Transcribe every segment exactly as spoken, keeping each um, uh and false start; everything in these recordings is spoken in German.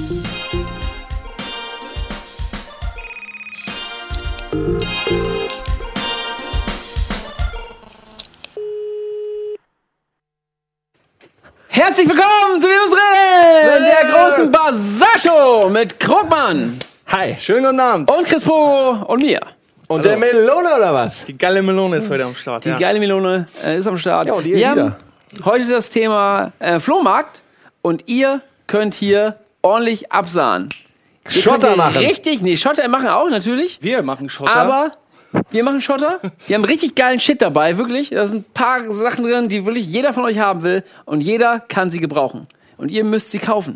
Herzlich willkommen zu Wir müssen reden, der großen Basar-Show mit Krogmann. Hi, schönen guten Abend. Und Chris Pogo und mir. Und Hallo. Der Melone oder was? Die geile Melone ist heute am Start. Die ja. geile Melone äh, ist am Start. Ja, und ihr Wir haben wieder. heute das Thema äh, Flohmarkt und ihr könnt hier ordentlich absahen. Ihr Schotter machen. Richtig, nee, Schotter machen auch natürlich. Wir machen Schotter. Aber wir machen Schotter. Wir haben richtig geilen Shit dabei, wirklich. Da sind ein paar Sachen drin, die wirklich jeder von euch haben will. Und jeder kann sie gebrauchen. Und ihr müsst sie kaufen.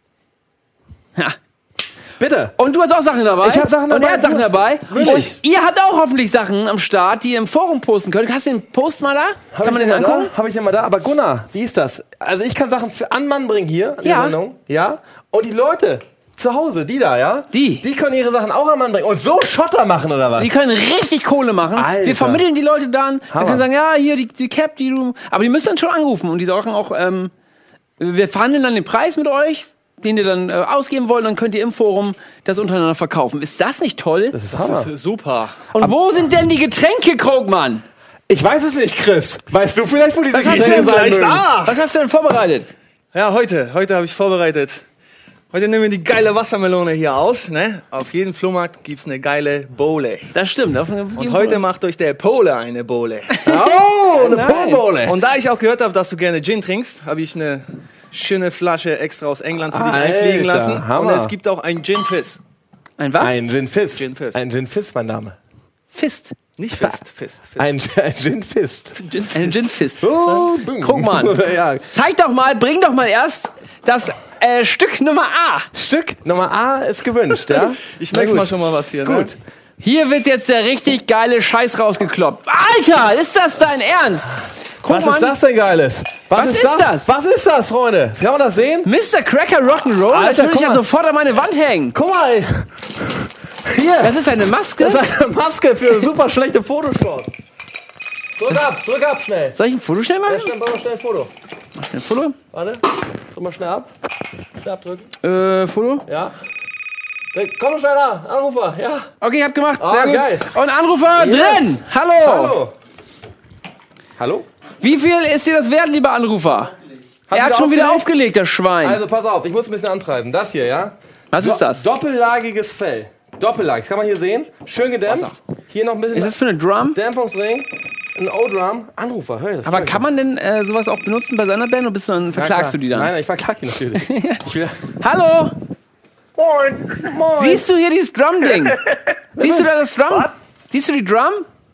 Ja. Bitte. Und du hast auch Sachen dabei. Ich habe Sachen dabei. Und er hat Sachen dabei. Wirklich? Und ihr habt auch hoffentlich Sachen am Start, die ihr im Forum posten könnt. Hast du den Post mal da? Hab Kann man den mal angucken? da? Habe ich den mal da? Aber Gunnar, wie ist das? Also ich kann Sachen für an Mann bringen hier in Ja. der Sendung. Ja. Und die Leute zu Hause, die da, ja? Die. Die können ihre Sachen auch an Mann bringen. Und so Schotter machen, oder was? Die können richtig Kohle machen. Alter. Wir vermitteln die Leute dann. Wir Hammer. können sagen, ja, hier die, die Cap, die du... Aber die müssen dann schon anrufen. Und die Sachen auch... Ähm, wir verhandeln dann den Preis mit euch, den ihr dann äh, ausgeben wollt. Und dann könnt ihr im Forum das untereinander verkaufen. Ist das nicht toll? Das ist Hammer. Das ist super. Und Aber wo sind denn die Getränke, Krogmann? Ich weiß es nicht, Chris. Weißt du vielleicht, wo diese Was hast du Getränke denn sein gleich mögen? da? Was hast du denn vorbereitet? Ja, heute, heute habe ich vorbereitet. Heute nehmen wir die geile Wassermelone hier aus. Ne? Auf jedem Flohmarkt gibt es eine geile Bowle. Das stimmt. Und heute macht euch der Pole eine Bowle. Oh, eine Nein. Poolbowle. Und da ich auch gehört habe, dass du gerne Gin trinkst, habe ich eine schöne Flasche extra aus England für dich Alter, einfliegen lassen. Hammer. Und es gibt auch ein Gin Fizz. Ein was? Ein Gin Fizz. Gin Fizz. Ein Gin Fizz, mein Name. Fist. Nicht Fist, Fist, Fist. Ein, ein Gin Fizz. Gin Ein Gin Fist. Oh, boom. Guck mal. ja. Zeig doch mal, bring doch mal erst das äh, Stück Nummer A. Stück Nummer A ist gewünscht, ja? Ich Na mix gut. mal schon mal was hier. Ne? Gut. Hier wird jetzt der richtig geile Scheiß rausgekloppt. Alter, ist das dein Ernst? Guck Was mal, ist das denn Geiles? Was ist das? Was ist das, Freunde? Kann man das sehen? Mister Cracker Rock'n'Roll? Alter, Das würde ich guck ja mal. sofort an meine Wand hängen. Guck mal, ey. Hier. Das ist eine Maske. Das ist eine Maske für super schlechte Fotoshot. Drück ab, drück ab schnell. Soll ich ein Foto schnell machen? Ja, schnell, mach mal schnell ein Foto. Ein Foto? Warte, drück mal schnell ab. Schnell abdrücken. Äh, Foto? Ja. Drück, komm schneller, Anrufer, ja. Okay, ich hab gemacht. Ah, Sehr gut. geil. Und Anrufer Yes. drin. Hallo. Hallo. Hallo? Wie viel ist dir das wert, lieber Anrufer? er hat wieder schon wieder aufgelegt? aufgelegt, das Schwein. Also pass auf, ich muss ein bisschen anpreisen. Das hier, ja? Was ist das? Doppellagiges Fell. Doppellagig, das kann man hier sehen. Schön gedämpft. Hier noch ein bisschen Ist das für eine Drum? Dämpfungsring. Ein O-Drum. Anrufer, hör das. Aber kann man denn äh, sowas auch benutzen bei seiner Band oder bist du dann, verklagst du die dann? Nein, nein, ich verklag die natürlich. Ich will, Hallo! Moin. moin. Siehst du hier dieses Drum-Ding? Siehst du da das Drum? Was? Siehst du die Drum?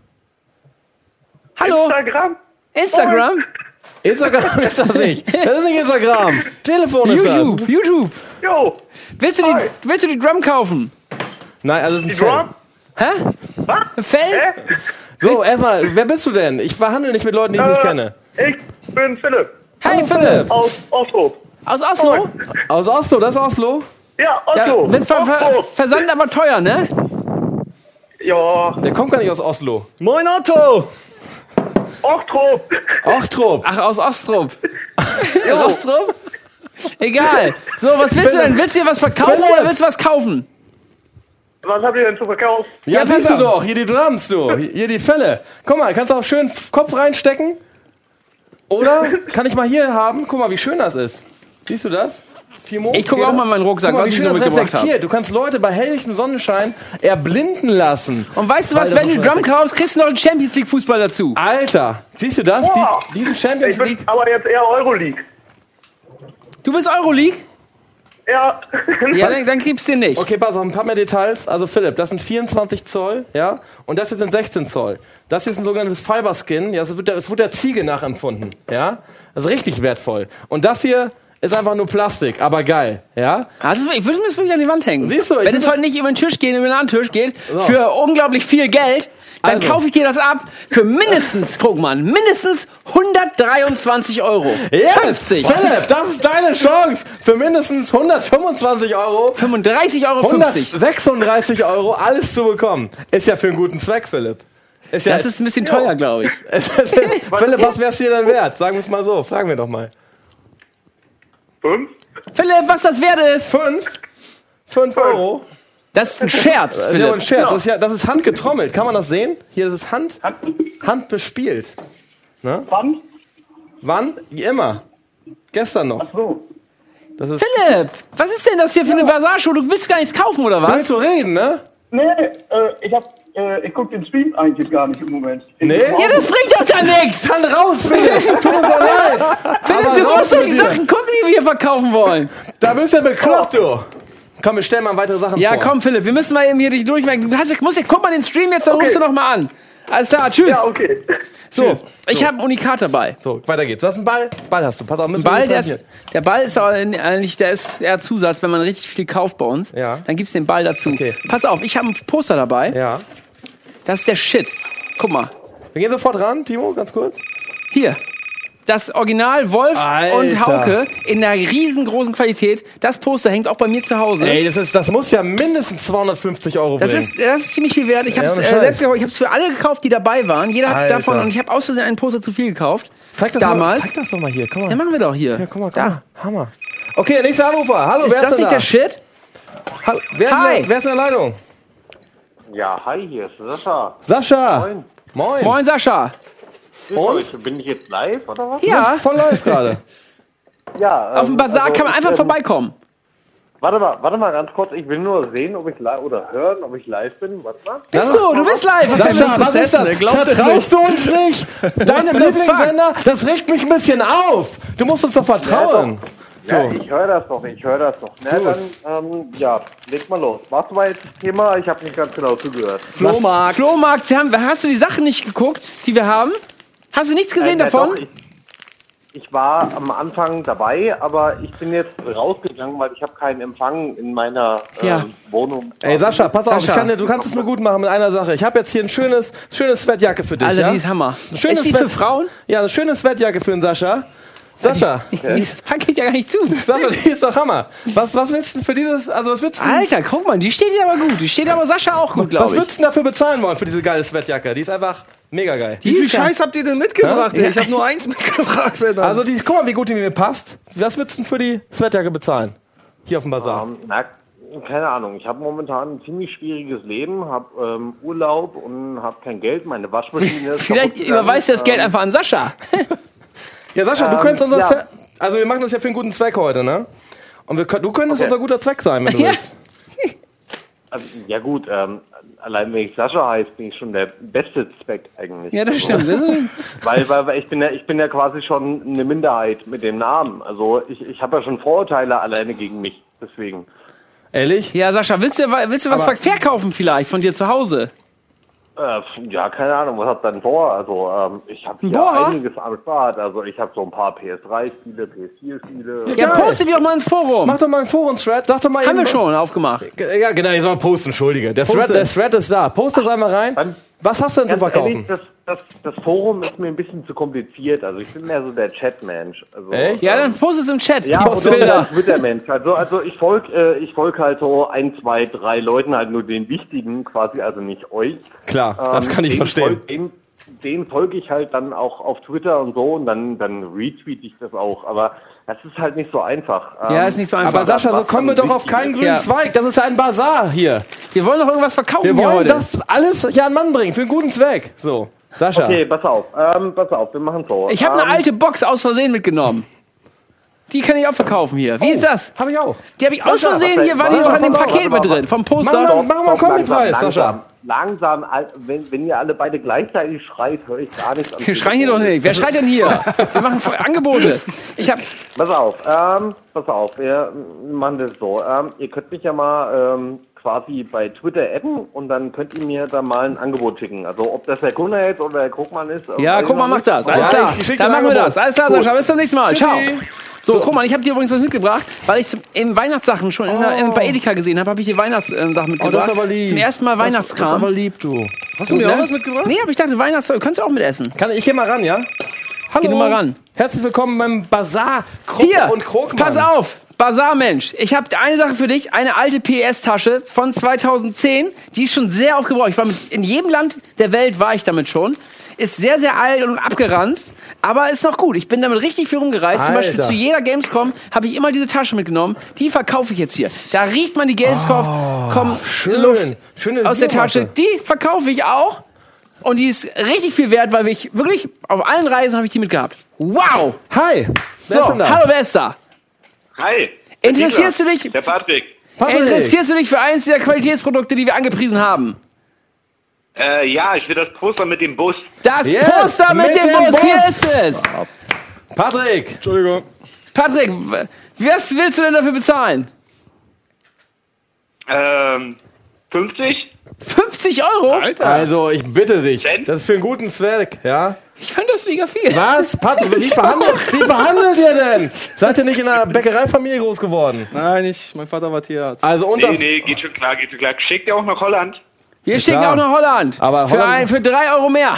Hallo? Instagram. Instagram? Instagram ist das nicht. Das ist nicht Instagram. Telefon ist YouTube? das. YouTube? Jo. Willst du, die, Hi. willst du die Drum kaufen? Nein, also es ist ein Die Fell. Drum? Hä? Was? Ein Fell? Hä? So, erstmal, wer bist du denn? Ich verhandle nicht mit Leuten, die ich nicht kenne. Ich bin Philipp Hi Hallo, Philipp. aus Oslo. Aus Oslo? Aus Oslo, das ist Oslo? Ja, Ja, Oslo. mit Ver Ver Oslo. Versand aber teuer, ne? Ja, Der kommt gar nicht aus Oslo. Moin Otto! Ochtrup. Ochtrop. Ach, aus Ostrup. Ostrup? Egal. So, was willst du denn? Willst du dir was verkaufen Philipp. oder willst du was kaufen? Was habt ihr denn zu verkaufen? Ja, Ja, siehst pass du auf. doch, hier die Drums, du. Hier die Fälle. Guck mal, kannst du auch schön Kopf reinstecken? Oder kann ich mal hier haben? Guck mal, wie schön das ist. Siehst du das? Timo? Ich gucke Geht auch das? mal in meinen Rucksack, Guck mal, was wie ich schön so das mitgebracht habe. reflektiert. Du kannst Leute bei helllichstem Sonnenschein erblinden lassen. Und weißt du Weil was, das wenn du so Drum reflektiert. kaufst, kriegst du noch einen Champions League Fußball dazu. Alter, siehst du das? Boah. Die, diesen Champions Ich bin League. aber jetzt eher Euroleague. Du bist Euroleague? Ja. Ja, dann, dann kriegst du den nicht. Okay, pass auf, ein paar mehr Details. Also Philipp, das sind vierundzwanzig Zoll, ja, und das hier sind sechzehn Zoll. Das hier ist ein sogenanntes Fiberskin, ja, es wird, der, es wird der Ziege nachempfunden, ja. Das ist richtig wertvoll. Und das hier ist einfach nur Plastik, aber geil, ja. Also, ich würde mir das wirklich an die Wand hängen. Siehst du, ich wenn find es das- heute nicht über den Tisch geht, über den anderen Tisch geht, So. für unglaublich viel Geld, dann Also. kaufe ich dir das ab für mindestens, guck mal, mindestens hundertdreiundzwanzig Euro. Yes, fünfzig. Philipp, das ist deine Chance für mindestens hundertfünfundzwanzig Euro, fünfunddreißig Euro fünfzig. hundertsechsunddreißig Euro, alles zu bekommen. Ist ja für einen guten Zweck, Philipp. Ist ja, Das ist ein bisschen teuer, glaube ich. Philipp, was wär's dir denn wert? Sagen wir es mal so, fragen wir doch mal. Fünf? Philipp, was das wert ist? Fünf? Fünf Euro? Das ist ein Scherz, Das ist ja ein Philipp. Scherz. Das ist, ja, das ist handgetrommelt. Kann man das sehen? Hier ist es Hand, handbespielt. Wann? Wann? Wie immer. Gestern noch. So. Das ist. Philipp, was ist denn das hier für eine Basar-Show? Du willst gar nichts kaufen, oder Du willst was? so reden, ne? Nee, äh, ich hab, äh, ich guck den Stream eigentlich gar nicht im Moment. Ich Nee? Ja, das bringt doch da nichts! Dann raus, Philipp! Tut uns auch leid! Philipp, Aber du raus musst doch mit die dir. Sachen gucken, die wir hier verkaufen wollen. Da bist du ja bekloppt, du! Komm, wir stellen mal weitere Sachen Ja, vor. komm, Philipp, wir müssen mal eben hier dich durchweichen. Du hast, musst, guck mal den Stream jetzt, dann Okay. rufst du noch mal an. Alles klar, tschüss. Ja, okay. So, ich habe ein Unikat dabei. So, weiter geht's. Du hast einen Ball. Ball hast du. Pass auf, müssen wir Ball, nicht der, ist, präsentieren. der Ball ist aber eigentlich, der ist eher Zusatz, wenn man richtig viel kauft bei uns. Ja. Dann gibt's den Ball dazu. Okay. Pass auf, ich habe ein Poster dabei. Ja. Das ist der Shit. Guck mal. Wir gehen sofort ran, Timo, ganz kurz. Hier. Das Original Wolf Alter. und Hauke in einer riesengroßen Qualität. Das Poster hängt auch bei mir zu Hause. Ey, das, ist, das muss ja mindestens zweihundertfünfzig Euro Das bringen. ist, das ist ziemlich viel wert. Ich habe Ja, es ohne äh, Scheiß. selbst gekauft. Ich habe es für alle gekauft, die dabei waren. Jeder hat Alter. davon und ich habe aus Versehen ein Poster zu viel gekauft. zeig, das damals. Mal, zeig das doch mal hier. Komm mal. Ja, machen wir doch hier. Ja, guck mal, guck Da. mal. Hammer. Okay, nächster Anrufer. Hallo, Ist wer das ist denn nicht da? der Shit? Hallo, wer, ist Hi. in der, wer ist in der Leitung? Ja, hi, hier ist Sascha. Sascha. Moin. Moin. Moin, Sascha. Und? Bin ich jetzt live oder was? Ja, Voll live gerade. Ja. auf dem ähm, Bazar also kann man ich, einfach ähm, vorbeikommen. Warte mal, warte mal ganz kurz. Ich will nur sehen, ob ich live oder hören, ob ich live bin. Warte mal. Bist du? Du bist live. Was denn Sascha, das? was ist das? Er glaubt es Vertraust du uns nicht? Deinem Lieblingssender? Das regt mich ein bisschen auf. Du musst uns doch vertrauen. Ja, ich höre das doch, ich höre das doch. Na, dann, ähm, ja, leg mal los. Was war jetzt das Thema? Ich habe nicht ganz genau zugehört. Flohmarkt. Flohmarkt, Sie haben, hast du die Sachen nicht geguckt, die wir haben? Hast du nichts gesehen Äh, na davon? doch, ich, ich war am Anfang dabei, aber ich bin jetzt rausgegangen, weil ich habe keinen Empfang in meiner ähm, Ja. Wohnung. Ey, Sascha, pass auf, ich Sascha. kann dir, du kannst es mir gut machen mit einer Sache. Ich habe jetzt hier ein schönes, schönes Sweatjacke für dich. Alter, ja? die ist Hammer. Ein schönes Ist die für Sweat- Frauen? Ja, eine schöne Sweatjacke für den Sascha. Sascha, Das Paket ja gar nicht zu. Sascha, die ist doch Hammer. Was, was willst du denn für dieses, also was willst du, Alter, guck mal, die steht dir aber gut. Die steht aber Sascha auch gut, was glaube ich. würdest du denn dafür bezahlen wollen für diese geile Sweatjacke? Die ist einfach mega geil. Wie viel ist ja- Scheiß habt ihr denn mitgebracht? Ey? Ich habe nur eins mitgebracht. verdammt. Also die, guck mal, wie gut die mir passt. Was würdest du denn für die Sweatjacke bezahlen? Hier auf dem Bazar. Ähm, na, keine Ahnung. Ich habe momentan ein ziemlich schwieriges Leben, habe ähm, Urlaub und habe kein Geld. Meine Waschmaschine ist Vielleicht kaputt gegangen. überweist du das Geld Ähm, einfach an Sascha. Ja, Sascha, du Ähm, könntest unser, ja. Se- also wir machen das ja für einen guten Zweck heute, ne? Und wir, könnt- du könntest Okay. unser guter Zweck sein, wenn du Ja. willst. Also, ja gut, ähm, allein wenn ich Sascha heiße, bin ich schon der beste Zweck eigentlich. Ja, das stimmt. Das ist, Weil, weil, weil ich bin ja, ich bin ja quasi schon eine Minderheit mit dem Namen. Also ich, ich habe ja schon Vorurteile alleine gegen mich. Deswegen. Ehrlich? ja, Sascha, willst du, willst du was Aber- verkaufen vielleicht von dir zu Hause? Äh, ja, keine Ahnung, was habt ihr denn vor? Also ähm, ich habe hier Boah. einiges am Start. Also ich habe so ein paar P S drei Spiele, P S vier Spiele. Ja, Geil. poste die doch mal ins Forum. Mach doch mal einen Forum-Thread, sag doch mal Haben wir eben- schon aufgemacht. Ja, genau, ich soll posten, entschuldige. Der Thread, Poste. der Thread ist da. Post das einmal rein. Dann- Was hast du denn zu Ganz verkaufen? ehrlich, das, das, das Forum ist mir ein bisschen zu kompliziert. Also ich bin mehr so der Chat-Mensch. Also, Echt? Ja, dann ähm, post es im Chat. ja, die und so Bilder. der Twitter-Mensch. Also, also ich folge äh, ich folg halt so ein, zwei, drei Leuten, halt nur den wichtigen quasi, also nicht euch. Klar, das Ähm, kann ich den verstehen. Folg, den den folge ich halt dann auch auf Twitter und so und dann, dann retweet ich das auch. Aber das ist halt nicht so einfach. Ja, Ähm, ist nicht so einfach. Aber Sascha, so was kommen wir dann doch auf wichtig keinen ist. grünen Ja. Zweig. Das ist ja ein Bazar hier. Wir wollen doch irgendwas verkaufen Wir hier wollen heute. das alles hier an Mann bringen, für einen guten Zweck. So, Sascha. Okay, pass auf, ähm, pass auf, wir machen so. Ich habe ähm, eine alte Box aus Versehen mitgenommen. Die kann ich auch verkaufen hier. Wie ist das? Hab ich auch. Die habe ich aus Versehen, hier war die Sascha, noch in dem pass auf, Paket warte mit mal. drin, vom Mach Poster. mal, mach mal einen Stopp, Kombi-Preis, langsam, Sascha. Langsam, al- wenn, wenn ihr alle beide gleichzeitig schreit, höre ich gar nichts an. Wir schreien hier doch nicht. Wer schreit denn hier? Wir machen Angebote. Ich hab, Pass auf, ähm, pass auf, wir machen das so. Ähm, ihr könnt mich ja mal ähm, quasi bei Twitter adden und dann könnt ihr mir da mal ein Angebot schicken. Also ob das der Kunde jetzt oder der Krugmann ist. ja, weiß ich guck mal, noch mach nicht. das. Alles Ja, klar. ich schick Dann dir ein machen wir Angebot. das. Alles klar, Sascha. Bis zum nächsten Mal. Ciao. Tschüssi. So, guck mal, ich habe dir übrigens was mitgebracht, weil ich zum, eben Weihnachtssachen schon in, der- in, bei Edeka gesehen habe, habe ich dir Weihnachtssachen Oh, mitgebracht. das ist aber lieb. Zum ersten Mal Das- Das ist Weihnachtskram. aber lieb, du. Hast du mir ne? auch was mitgebracht? Nee, aber ich dachte, Weihnachtskram kannst du auch mitessen. Kann ich, ich geh mal ran, ja? Hallo. Geh du mal ran. Herzlich willkommen beim Bazar. Krupp Hier, und Krogmann. pass auf, Bazar-Mensch. Ich habe eine Sache für dich, eine alte P S-Tasche von zweitausendzehn. Die ist schon sehr oft gebraucht. Ich war mit, in jedem Land der Welt war ich damit schon. Ist sehr, sehr alt und abgeranzt. aber ist noch gut. Ich bin damit richtig viel rumgereist. Zum Beispiel Alter. zu jeder Gamescom habe ich immer diese Tasche mitgenommen. Die verkaufe ich jetzt hier. Da riecht man die Gamescom komm, schön. Luft Schöne aus der Biermasse. Tasche. Die verkaufe ich auch. Und die ist richtig viel wert, weil ich wirklich auf allen Reisen habe ich die mitgehabt. Wow! Hi, wer So, ist denn da? hallo, wer ist da? Hi. Interessierst du dich? Der Patrick. Patrick. Interessierst du dich für eins dieser Qualitätsprodukte, die wir angepriesen haben? Äh, ja, ich will das Poster mit dem Bus. Das Yes, Poster mit, mit dem dem Bus, Bus. hier ist es. Patrick, Entschuldigung. Patrick, w- was willst du denn dafür bezahlen? Ähm, fünfzig? fünfzig Euro? Alter. also ich bitte dich, Cent? das ist für einen guten Zweck, ja? Ich fand das mega viel. Was? Patrick, wie verhandelt, wie verhandelt ihr denn? Seid ihr nicht in einer Bäckereifamilie groß geworden? Nein, ich, mein Vater war Tierarzt. Also unter... Nee, nee, geht schon klar, geht schon klar. Schickt ihr auch nach Holland? Wir schicken klar. auch nach Holland. Aber für, Holland- ein, für drei Euro mehr.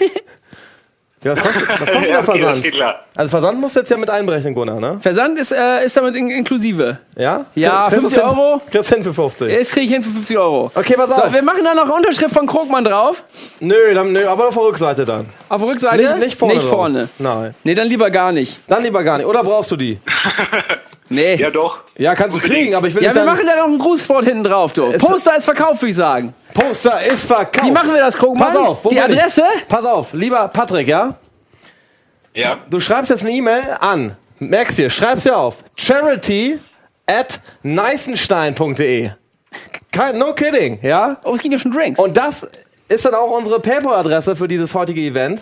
Ja, was kostet, was kostet Ja, der okay, das Versand? geht klar. Also Versand musst du jetzt ja mit einberechnen, Gunnar, ne? Versand ist, äh, ist damit in, inklusive. Ja? Ja, Kriegst du fünfzig hin- Euro. Kriegst du hin für fünfzig. Das kriege ich hin für fünfzig Euro. Okay, pass So, auf. wir machen da noch eine Unterschrift von Krogmann drauf. Nö, dann, nö, aber auf der Rückseite dann. Auf der Rückseite. Nicht, nicht vorne. Nicht drauf. vorne. Nein. Nee, dann lieber gar nicht. Dann lieber gar nicht. Oder brauchst du die? Nee. Ja, doch. Ja, kannst du kriegen, aber ich will Ja, nicht wir dann... machen da noch ein Grußwort hinten drauf, du. Es- Poster ist verkauft, würde ich sagen. Poster ist verkauft. Wie machen wir das, Krogmann? Pass auf, wo Die bin ich? Adresse? Pass auf, lieber Patrick, ja? Ja. Du schreibst jetzt eine E-Mail an. Merkst dir, schreib's dir auf. Charity at neisenstein punkt de. Kein- No kidding, ja? Oh, es gibt ja schon Drinks. Und das ist dann auch unsere PayPal-Adresse für dieses heutige Event.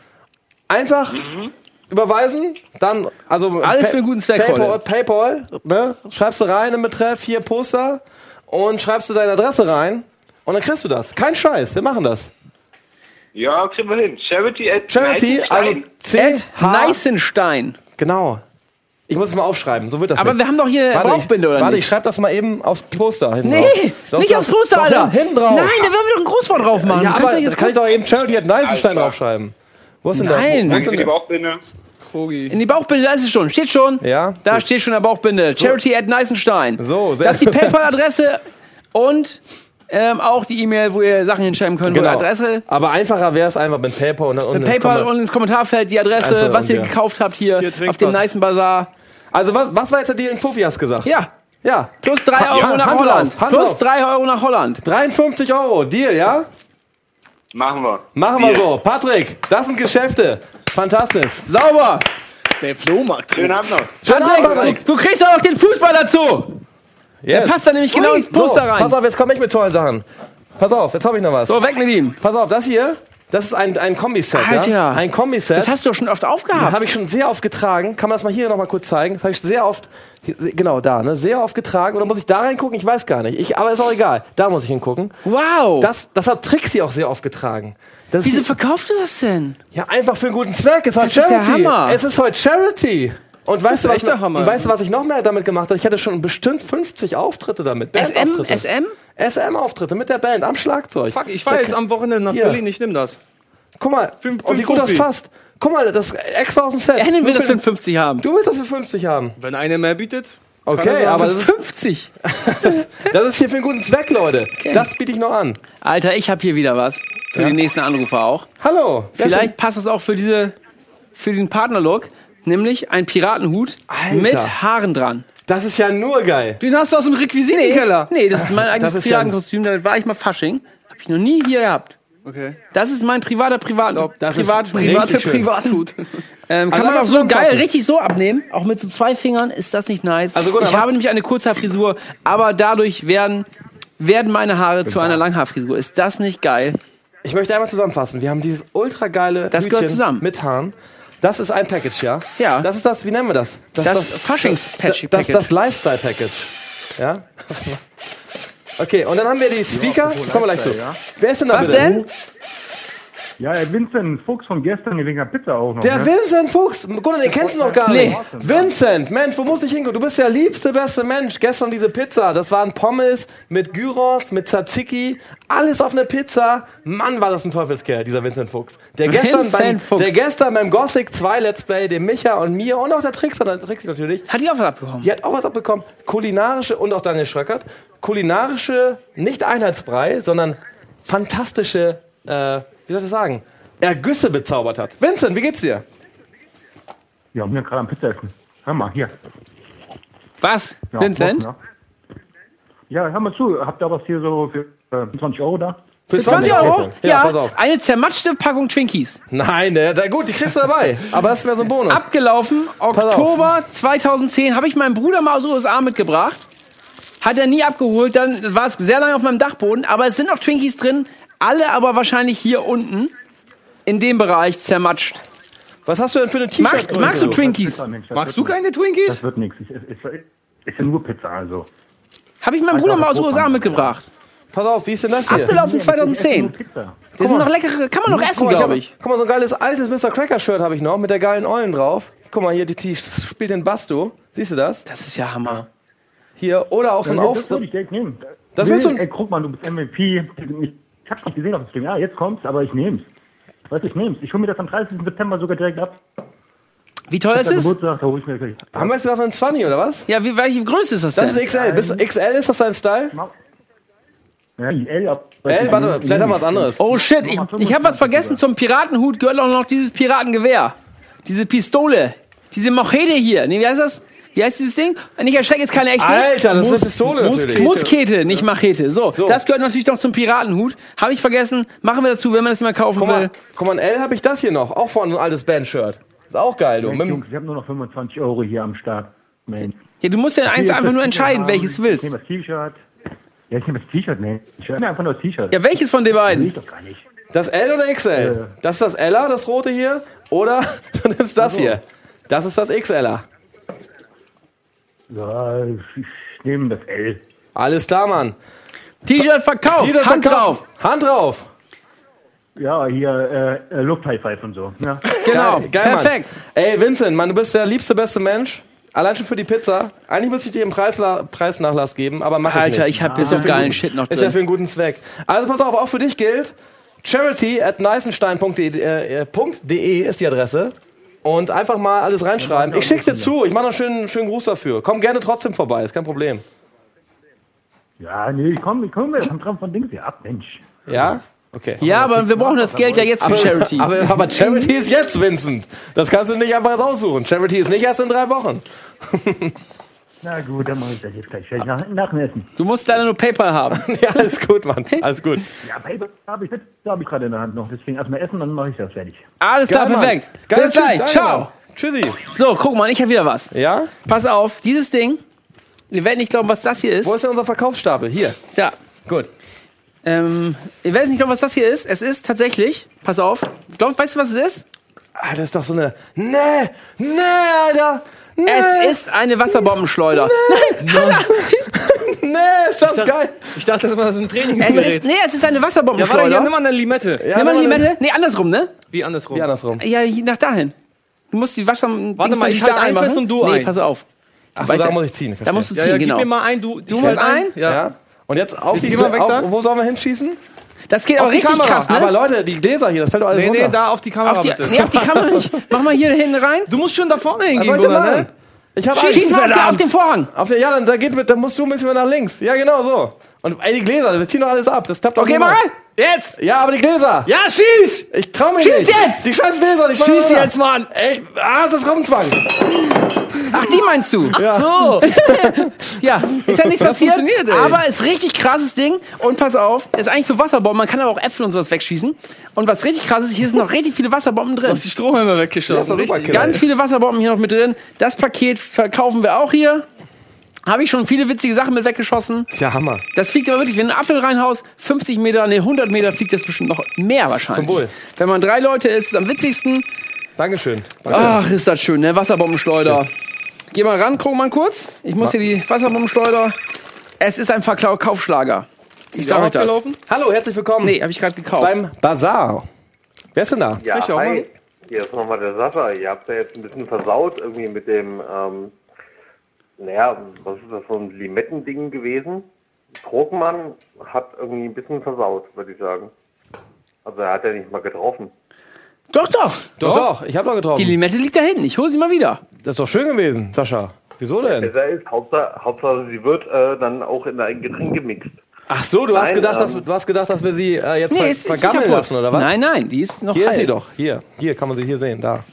Einfach überweisen, dann, also Alles Pa- für einen guten Zweck PayPal, heute. PayPal, ne? Schreibst du rein im Betreff, hier Poster und schreibst du deine Adresse rein und dann kriegst du das. Kein Scheiß, wir machen das. Ja, kriegen wir hin. Charity at Charity, also Neisenstein. C Ed H Neisenstein. Genau. Ich muss es mal aufschreiben, so wird das Aber nicht. wir haben doch hier Warte, Bauchbinde, ich, oder warte, nicht? ich schreibe das mal eben aufs Poster hinten Nee, drauf. Doch, nicht doch, aufs Poster, doch, Alter. Hinten drauf. Nein, da wollen wir doch ein Grußwort drauf machen. Ja, Du kannst aber nicht da jetzt kann ich doch eben Charity at Neisenstein Alles klar. draufschreiben. Wo ist denn Nein. das? Wo ist Danke denn für die der? Bauchbinde. Krogi. in die Bauchbinde, da ist es schon. Steht schon. Ja? Da steht schon der Bauchbinde. Charity at Neisenstein. So, sehr- Das ist die PayPal-Adresse und ähm, auch die E-Mail, wo ihr Sachen hinschreiben könnt. Genau. Oder Adresse. Aber einfacher wäre es einfach mit PayPal und dann unten Mit ins PayPal Komma- und ins Kommentarfeld die Adresse, Also, was ihr ja. gekauft habt hier, Hier, trink auf dem was. Nicen Bazaar. Also was, was war jetzt der Deal in Fuffi, hast du gesagt? Ja, Ja. plus drei Ha- Euro ja, nach Hand Holland. drauf, Hand Plus drauf. drei Euro nach Holland. dreiundfünfzig Euro, Deal, ja? Machen wir. Machen wir Deal. so. Patrick, das sind Geschäfte. Fantastisch. Sauber. Der Flohmarkt. Schönen Abend noch. Schönen Abend, Patrick, Patrick. du kriegst auch noch den Fußball dazu. Yes. Der passt da nämlich genau ins Poster so, rein. Pass auf, jetzt komme ich mit tollen Sachen. Pass auf, jetzt habe ich noch was. So, weg mit ihm. Pass auf, das hier, das ist ein, ein Kombiset, ja? Alter. Ein Kombiset. Das hast du doch schon oft Das aufgehabt. habe ich schon sehr oft getragen. Kann man das mal hier noch mal kurz zeigen? Das habe ich sehr oft, genau da, ne? Sehr oft getragen. Oder muss ich da reingucken? Ich weiß gar nicht. Ich, aber ist auch egal. Da muss ich hingucken. Wow. Das, das hat Trixie auch sehr oft getragen. Das ist Wieso die, verkaufst du das denn? ja, einfach für einen guten Zweck. Es ist heute Das ist ja Charity. Hammer. Es ist heute Charity. Und weißt, du, was, echt der Hammer. und weißt du, was ich noch mehr damit gemacht habe? Ich hatte schon bestimmt fünfzig Auftritte damit. S M? Bandauftritte. S M? S M-Auftritte mit der Band am Schlagzeug. Fuck, ich fahre jetzt am Wochenende nach Hier. Berlin, ich nehm das. Guck mal, Fünf- und wie fünf gut das Fuffi. passt. Guck mal, das ist extra aus dem Set. Er will Nur das für- für fünfzig haben. Du willst das für fünfzig haben. Wenn einer mehr bietet, kann er Okay, sagen. aber das ist, fünfzig. das ist hier für einen guten Zweck, Leute. Das biete ich noch an. Alter, ich habe hier wieder was. Für Ja. die nächsten Anrufer auch. Hallo. wer ist Vielleicht passt das auch für diese, für den Partnerlook. Nämlich ein Piratenhut Alter. mit Haaren dran. denn- Das ist ja nur geil. Den hast du aus dem Requisitenkeller. Nee, das ist mein eigenes Das ist ja- Piratenkostüm. Da war ich mal Fasching. Hab ich noch nie hier gehabt. Okay. Das ist mein privater Privat. Das ist Privat, richtig private schön. Privathut. Ähm, kann Also man auch einfach so geil zusammenfassen. richtig so abnehmen. Auch mit so zwei Fingern ist das nicht nice. Also Gunnar, ich was- habe nämlich eine Kurzhaarfrisur, aber dadurch werden, werden meine Haare zu einer Langhaarfrisur. Ist das nicht geil? Ich möchte einmal zusammenfassen. Wir haben dieses ultra geile Das gehört Hütchen zusammen. mit Haaren. Das ist ein Package, ja? Ja. Das ist das, wie nennen wir das? Das Faschings-Package. Das, das, das Lifestyle-Package. Ja? Okay, und dann haben wir die Speaker. Kommen wir gleich zu. Wer ist denn da Was bitte? denn? Ja, der Vincent Fuchs von gestern wegen der Pizza auch noch. Der ne? Vincent Fuchs. Gunnar, den kennst du noch gar Nee. nicht. Vincent, Mensch, wo muss ich hingucken? Du bist der liebste, beste Mensch. Gestern diese Pizza. Das waren Pommes mit Gyros, mit Tzatziki. Alles auf eine Pizza. Mann, war das ein Teufelskerl, dieser Vincent Fuchs. Der gestern, Vincent beim, Fuchs. der gestern beim Gothic zwei Let's Play, dem Micha und mir und auch der Trixer, der Trixi natürlich, Hat die auch was abbekommen? die hat auch was abbekommen. Kulinarische, und auch Daniel Schröckert, kulinarische, nicht Einheitsbrei, sondern fantastische, äh, wie soll ich das sagen, Ergüsse bezaubert hat. Vincent, wie geht's dir? Ja, wir sind gerade am Pizza essen. Hör mal, hier. Was, Ja, Vincent? Wurst, ja. ja, hör mal zu. Habt ihr was hier so für äh, zwanzig Euro da? Für zwanzig Euro? Ja, Ja, pass auf. eine zermatschte Packung Twinkies. Nein, der, der, gut, die kriegst du dabei. Aber das ist mehr so ein Bonus. Abgelaufen, auf. Oktober zweitausendzehn, habe ich meinem Bruder mal aus den U S A mitgebracht. Hat er nie abgeholt, dann war es sehr lange auf meinem Dachboden. Aber es sind noch Twinkies drin, alle aber wahrscheinlich hier unten in dem Bereich zermatscht. Was hast du denn für eine Magst, T-Shirt? magst du Das Twinkies? Pizza, Mensch, das Magst wird du keine nix. Twinkies? Das wird nichts. Ist, ist, ist, ist ja nur Pizza, also. Habe ich meinem Bruder mal aus den U S A mitgebracht. Pass auf, wie ist denn das hier? Abgelaufen zweitausendzehn. Pizza. Das sind noch leckere, kann man noch essen, Guck mal, glaube hab- ich. Guck mal, so ein geiles altes Mister Cracker-Shirt habe ich noch mit der geilen Eulen drauf. Guck mal, hier, die, die spielt den Basto. Siehst du das? Das ist ja Hammer. Hier, oder auch so ein Ja, Auf... das würde ich direkt nehmen. Das nee, willst du- Ey, guck mal, du bist M V P. Ich, ich hab dich gesehen auf dem Stream. Ja, jetzt kommt's, aber ich nehm's. Weißt du, ich nehm's. Ich hol mir das am dreißigsten September sogar direkt ab. Wie teuer ist Der es? Geburtstag, da hol ich mir gleich. Haben wir jetzt gesagt, ein zwanzig oder was? Ja, wie, welche Größe ist das denn? Das ist X L. Bist, du- X L, ist das dein Style? Ja, die L ab. L, warte, vielleicht haben wir was anderes. Oh shit, ich, ich habe was vergessen. Zum Piratenhut gehört auch noch dieses Piratengewehr. Diese Pistole. Diese Machete hier. Nee, wie heißt das? Wie heißt dieses Ding? Ich erschrecke jetzt keine echte. Alter, das ist Mus- eine Pistole Mus- natürlich. Muskete, nicht Machete. So, So. das gehört natürlich noch zum Piratenhut. Habe ich vergessen. Machen wir dazu, wenn man das mal kaufen Guck will. mal, guck mal, ein L habe ich das hier noch. Auch von ein altes Band-Shirt. Ist auch geil, du. Mensch, Mit, Jungs, ich habe nur noch fünfundzwanzig Euro hier am Start. Mensch. Ja, du musst ja eins Ich einfach will nur das entscheiden, T-Shirt welches du haben. willst. Ich nehme das T-Shirt. Ja, ich nehme das T-Shirt, ne? Ich nehme einfach nur das T-Shirt. Ja, welches von den Will beiden? ich doch gar nicht. das L oder X L? Das ist das L er, das rote hier. Oder du nimmst das hier. Das ist das X L er. Ja, ich nehme das L. Alles klar, Mann. T-Shirt verkauft, Jeder Hand verkauft. drauf. Hand drauf. Ja, hier äh, äh, Luft-High-Five und so. Ja. Genau, Geil, geil, Mann. perfekt. Ey, Vincent, Mann, du bist der liebste, beste Mensch. Allein schon für die Pizza. Eigentlich müsste ich dir einen Preisla Preisnachlass geben, aber mach ich Alter, nicht. ich hab hier so für geilen einen Shit noch Ist ja drin. für einen guten Zweck. Also pass auf, auch für dich gilt, charity at neisenstein punkt de äh, .de ist die Adresse. Und einfach mal alles reinschreiben. Ich schick's dir zu, ich mache noch einen schönen, schönen Gruß dafür. Komm gerne trotzdem vorbei, ist kein Problem. Ja, nee, ich komm, ich komm, das kommt dran von Dings hier ab, Mensch. Ja? Okay. Ja, aber wir brauchen das Geld ja jetzt für Charity. Aber, aber Charity ist jetzt, Vincent. Das kannst du nicht einfach jetzt aussuchen. Charity ist nicht erst in drei Wochen. Na gut, dann mache ich das jetzt gleich. Vielleicht nach, nach dem Essen. Du musst leider nur PayPal haben. Ja, alles gut, Mann. Alles gut. Ja, Paper habe ich, hab ich gerade in der Hand noch. Deswegen erstmal essen, dann mache ich das fertig. Alles klar, Geil, Mann. perfekt. Geil, Bis tschüss, gleich. danke, Ciao. Mann. Tschüssi. So, guck mal, ich habe wieder was. Ja? Pass auf, dieses Ding. Ihr werdet nicht glauben, was das hier ist. Wo ist denn unser Verkaufsstapel? Hier. Ja. Gut. Ähm, ihr werdet nicht glauben, was das hier ist. Es ist tatsächlich, pass auf. Glaub, weißt du, was es ist? Ah, das ist doch so eine... Nee, nee, Alter. Nee, Es ist eine Wasserbombenschleuder. nee, ist das geil. Ich dachte, das war so ein Es ist, Trainingsgerät. nee, es ist eine Ja, warte, Wasserbombenschleuder. hier, nimm mal eine Limette. Ja, Nimm mal die aber- Limette. Nee, andersrum, ne? Wie andersrum. Wie andersrum. Ja, hier nach dahin. Du musst die Wasser... Warte mal, ich halte einen fest und du Nee, ein. pass auf. Achso, Weißt da du- muss ich ziehen. Da musst du Ja, ziehen, ja, gib genau. mir mal ein, du. Du ich musst halt ein? Ja. Ja. Und jetzt auf Ich die... geh mal weg auf, da. wo sollen wir hinschießen? Das geht aber Auf die richtig Kamera. krass, ne? Aber Leute, die Gläser hier, das fällt doch alles Nee, runter. nee, da auf die Kamera auf die, bitte. nee, auf die Kamera nicht. Mach mal hier hinten rein. Du musst schon da vorne Was hingehen, soll ich denn Bruder, machen? ne? Ich hab Schieß alles. mal auf, den- auf den Vorhang. Auf der, ja, dann, da geht mit, dann musst du ein bisschen nach links. Ja, genau so. Und ey, die Gläser, das zieht doch alles ab. Das tappt doch Okay, niemand. mal rein. Jetzt! Ja, aber die Gläser. Ja, schieß! Ich trau mich Schieß nicht. jetzt! Die scheiß Gläser. Die Schieß fallen jetzt, Mann! Echt? Ah, es ist Gruppenzwang. Ach, die meinst du? Ja. So! Ja, ist ja nichts Das passiert, funktioniert, ey. aber ist richtig krasses Ding. Und pass auf, ist eigentlich für Wasserbomben. Man kann aber auch Äpfel und sowas wegschießen. Und was richtig krass ist, hier sind noch richtig viele Wasserbomben Du drin. hast die Strohhalme weggeschossen. Das ist doch super, Richtig. Killer. Ganz viele Wasserbomben hier noch mit drin. Das Paket verkaufen wir auch hier. Habe ich schon viele witzige Sachen mit weggeschossen. Ist ja Hammer. Das fliegt aber wirklich, wenn du einen Apfel reinhaust, fünfzig Meter, nee, hundert Meter fliegt das bestimmt noch mehr wahrscheinlich. Zum Wohl. Wenn man drei Leute ist, ist es am witzigsten. Dankeschön. Danke. Ach, ist das schön, ne? Wasserbombenschleuder. Geh mal ran, guck mal kurz. Ich muss hier die Wasserbombenschleuder. Es ist ein Verkaufsschlager. Ich sag euch das. Abgelaufen? Hallo, herzlich willkommen Nee, habe ich gerade gekauft. beim Bazar. Wer ist denn da? Ja, Ich auch, Mann. hi. Hier ist nochmal der Sascha. Ihr habt ja jetzt ein bisschen versaut irgendwie mit dem, ähm, naja, was ist das, so ein Limettending gewesen? Krogmann hat irgendwie ein bisschen versaut, würde ich sagen. Also er hat ja nicht mal getroffen. Doch, doch. Doch, doch, ich hab doch getroffen. Die Limette liegt da hinten. Ich hole sie mal wieder. Das ist doch schön gewesen, Sascha. Wieso denn? Besser ist, Hauptsache, Hauptsache sie wird äh, dann auch in ein Getränk gemixt. Ach so, du hast Nein, gedacht, ähm, dass, du hast gedacht, dass wir sie äh, jetzt Nee, ver ist, ist vergammeln kaputt. lassen, oder was? Nein, nein, die ist noch Hier heil. ist sie doch. Hier, hier kann man sie hier sehen. Da.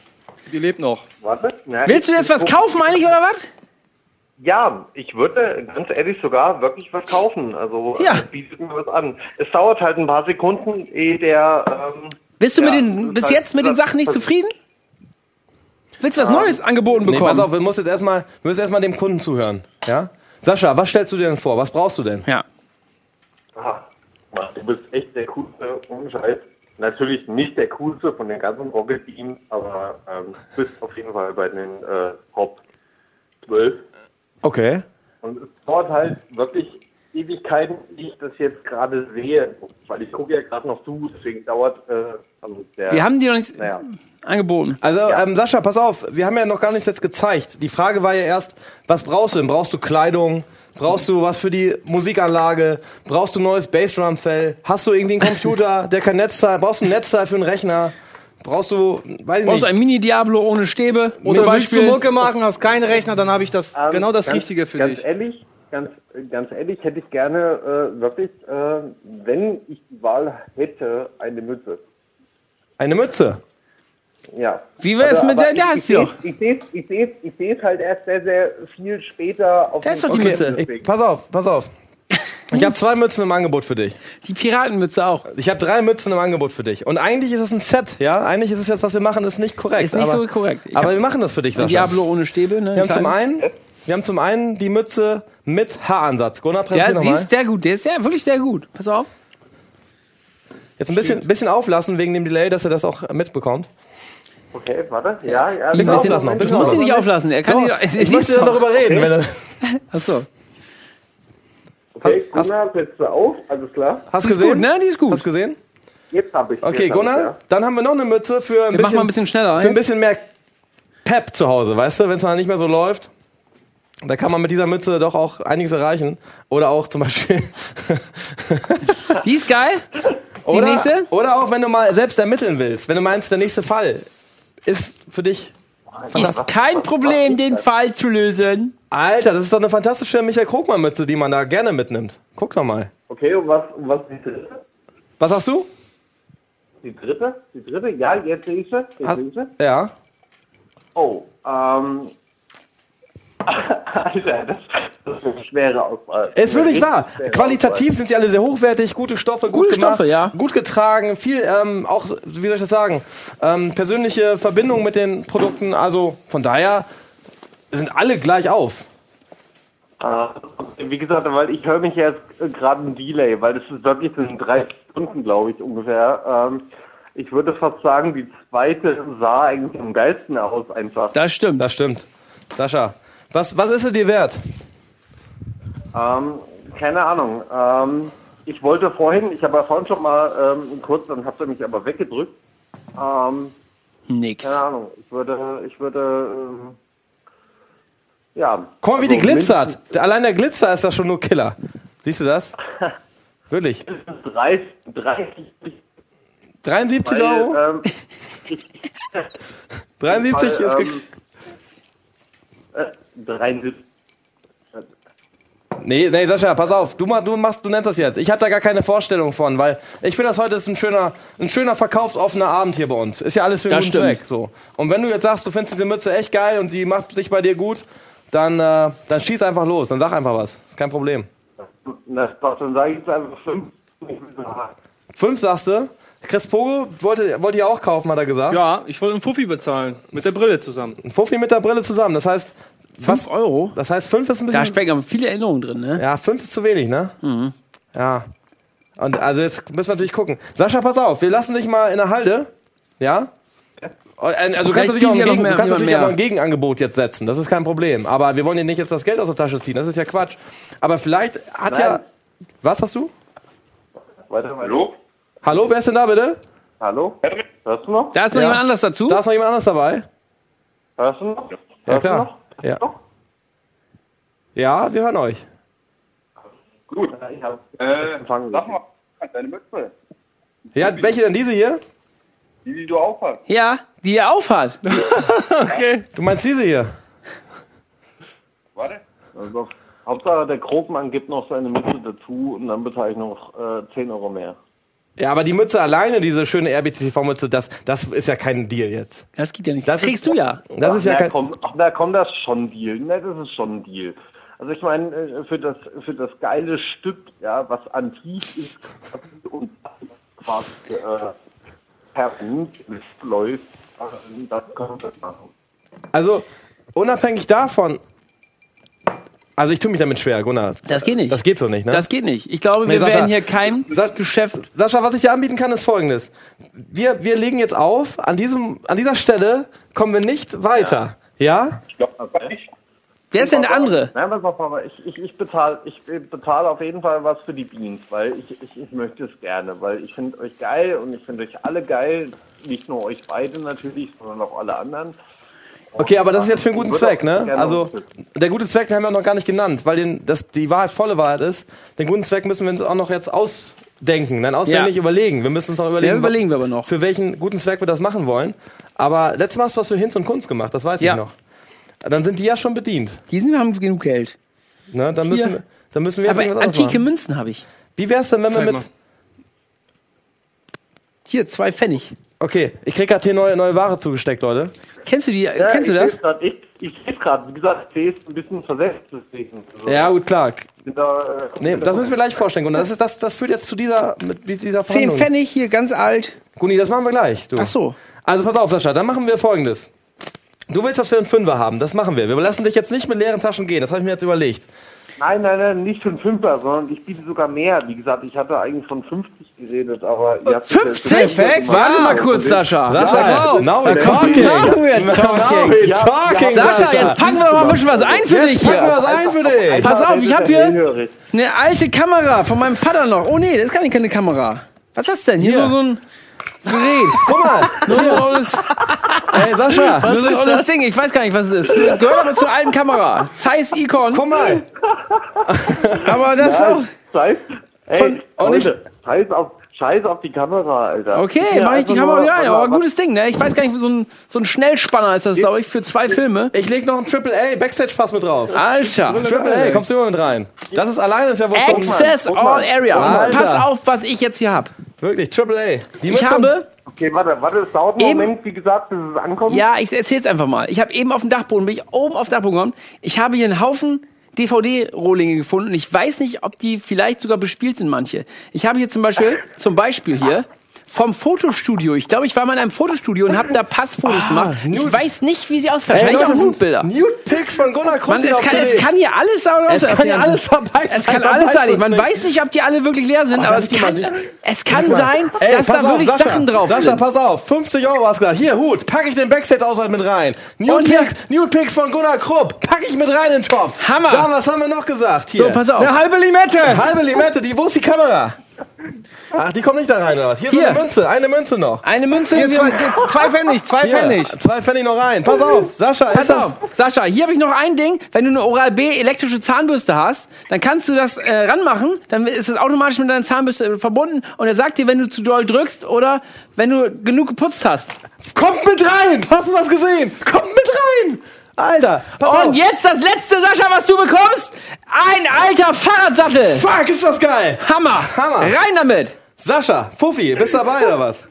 Die lebt noch. Warte. Na, Willst du ich- jetzt was ich- kaufen eigentlich oder was? Ja, ich würde ganz ehrlich sogar wirklich was kaufen. Also Ja. äh, bietet mir was an. Es dauert halt ein paar Sekunden, ehe der... Ähm, Bist du ja, mit das den, ist bis halt- jetzt mit den das- Sachen nicht das- zufrieden? Willst du was Neues angeboten Nee, bekommen? pass auf, wir müssen jetzt erstmal, wir müssen erstmal dem Kunden zuhören. Ja? Sascha, was stellst du dir denn vor? Was brauchst du denn? Ja. Ah, Mann, du bist echt der Coolste, ohne Scheiß. Natürlich nicht der Coolste von den ganzen Rocket-Teams, aber ähm, du bist auf jeden Fall bei den äh, Top zwölf. Okay. Und es dauert halt wirklich Ewigkeiten, wie ich das jetzt gerade sehe, weil ich gucke ja gerade noch zu, deswegen dauert äh, also der... Wir haben die noch nicht Naja. angeboten. Also, ähm, Sascha, pass auf, wir haben ja noch gar nichts jetzt gezeigt. Die Frage war ja erst, was brauchst du denn? Brauchst du Kleidung? Brauchst du was für die Musikanlage? Brauchst du neues Bassdrum-Fell? Hast du irgendwie einen Computer, der kein Netzteil? Brauchst du ein Netzteil für einen Rechner? Brauchst du, weiß ich Brauchst du nicht. ein Mini-Diablo ohne Stäbe? Oder zum willst du Beispiel? Mucke machen, hast keinen Rechner, dann habe ich das Ähm, genau das ganz, Richtige für ganz dich. Ehrlich, ganz, ganz ehrlich hätte ich gerne äh, wirklich, äh, wenn ich die Wahl hätte, eine Mütze. Eine Mütze. Ja. Wie wär's mit aber der- der ich- hast ich du doch. seh's- Ich sehe es ich seh's, ich seh's halt erst sehr, sehr viel später auf Da dem ist doch die Okay, Mütze. ich, pass auf, pass auf. Ich habe zwei Mützen im Angebot für dich. Die Piratenmütze auch. Ich habe drei Mützen im Angebot für dich. Und eigentlich ist es ein Set, ja? Eigentlich ist es jetzt, was wir machen, ist nicht korrekt. Ist nicht aber, so korrekt. Ich aber hab wir machen das für dich, ein Sascha. Diablo ohne Stäbe, ne? Wir haben, zum Kleines. einen, wir haben zum einen die Mütze mit Haaransatz. Gunnar, präsentier Ja, die nochmal. ist sehr gut. Der ist sehr, wirklich sehr gut. Pass auf. Jetzt ein bisschen, bisschen auflassen wegen dem Delay, dass er das auch mitbekommt. Okay, warte. Ja, ja. Bisschen genau. auflassen noch, Du bisschen musst ihn auflassen. nicht auflassen. Er kann Doch, die, ich möchte dann darüber reden. Wenn du, Achso. Okay, Hast- Gunnar, setzt du auf, alles klar. hast Die ist gesehen? gut, ne? Die ist gut. Hast gesehen? Jetzt habe ich Okay, jetzt hab Gunnar, ich's, ja. dann haben wir noch eine Mütze für ein, Wir machen bisschen, mal ein bisschen schneller. für ein bisschen mehr Pep zu Hause, weißt du? Wenn es mal nicht mehr so läuft, da kann man mit dieser Mütze doch auch einiges erreichen. Oder auch zum Beispiel... Die ist geil. Die Oder, nächste. oder auch, wenn du mal selbst ermitteln willst, wenn du meinst, der nächste Fall ist für dich... Ist kein Problem, den Fall zu lösen. Alter, das ist doch eine fantastische Michael Krogmann-Mütze, die man da gerne mitnimmt. Guck doch mal. Okay, und was, und was die dritte? Was sagst du? Die dritte? Die dritte? Ja, jetzt sehe ich sie. Jetzt Hast, sehe ich sie. ja. Oh, ähm... Alter, das, das ist eine schwere Auswahl. Ist wirklich Eine wahr. richtig schwere Qualitativ sind sie alle sehr hochwertig, gute Stoffe, gut Gute gemacht, Stoffe, ja. gut getragen, viel ähm, auch, wie soll ich das sagen, ähm, persönliche Verbindung mit den Produkten. Also von daher sind alle gleich auf. Auswahl. Äh, wie gesagt, weil ich höre mich jetzt äh, gerade ein Delay, weil das ist wirklich das sind drei Stunden, glaube ich, ungefähr. Ähm, ich würde fast sagen, die zweite sah eigentlich am geilsten aus einfach. Das stimmt. Das stimmt. Sascha, was, was ist sie dir wert? Ähm, keine Ahnung. Ähm, ich wollte vorhin, ich habe ja vorhin schon mal ähm, kurz, dann habt ihr mich aber weggedrückt. Ähm, Nix. keine Ahnung. Ich würde, ich würde, ähm, ja. Guck mal, wie die also glitzert. Allein der Glitzer ist das schon nur Killer. Siehst du das? Wirklich. mindestens dreißig, dreißig, dreiundsiebzig weil, Euro? ähm, dreiundsiebzig weil, ist ge ähm, äh, dreiundsiebzig. Nee, nee, Sascha, pass auf, du, mach, du machst, du nennst das jetzt. Ich habe da gar keine Vorstellung von, weil ich finde, das heute ist ein schöner, ein schöner verkaufsoffener Abend hier bei uns. Ist ja alles für einen Das guten stimmt. Zweck. So. Und wenn du jetzt sagst, du findest diese Mütze echt geil und die macht sich bei dir gut, dann, äh, dann schieß einfach los, dann sag einfach was. Ist kein Problem. Na, doch, dann sage ich jetzt einfach fünf. Fünf sagst du? Chris Pogo wollte, wollte ihr auch kaufen, hat er gesagt. Ja, ich wollte einen Fuffi bezahlen. Mit der Brille zusammen. Ein Fuffi mit der Brille zusammen. Das heißt, fünf Euro? das heißt, fünf ist ein bisschen. Da stecken aber viele Erinnerungen drin, ne? Ja, fünf ist zu wenig, ne? Mhm. Ja. Und also jetzt müssen wir natürlich gucken. Sascha, pass auf, wir lassen dich mal in der Halde. Ja? Und, äh, Also du kannst natürlich, auch ein, bietet ja noch Gegen, mehr- du kannst jemand natürlich auch mehr. ein Gegenangebot jetzt setzen. Das ist kein Problem. Aber wir wollen dir nicht jetzt das Geld aus der Tasche ziehen. Das ist ja Quatsch. Aber vielleicht hat Nein. ja. Was hast du? Weiter mal. Hallo? Hallo, wer ist denn da bitte? Hallo? Hörst du noch? Da ist noch Ja. jemand anders dazu. Da ist noch jemand anderes dabei? Hörst du noch? Ja, Hörst du klar. noch? Ja. Ja, wir hören euch. Gut. Ja, ich hab Äh, empfangen. sag mal, deine Mütze, Ja, welche denn? Diese hier? die, die du aufhast. Ja, die er aufhat. Du meinst diese hier? Warte. Also, Hauptsache der Krogmann gibt noch seine Mütze dazu und dann bezahle ich noch äh, zehn Euro mehr. Ja, aber die Mütze alleine, diese schöne R B T T V-Mütze, das, das ist ja kein Deal jetzt. Das geht ja nicht. Das Das kriegst ist- du ja. Das ist ja na, kein... komm, ach, na komm, das ist schon ein Deal. Ne, das ist schon ein Deal. Also ich meine, äh, für das, für das geile Stück, ja, was antik ist und quasi äh, permanent läuft, äh, das können wir machen. Also, unabhängig davon... Also ich tue mich damit schwer, Gunnar. Das geht nicht. Das geht so nicht, ne? Das geht nicht. Ich glaube, wir Nee, Sascha, werden hier kein Sa- Geschäft. Sascha, was ich dir anbieten kann, ist Folgendes. Wir, wir legen jetzt auf, an, diesem, an dieser Stelle kommen wir nicht weiter. Ja? Ich glaube, das nicht. Wer ist denn der andere? Nein, pass auf, aber ich, ich, ich bezahle ich bezahle auf jeden Fall was für die Beans, weil ich, ich, ich möchte es gerne, weil ich finde euch geil und ich finde euch alle geil, nicht nur euch beide natürlich, sondern auch alle anderen. Okay, aber das ist jetzt für einen guten Ich würde Zweck, auch ne? gerne Also, unterstützen. der gute Zweck, den haben wir noch gar nicht genannt, weil den, das die Wahrheit, volle Wahrheit ist. Den guten Zweck müssen wir uns auch noch jetzt ausdenken, dann auswendig Ja. überlegen. Wir müssen uns noch Ja, überlegen, überlegen wir aber noch. für welchen guten Zweck wir das machen wollen. Aber letztes Mal hast du was für Hinz und Kunst gemacht, das weiß Ja. ich noch. Dann sind die ja schon bedient. Diesen haben genug Geld. Ne? Dann, Hier. müssen wir, dann müssen wir jetzt Aber irgendwas anderes antike machen. Münzen habe ich. Wie wär's denn, wenn wir Zeig mit... mal. Hier, zwei Pfennig. Okay, ich krieg grad hier neue, neue Ware zugesteckt, Leute. Kennst du die? Ja, kennst du ich das? seh's grad, Ich, ich sehe es gerade, wie gesagt, ich sehe es ein bisschen versetzt, deswegen. Also, Ja, gut, klar. sind da, äh, Nee, das müssen wir gleich vorstellen, Gunnar. Das, ist, das, das führt jetzt zu dieser, mit dieser Zehn Verhandlung. Pfennig, hier ganz alt. Guni, das machen wir gleich. Du. Ach so. Also pass auf, Sascha, dann machen wir Folgendes. Du willst, dass wir einen Fünfer haben, das machen wir. Wir lassen dich jetzt nicht mit leeren Taschen gehen, das habe ich mir jetzt überlegt. Nein, nein, nein, nicht für einen Fünfer, sondern ich biete sogar mehr. Wie gesagt, ich hatte eigentlich von fünfzig geredet, aber... ihr habt fünfzig? Perfekt, Warte mal kurz, Sascha. Sascha, now we're Da talking. Now we're Now talking. we're Ja, talking, ja, Sascha, jetzt packen wir doch mal ein bisschen was ein für dich Jetzt packen wir hier. was ein für dich. Pass auf, ich habe hier hellhörig. eine alte Kamera von meinem Vater noch. Oh nee, das ist gar nicht keine Kamera. Was ist das denn? Hier Hier. nur so ein Gerät. Guck mal. Nur so ein olles, Ey, Sascha. nur so ein olles Ding. Ich weiß gar nicht, was es ist. Gehört aber zur alten Kamera. Zeiss Icon. Guck mal. Aber das ist auch... Scheiß, ey, Von- und Leute, scheiß auf, scheiß auf die Kamera, Alter. Okay, Ja, mach ich die einfach Kamera nur- wieder ein. warte Aber mal, ein gutes Ding, ne? Ich weiß gar nicht, so ein, so ein Schnellspanner ist das, glaube ich, für zwei Filme. Ich leg noch einen Triple A Backstage-Pass mit drauf. Alter. Triple A, kommst du immer mit rein. Das ist alleine, ist ja wohl schon. Access Guck mal, All Area. Alter. Pass auf, was ich jetzt hier habe. Wirklich, Triple A. Die Ich Mütze- habe... Okay, warte, warte, es dauert einen Eben- Moment, wie gesagt, bis es ankommt. Ja, ich erzähl's einfach mal. Ich habe eben auf dem Dachboden, bin ich oben auf dem Dachboden gekommen. Ich habe hier einen Haufen D V D-Rohlinge gefunden. Ich weiß nicht, ob die vielleicht sogar bespielt sind, manche. Ich habe hier zum Beispiel, zum Beispiel hier, vom Fotostudio. Ich glaube, ich war mal in einem Fotostudio und habe da Passfotos gemacht. Ich Nude. weiß nicht, wie sie ausfallen. Ey, Wahrscheinlich Leute, auch das sind Nude-Bilder. Nude-Pics von Gunnar Krupp Man, hier es, auf kann, C D. es kann hier alles sein. Es kann ja alles dabei Es sein. kann man alles weiß sein. es Man nicht. weiß nicht, ob die alle wirklich leer sind, Oh, aber das es ist kann, jemand- es kann sein, Ey, dass pass da auf, wirklich Sascha, Sachen drauf Sascha, sind. pass auf. fünfzig Euro hast du gesagt. Hier, Hut, packe ich den Backstage-Ausweis mit rein. Und Nude hier- Pics, Nude Pics von Gunnar Krupp, packe ich mit rein in den Topf. Hammer. Da, was haben wir noch gesagt? Hier. So, pass auf. Eine halbe Limette! Halbe Limette, die, wo ist die Kamera? Ach, die kommt nicht da rein, oder was? Hier, Hier. so eine Münze, eine Münze noch. Eine Münze. Hier, zwei, zwei Pfennig, zwei Hier, Pfennig. zwei Pfennig noch rein. Pass auf, Sascha, Pass ist das... auf, Sascha, hier habe ich noch ein Ding. Wenn du eine Oral-B elektrische Zahnbürste hast, dann kannst du das äh, ranmachen, dann ist es automatisch mit deiner Zahnbürste verbunden und er sagt dir, wenn du zu doll drückst oder wenn du genug geputzt hast. Kommt mit rein! Hast du was gesehen? Kommt mit rein! Alter, pass Und auf. jetzt das letzte, Sascha, was du bekommst. Ein alter Fahrradsattel. Fuck, ist das geil! Hammer. Hammer. Rein damit. Sascha, Fuffi, bist du dabei oder was?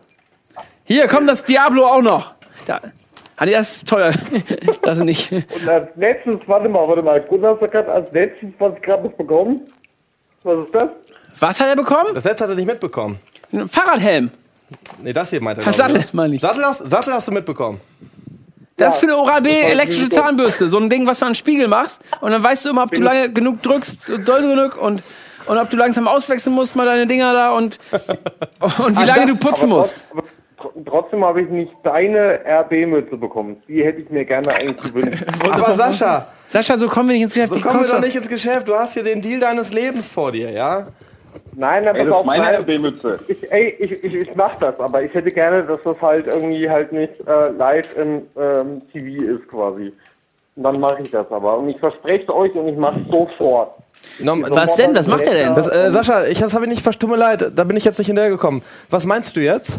Hier kommt das Diablo auch noch. Da. Ah, nee, das ist teuer. Das ist nicht. Und als letztes, warte mal, warte mal, Gunnar sagt grad, als letztes, was ich gerade noch bekommen. Was ist das? Was hat er bekommen? Das letzte hat er nicht mitbekommen. Ein Fahrradhelm. Nee, das hier meint er. Das glaub ich, Sattel, meine ich. Sattel, hast, Sattel hast du mitbekommen. Das ist für eine Oral-B das war elektrische super. Zahnbürste. So ein Ding, was du an den Spiegel machst. Und dann weißt du immer, ob du lange genug drückst, doll genug und, und ob du langsam auswechseln musst, mal deine Dinger da und, und wie lange du putzen Aber musst. trotz- aber tr- Trotzdem habe ich nicht deine R B-Mütze bekommen. Die hätte ich mir gerne eigentlich gewünscht. Aber Sascha, Sascha, so kommen wir nicht ins Geschäft. so Die kommen wir kostet- doch nicht ins Geschäft. Du hast hier den Deal deines Lebens vor dir, ja? Nein, aber Ey, das ist meine nein, R B-Mütze. Ich, ey, ich, ich, ich mach das, aber ich hätte gerne, dass das halt irgendwie halt nicht äh, live im ähm, T V ist quasi. Und dann mache ich das aber. Und ich verspreche euch und ich mache sofort. No, Was denn? Was macht er denn? Das, äh, Sascha, ich, das habe ich nicht verstanden. Tut mir leid, da bin ich jetzt nicht hinterhergekommen. Was meinst du jetzt?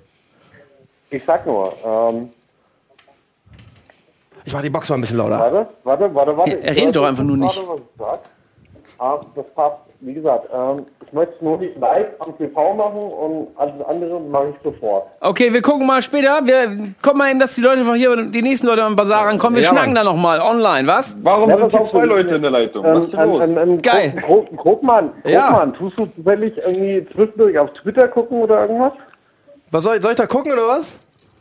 Ich sag nur, ähm, Ich mach die Box mal ein bisschen lauter. warte, warte, warte, warte. Er redet doch einfach nur nicht. Warte, was ich sag. Ah, das passt. Wie gesagt, ähm, ich möchte es nur nicht live am T V machen und alles andere mache ich sofort. Okay, wir gucken mal später. Wir gucken mal eben, dass die Leute von hier, die nächsten Leute am Bazar rankommen. Wir Ja, schnacken Mann. da nochmal online, was? Warum Ja, sind pass hier auf, zwei Leute in der Leitung? Ähm, Was ist denn los? ähm, ähm, Geil. Krog- Krog- Krogmann, Ja. Krogmann, tust du zufällig irgendwie zwischendurch auf Twitter gucken oder irgendwas? Was soll ich, soll ich da gucken oder was?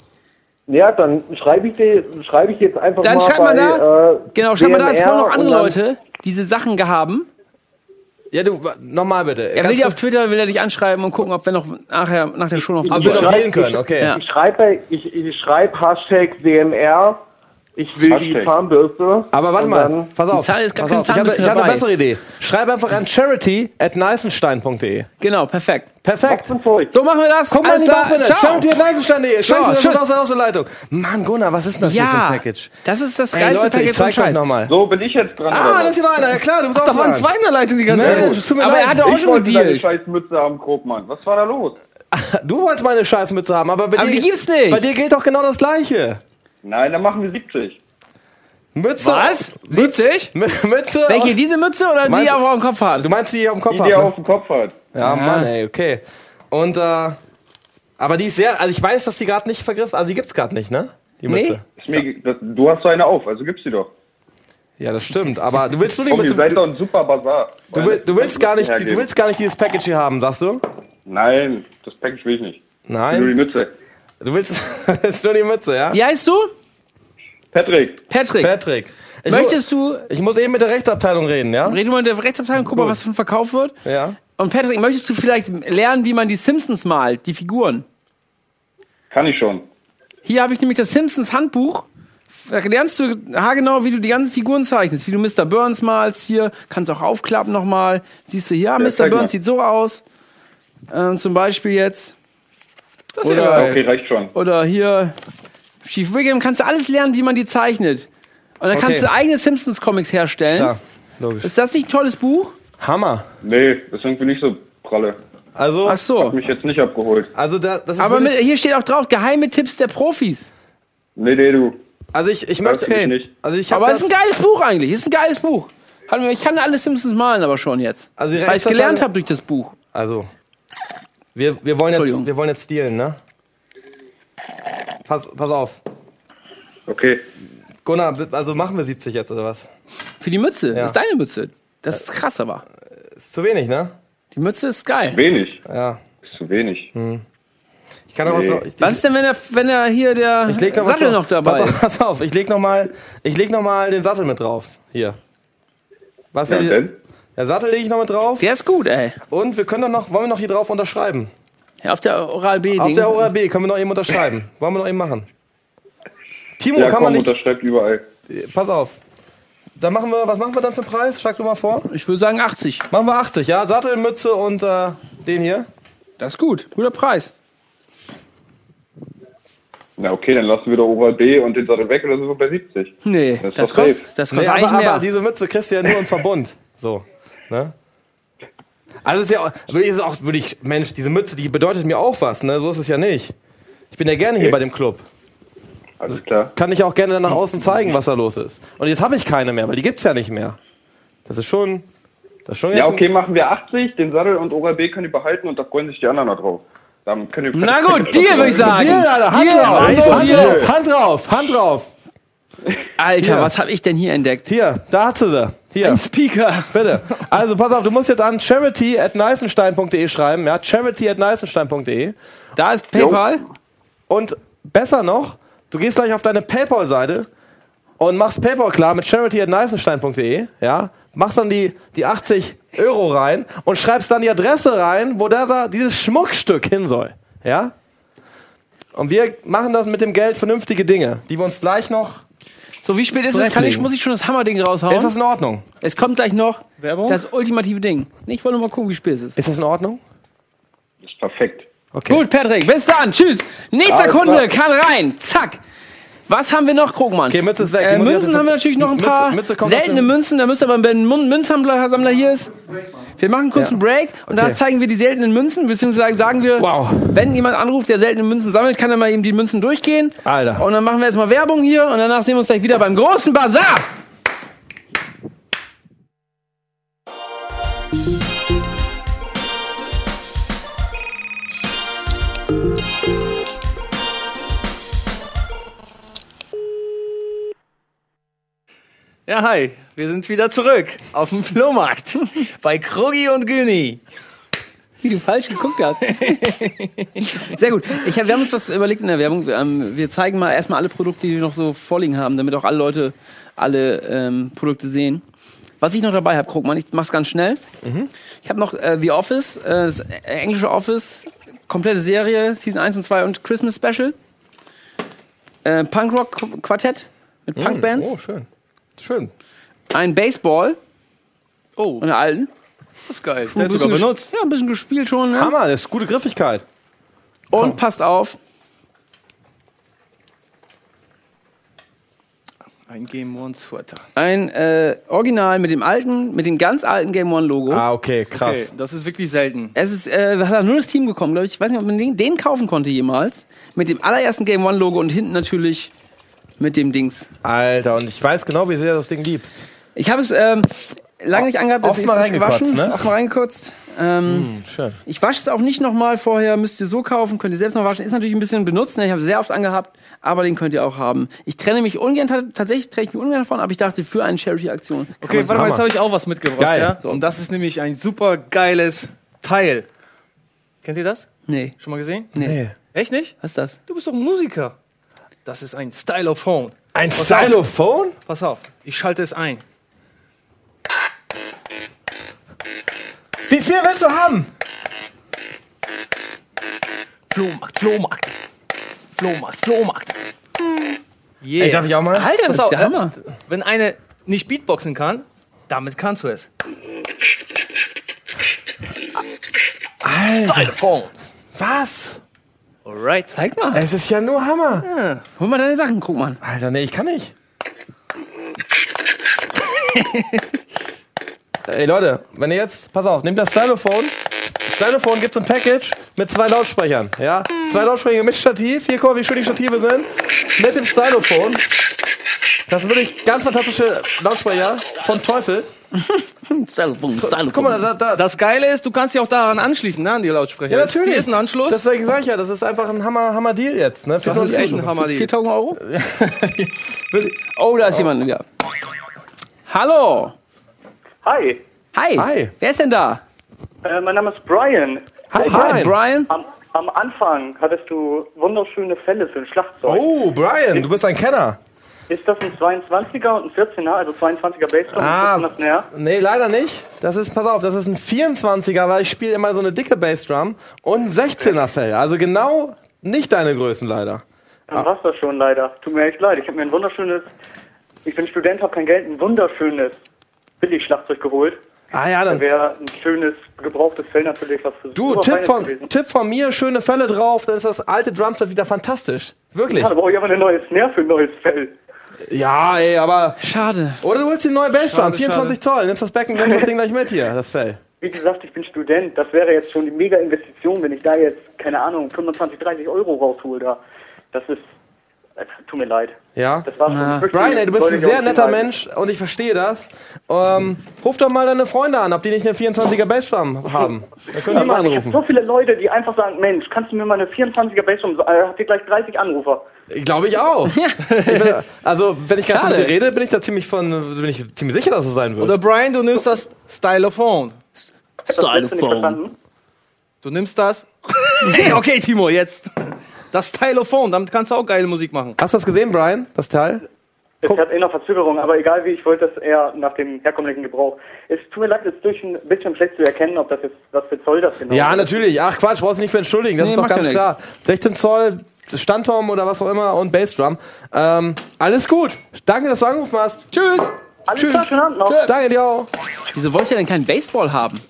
Ja, dann schreibe ich, dir- schreibe ich jetzt einfach Dann mal schreib bei, mal da. äh, Genau, schau mal, da ist D M R voll noch andere und dann- Leute, die diese Sachen gehaben. Ja, du, wa- nochmal bitte. Er will Ganz dir auf kurz- Twitter, will er dich anschreiben und gucken, ob wir noch nachher, nach der Show noch Ob wir noch wählen können, okay. Ja. Ich schreibe, ich, ich schreibe Hashtag D M R, ich will die Hashtag. Zahnbürste. Aber warte und mal, dann- pass auf. Die Zahl ist gar pass kein auf. Ich habe Zahnbürste ich hab eine dabei. bessere Idee. Schreib einfach an charity at neisenstein punkt de. Genau, perfekt. Perfekt. Zum Zeug. So machen wir das. Guck mal in Alles die klar. Bauchbinde. Ciao. charity at neisenstein punkt de. Scheiße, das tschüss. ist aus der aus der Leitung. Mann, Gunnar, was ist denn das hier für Ja, ein Package? das ist das Ey, geilste Leute, ich Package zeig vom euch Scheiß. nochmal. So, bin ich jetzt dran, Ah, oder das was? ist hier noch einer. Ja klar, du bist auch Da waren dran. zwei in der Leitung die ganze Mensch, Zeit. es tut mir Aber er leid. hatte auch Ich schon wollte deine gedealt. scheiß Mütze haben, Krogmann. Was war da los? Du wolltest meine Scheißmütze haben, aber bei Aber dir... die gibt's nicht. Bei dir gilt doch genau das Gleiche. Nein, dann machen wir siebzig. Mütze... Was? siebzig? M- Mütze... Welche, diese Mütze oder die, Meint- die auf dem Kopf hat? Du meinst die hier auf dem Kopf Die, hat, die er ne? auf dem Kopf hat. Ja, Mann, ey, okay. Und, äh... Aber die ist sehr... Also ich weiß, dass die gerade nicht vergriffen... Also die gibt's gerade nicht, ne? Die Nee. Mütze. Ist mir, das, du hast so eine auf, also gibst sie doch. Ja, das stimmt. Aber du willst nur die Komm, ihr Mütze... seid doch ein super Bazar. Du, will, du, willst gar nicht, du Hergeben. willst gar nicht dieses Package hier haben, sagst du? Nein, das Package will ich nicht. Nur die Nein? Mütze. Du willst, willst nur die Mütze, ja? Wie heißt du? Patrick, Patrick. Patrick. Ich Möchtest du... mu- Ich muss eben mit der Rechtsabteilung reden, ja? Reden wir mit der Rechtsabteilung, guck mal, was von verkauft wird. Ja. Und Patrick, möchtest du vielleicht lernen, wie man die Simpsons malt, die Figuren? kann ich schon. Hier habe ich nämlich das Simpsons Handbuch. Da lernst du haargenau, wie du die ganzen Figuren zeichnest. Wie du Mister Burns malst. Hier kannst du auch aufklappen nochmal. Siehst du hier, ja, Mister zeig Burns mal. sieht so aus. Ähm, zum Beispiel jetzt. Das ist ja Oder- geil. Okay, reicht schon. Oder hier. Chief Wiggum. Kannst du alles lernen, wie man die zeichnet. Und dann Okay. kannst du eigene Simpsons-Comics herstellen. Ja, logisch. Ist das nicht ein tolles Buch? Hammer. Nee, das ist irgendwie nicht so pralle. Also, Ach so. Hat mich jetzt nicht abgeholt. also da, das ist Aber mit, wirklich, hier steht auch drauf, geheime Tipps der Profis. Nee, nee, du. also ich, ich möchte, Okay. Nicht. also ich habe Aber es ist ein geiles Buch eigentlich. Es ist ein geiles Buch. Hat mir- Ich kann alle Simpsons malen, aber schon jetzt. Also die weil ich es Rechtsabteilung- gelernt habe durch das Buch. also wir, wir wollen jetzt, Entschuldigung. wir wollen jetzt dealen, ne? Pass, pass auf. Okay. Gunnar, also machen wir siebzig jetzt oder was? Für die Mütze. Ja. Das ist deine Mütze. Das ist krass aber. Ist zu wenig, ne? Die Mütze ist geil. Wenig. Ja. Ist zu wenig. Ich kann noch Nee. was drauf. Ich, Was ist denn, wenn er, wenn er hier der ich leg noch was Sattel drauf. noch dabei Pass ist? auf, pass auf, ich leg noch mal, ich leg noch mal den Sattel mit drauf. Hier. Was Ja, wär die, denn? der Sattel lege ich noch mit drauf. Der ist gut, ey. Und wir können doch noch, wollen wir noch hier drauf unterschreiben? Ja, auf der Oral-B. Auf der O R B können wir noch eben unterschreiben. Wollen wir noch eben machen? Timo, Ja, kann komm, man nicht. unterschreibt überall. Pass auf. Dann machen wir, was machen wir dann für einen Preis? Schlag du mal vor. Ich würde sagen achtzig. Machen wir achtzig, ja? Sattel, Mütze und äh, den hier. Das ist gut. Guter Preis. Na okay, dann lassen wir doch Oral B und den Sattel weg oder so bei siebzig. Nee, Das ist das, doch kostet, safe. das Nee, kostet aber, eigentlich mehr. aber diese Mütze kriegst du ja nur im Verbund. So. Ne? Also ist ja auch, wirklich, ist auch wirklich, Mensch, diese Mütze, die bedeutet mir auch was, ne? So ist es ja nicht. Ich bin ja gerne hier Okay. bei dem Club. Alles klar. Kann ich auch gerne dann nach außen zeigen, was da los ist. Und jetzt habe ich keine mehr, weil die gibt's ja nicht mehr. Das ist schon. Das ist schon Ja, jetzt okay, machen wir achtzig, den Sattel und Oral B können die behalten und da freuen sich die anderen da drauf. Dann können die Na gut, Deal würde ich sagen. Deal, Alter, Hand Deal, drauf, Hand Hand Deal. drauf, Hand drauf, Hand drauf. Alter, Hier. was habe ich denn hier entdeckt? Hier, da hast du sie. Hier. Ein Speaker. Bitte. Also pass auf, du musst jetzt an charity at neisenstein punkt de schreiben, ja, charity at neisenstein punkt de. Da ist PayPal. Und besser noch, du gehst gleich auf deine PayPal-Seite und machst PayPal klar mit charity at neisenstein punkt de, ja, machst dann die, die achtzig Euro rein und schreibst dann die Adresse rein, wo da dieses Schmuckstück hin soll, ja. Und wir machen das mit dem Geld vernünftige Dinge, die wir uns gleich noch... So, wie spät ist es? Kann ich, Zurechtlegen. muss ich schon das Hammerding raushauen? Ist das in Ordnung? Es kommt gleich noch Werbung? das ultimative Ding. Ich wollte nur mal gucken, wie spät es ist. Ist das in Ordnung? Das ist perfekt. Okay. Gut, Patrick, bis dann. Tschüss. Nächster Alles Kunde klar. kann rein. Zack. Was haben wir noch, Krogmann? Okay, Mütze ist weg. Die Äh, muss ich Münzen jetzt- haben wir natürlich noch ein Mütze- paar Mütze kommt auf seltene den- Münzen. Da müsst ihr aber, wenn ein Mun- Münzsammler Sammler hier ist, wir machen kurz Ja. einen Break und Okay. da zeigen wir die seltenen Münzen, beziehungsweise sagen wir, Wow. wenn jemand anruft, der seltene Münzen sammelt, kann er mal eben die Münzen durchgehen. Alter. Und dann machen wir jetzt mal Werbung hier und danach sehen wir uns gleich wieder beim großen Bazar. Ja, hi, wir sind wieder zurück auf dem Flohmarkt bei Kruggi und Güni. Wie du falsch geguckt hast. Sehr gut. Ich hab, wir haben uns was überlegt in der Werbung. Ähm, wir zeigen mal erstmal alle Produkte, die wir noch so vorliegen haben, damit auch alle Leute alle ähm, Produkte sehen. Was ich noch dabei habe, Krugmann, ich mach's ganz schnell. Mhm. Ich habe noch äh, The Office, äh, das englische Office, komplette Serie, Season eins und zwei und Christmas Special. Äh, Punkrock-Quartett mit Mhm. Punkbands. Oh, schön. Schön. Ein Baseball. Oh, Von der alten. das ist geil. Ein Der ist bisschen sogar ges- benutzt. Ja, ein bisschen gespielt schon. Ne? Hammer, das ist gute Griffigkeit. Und passt auf, Ein Game One Sweater. ein äh, Original mit dem alten, mit dem ganz alten Game One Logo. Ah, okay, krass. Okay, das ist wirklich selten. Es ist, äh, hat nur das Team gekommen, glaube ich. Ich weiß nicht, ob man den, den kaufen konnte jemals. Mit dem allerersten Game One Logo und hinten natürlich mit dem Dings. Alter, und ich weiß genau, wie sehr du das Ding liebst. Ich habe es ähm, lange nicht angehabt, Oft es mal ist reingekotzt, gewaschen, ne? oft mal reingekotzt. Ähm, Hm, schön. Ich wasche es auch nicht nochmal vorher, müsst ihr so kaufen, könnt ihr selbst noch waschen. Ist natürlich ein bisschen benutzt, ne? Ich habe es sehr oft angehabt, aber den könnt ihr auch haben. Ich trenne mich ungern, ta- tatsächlich trenne ich mich ungern davon, aber ich dachte, für eine Charity-Aktion. kann Okay, man's warte mal, Hammer. jetzt habe ich auch was mitgebracht. Geil. Ja? So, und das ist nämlich ein super geiles Teil. Kennt ihr das? Nee, Schon mal gesehen? nee. Nee. Echt nicht? Was ist das? Du bist doch ein Musiker. Das ist ein Stylophone. Ein Pass Stylophone? Pass auf, ich schalte es ein. Wie viel willst du haben? Flohmarkt, Flohmarkt. Flohmarkt, Flohmarkt. Yeah. Ey, darf ich auch mal? Alter, das Pass ist der auf, Hammer. Wenn eine nicht Beatboxen kann, damit kannst du es. Alter, Stylophone. was? Alright. Zeig mal. Es ist ja nur Hammer. Hol mal deine Sachen, guck mal. Alter, nee, ich kann nicht. Ey Leute, wenn ihr jetzt, pass auf, nehmt das Stylophone. Stylophone gibt's im Package mit zwei Lautsprechern, ja? Zwei Lautsprecher mit Stativ, hier guck mal, wie schön die Stative sind. Mit dem Stylophone. Das sind wirklich ganz fantastische Lautsprecher von Teufel. Stylophone, Stylophone. Guck mal, da, da, Das Geile ist, du kannst dich auch daran anschließen, ne, an die Lautsprecher. ja, natürlich. Hier ist ein Anschluss. Das sag ich ja, das ist einfach ein Hammer, Hammer Deal jetzt, ne? Für Das ist die echt ein Anschluss. Hammer. viertausend Euro? Oh, da ist jemand. Ja. Hallo. Hi, Hi. Hi. Wer ist denn da? äh, mein Name ist Brian. Hi, Hi, Brian. Brian. Am, am Anfang hattest du wunderschöne Fälle für ein Schlagzeug. Oh, Brian, du bist ein Kenner. Ist das ein zweiundzwanziger und ein vierzehner, also zweiundzwanziger Bassdrum Ah. und vierzehner Snare? Nee, leider nicht. Das ist, pass auf, das ist ein vierundzwanziger, weil ich spiele immer so eine dicke Bassdrum und ein sechzehner Fell. Also genau nicht deine Größen leider. Dann war's das schon leider. Tut mir echt leid. Ich habe mir ein wunderschönes, ich bin Student, habe kein Geld, ein wunderschönes Billig-Schlagzeug geholt. Ah ja, Da dann. wäre ein schönes, gebrauchtes Fell natürlich was für Du, super Tipp Feines von, gewesen. Tipp von mir, schöne Fälle drauf, dann ist das alte Drumset wieder fantastisch. Wirklich. Ja, da brauche ich aber eine neue Snare für ein neues Fell. Ja, ey, aber. Schade. Oder du holst die neue Bassdrum, Schade, vierundzwanzig Zoll, nimmst das Becken, nimmst das Ding gleich mit hier, das Fell. Wie gesagt, ich bin Student. Das wäre jetzt schon die Mega-Investition, wenn ich da jetzt, keine Ahnung, fünfundzwanzig, dreißig Euro raushole. Da. Das ist, äh, tut mir leid. Ja. Das war schon Ah. wirklich- Brian, ey, du bist wollte ein ich sehr auch netter hinweisen. Mensch und ich verstehe das. Ähm, ruf doch mal deine Freunde an, ob die nicht eine vierundzwanziger Bassdrum haben. Dann können die mal Mann, ich habe anrufen. so viele Leute, die einfach sagen, Mensch, kannst du mir mal eine vierundzwanziger Bassdrum, äh, habt ihr gleich dreißig Anrufer. Glaube ich auch. Ich bin, also, wenn ich gerade Schade. mit dir rede, bin ich da ziemlich von, bin ich ziemlich sicher, dass es so sein wird. Oder Brian, du nimmst das Stylophone. Ich hab das letzte nicht Stylophone. verstanden. Du nimmst das. Hey, okay, Timo, jetzt. Das Stylophone, damit kannst du auch geile Musik machen. Hast du das gesehen, Brian? Das Teil? Es hat eh noch Verzögerung, aber egal wie, ich wollte das eher nach dem herkömmlichen Gebrauch. Es tut mir leid, es ist durch ein Bildschirm schlecht zu erkennen, ob das jetzt, was für Zoll das genau Ja, ist. natürlich. Ach Quatsch, brauchst du nicht für entschuldigen. Das Nee, ist doch macht ja ganz nix. klar. sechzehn Zoll, Standtom oder was auch immer und Bassdrum. Ähm, alles gut. Danke, dass du angerufen hast. Tschüss. Alles Tschüss. klar, schönen Abend noch. Danke dir auch. Wieso wollt ihr denn keinen Baseball haben?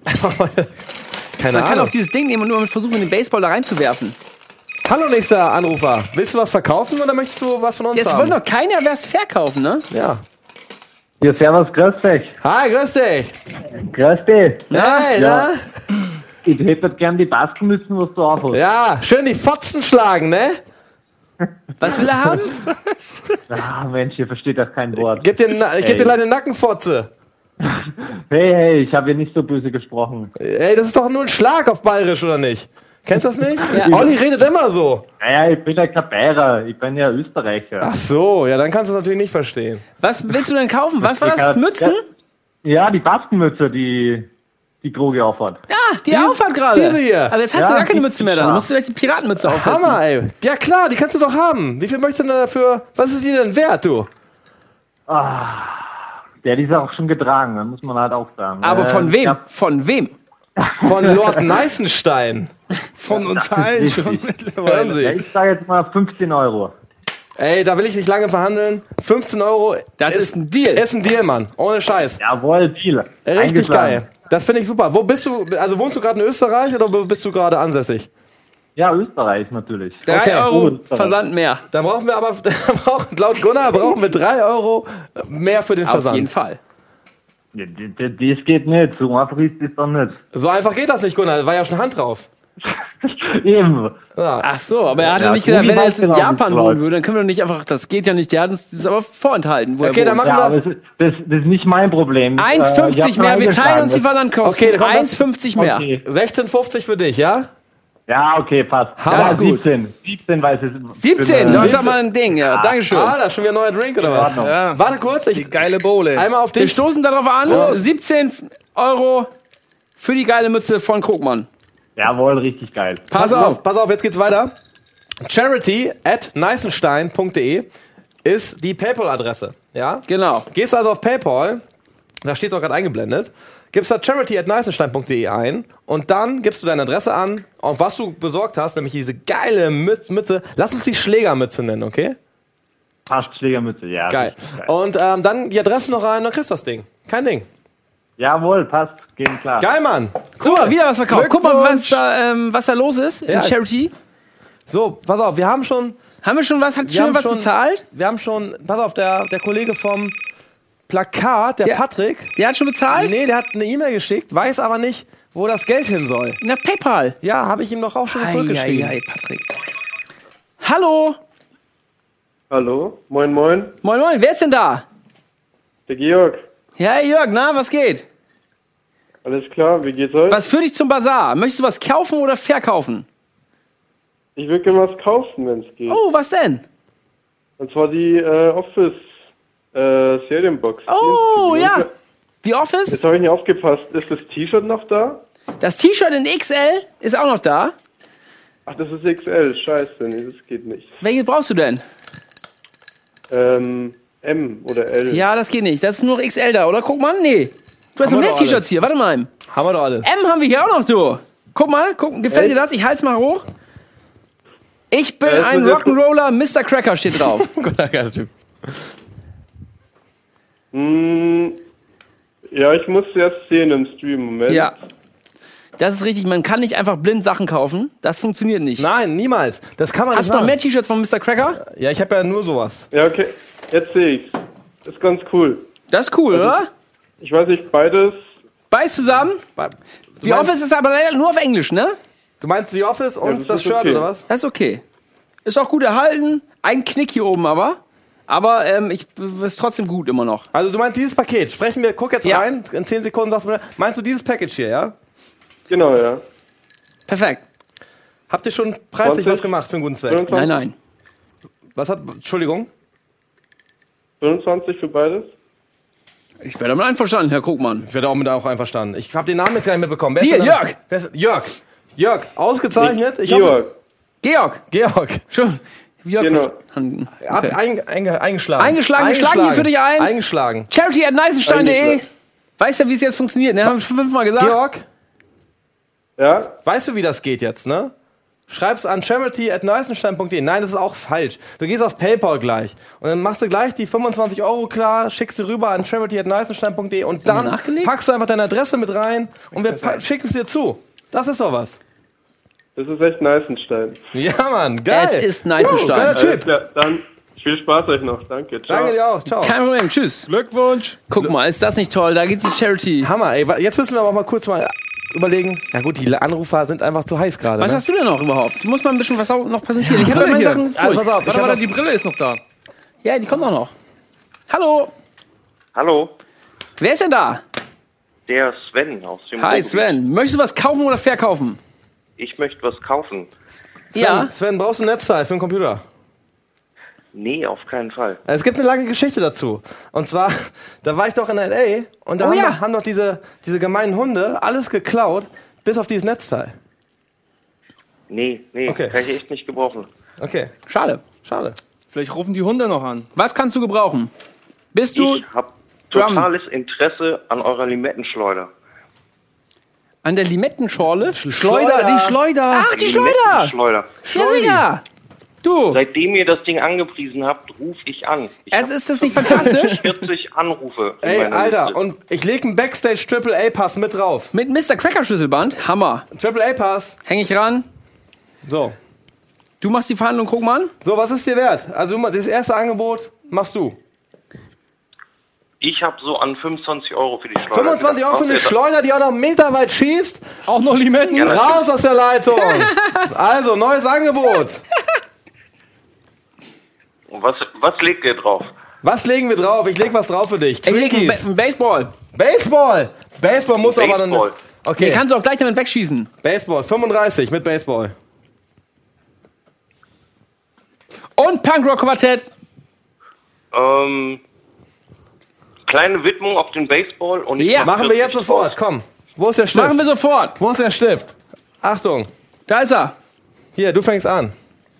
Keine Man kann Ahnung. auch dieses Ding nehmen und nur versuchen, den Baseball da reinzuwerfen. Hallo, nächster Anrufer. Willst du was verkaufen oder möchtest du was von uns Jetzt haben? wollte doch keiner was verkaufen, ne? Ja. Ja, servus, grüß dich. Hi, grüß dich. Grüß dich. Hi, Ja. na? Ich hätte gern die basteln müssen, was du aufhast. Ja, schön die Fotzen schlagen, ne? Was will er haben? Ah, Mensch, ihr versteht das kein Wort. Gib dir, na- gib dir Ey. leider eine Nackenfotze. Hey, hey, ich habe hier nicht so böse gesprochen. Ey, das ist doch nur ein Schlag auf Bayerisch, oder nicht? Kennst du das nicht? Ja. Olli redet immer so. Naja, ich bin ja kein Bayer, ich bin ja Österreicher. Ach so, ja, dann kannst du es natürlich nicht verstehen. Was willst du denn kaufen? Was war das? Mützen? Ja, die Baskenmütze, die die Kroge aufhat. Ja, die, aufhat gerade. diese hier. Aber jetzt hast Ja, du gar keine die- Mütze mehr da. Dann musst du gleich die Piratenmütze aufsetzen. Hammer, ey. Ja klar, die kannst du doch haben. Wie viel möchtest du denn dafür? Was ist die denn wert, du? Der die ist auch schon getragen, dann muss man halt auch sagen. Aber Äh, von wem? ja, Von wem? Von Lord Neißenstein. Von uns allen schon Hören mittlerweile. ja, Sie. ich sage jetzt mal fünfzehn Euro. Ey, da will ich nicht lange verhandeln. fünfzehn Euro. Das ist ein Deal. Ist ein Deal, Mann. Ohne Scheiß. Jawohl, Deal. Richtig Eingeschlagen. geil. Das finde ich super. Wo bist du? Also wohnst du gerade in Österreich oder wo bist du gerade ansässig? Ja, Österreich natürlich. Drei Okay, Euro gut. Versand mehr. Da brauchen wir aber, da brauchen, laut Gunnar, brauchen wir drei Euro mehr für den Auf Versand. jeden Fall. Ja, d- d- Das geht nicht, so einfach ist das doch nicht. So einfach geht das nicht, Gunnar. Da war ja schon Hand drauf. Eben. Ja. Ach so, aber er hatte Ja, nicht gesagt, Tobi wenn er weiß jetzt in genau, Japan wie es wohnen läuft. würde, dann können wir doch nicht einfach, das geht ja nicht, der hat uns das aber vorenthalten. Wo Okay, er dann wohnt. machen Ja, aber wir. das, ist- das, das ist nicht mein Problem. eins Äh, ich fünfzig hab mehr, wir teilen uns die eingeschlagen. Versandkosten. Okay, dann kommt das- eins fünfzig mehr. Okay. sechzehn fünfzig für dich, ja? Ja, okay, passt. Hammer, Ja, gut. siebzehn. siebzehn, weil es ist. siebzehn, bin, das äh, ist doch mal ein Ding, ja. Dankeschön. Ah, da ist schon wieder ein neuer Drink oder was? Ordnung. Ja, Warte kurz, die ich geile Bowle. einmal auf Wir dich. stoßen darauf an, siebzehn Euro für die geile Mütze von Krogmann. Jawohl, richtig geil. Pass Pass auf. pass auf, jetzt geht's weiter. Charity at neißenstein punkt de ist die PayPal-Adresse. Ja? Genau. Gehst also auf PayPal, da steht es auch gerade eingeblendet, gibst da charity at neißenstein punkt de ein und dann gibst du deine Adresse an und was du besorgt hast, nämlich diese geile Mütze. Mütze. Lass uns die Schlägermütze nennen, okay? Passt, Schlägermütze, ja. Geil. richtig geil. Und ähm, dann die Adresse noch rein, dann kriegst du das Ding. Kein Ding. Jawohl, passt, gehen klar. Geil, Mann. So, wieder was verkauft. Guck mal, was Glückwunsch. da, ähm, was da los ist Ja. in Charity. So, pass auf, wir haben schon, Haben wir schon was? Hat Wir schon haben was schon- bezahlt? wir haben schon, pass auf, der, der Kollege vom Plakat, der, Der- Patrick, Der hat schon bezahlt? nee, der hat eine E-Mail geschickt, weiß aber nicht, wo das Geld hin soll. Na, PayPal. Ja, habe ich ihm doch auch schon zurückgeschrieben. Eieiei, Patrick. Hallo. Hallo, moin moin, Moin, moin. Wer ist denn da? der Georg. Ja, hey Jörg, na, was geht? Alles klar, wie geht's euch? Was führt dich zum Bazar? Möchtest du was kaufen oder verkaufen? Ich würde gerne was kaufen, wenn es geht. Oh, was denn? Und zwar die äh, Office äh, Serienbox. Oh, Die- ja. The Jetzt Office? habe ich nicht aufgepasst. Ist das T-Shirt noch da? Das T-Shirt in X L ist auch noch da. Ach, das ist X L. Scheiße, nee, das geht nicht. Welche brauchst du denn? Ähm, M oder L. Ja, das geht nicht. Das ist nur X L da, oder? Guck mal, nee. Du hast Haben noch wir mehr doch T-Shirts alles. hier. Warte mal. M Haben wir doch alles. haben wir hier auch noch, du. Guck mal, guck, gefällt Echt? dir das? Ich halt's mal hoch. Ich bin Ja, das ein ist ja Rock'n'Roller, Mister Cracker steht drauf. Geiler Typ. Hm, ja, ich muss erst sehen im Stream. Moment. Ja. Das ist richtig, man kann nicht einfach blind Sachen kaufen. Das funktioniert nicht. Nein, niemals. Das kann man Hast nicht du noch machen. mehr T-Shirts von Mister Cracker? Ja, ich habe ja nur sowas. Ja, okay. Jetzt sehe ich's. Ist ganz cool. Das ist cool, oder? Ich weiß nicht, beides. Beides zusammen. Du Die meinst, Office ist aber leider nur auf Englisch, ne? du meinst die Office und das das ist Shirt okay. oder was? Das ist okay. Ist auch gut erhalten. Ein Knick hier oben aber. Aber ähm, ich ist trotzdem gut immer noch. Also du meinst dieses Paket. Sprechen wir, guck jetzt Ja. rein, in zehn Sekunden sagst du mir, meinst du dieses Package hier, ja? Genau, ja. Perfekt. Habt ihr schon preislich zwanzig? was gemacht für einen guten Zweck? fünfundzwanzig, Nein, nein. Was hat, Entschuldigung? fünfundzwanzig für beides? Ich werde damit einverstanden, Herr Krugmann. Ich werde auch mit auch einverstanden. Ich habe den Namen jetzt gar nicht mitbekommen. Wer Dir, ist denn da- Jörg. Wer ist, Jörg. Jörg, ausgezeichnet. Ich hoffe, Georg. Georg. Georg. Schon. Jörg Genau. verstanden. Hab Okay. ein, einge, eingeschlagen. Eingeschlagen, wir schlagen hier für dich ein. Eingeschlagen. Charity at neißenstein punkt de. Eingeschlagen. Weißt du, wie es jetzt funktioniert? Ne? Haben wir schon fünfmal gesagt. Georg, Ja? weißt du, wie das geht jetzt, ne? Schreib's an charity at neißenstein punkt de. Nein, das ist auch falsch. Du gehst auf PayPal gleich und dann machst du gleich die fünfundzwanzig Euro klar, schickst du rüber an charity at neißenstein punkt de und dann nachgelegt? packst du einfach deine Adresse mit rein und wir schicken es dir zu. Das ist doch was. Das ist echt Neißenstein. Ja, Mann, geil. Es ist Neißenstein. Jo, geiler Alles Typ. klar, dann viel Spaß euch noch. Danke. Ciao. Danke dir auch. Ciao. Kein Problem, tschüss. Glückwunsch. Guck mal, ist das nicht toll? Da geht die Charity. Hammer, ey. Jetzt müssen wir aber mal kurz mal überlegen. Ja gut, die Anrufer sind einfach zu heiß gerade. Was ne? hast du denn noch überhaupt? Du musst mal ein bisschen was auch noch präsentieren. Ich habe Brille meine hier. Sachen jetzt Also, durch. pass auf, ich Warte, hab warte, das, die Brille ist noch da. Ja, die kommt auch noch. Hallo. Hallo. Wer ist denn da? der Sven aus dem Hi Ruhrgebiet. Sven, möchtest du was kaufen oder verkaufen? Ich möchte was kaufen. Sven, Ja. Sven, brauchst du ein Netzteil für den Computer? Nee, auf keinen Fall. Es gibt eine lange Geschichte dazu. Und zwar, da war ich doch in L A und da Oh haben, ja. doch, haben doch diese, diese gemeinen Hunde alles geklaut, bis auf dieses Netzteil. Nee, nee, Okay. kann ich echt nicht gebrauchen. Okay, Schade. schade. Vielleicht rufen die Hunde noch an. Was kannst du gebrauchen? Bist du Ich habe Drum. totales Interesse an eurer Limettenschleuder. an der Limettenschorle? Schleuder, die Schleuder. Ach, die Schleuder! Limettenschleuder. Ja, sicher! Du, Seitdem ihr das Ding angepriesen habt, rufe ich an. Ich es hab ist das nicht fantastisch? vierzig Anrufe. in Ey, meiner Alter, Liste. und ich leg einen Backstage Triple A Pass mit drauf. Mit Mister Cracker Schlüsselband? Hammer. Triple A Pass. Häng ich ran. So. Du machst die Verhandlung, guck mal an. So, was ist dir wert? Also, das erste Angebot machst du. Ich habe so an fünfundzwanzig Euro für die Schleuder. fünfundzwanzig Euro für eine gedacht. Schleuder, die auch noch meterweit schießt. Auch noch Limetten? Ja, natürlich. Raus aus der Leitung. Also, neues Angebot. Und was, was legt ihr drauf? Was legen wir drauf? Ich leg was drauf für dich. Ich leg einen, ba Twinkies. einen Baseball. Baseball. Baseball muss aber dann... Baseball. Den Okay, kannst du auch gleich damit wegschießen. Baseball. fünfunddreißig mit Baseball. Und Punkrock-Quartett. Ähm, kleine Widmung auf den Baseball und Ja. Machen wir jetzt sofort. Komm. Wo ist der Stift? Machen wir sofort. Wo ist der Stift? Achtung. Da ist er. Hier, du fängst an.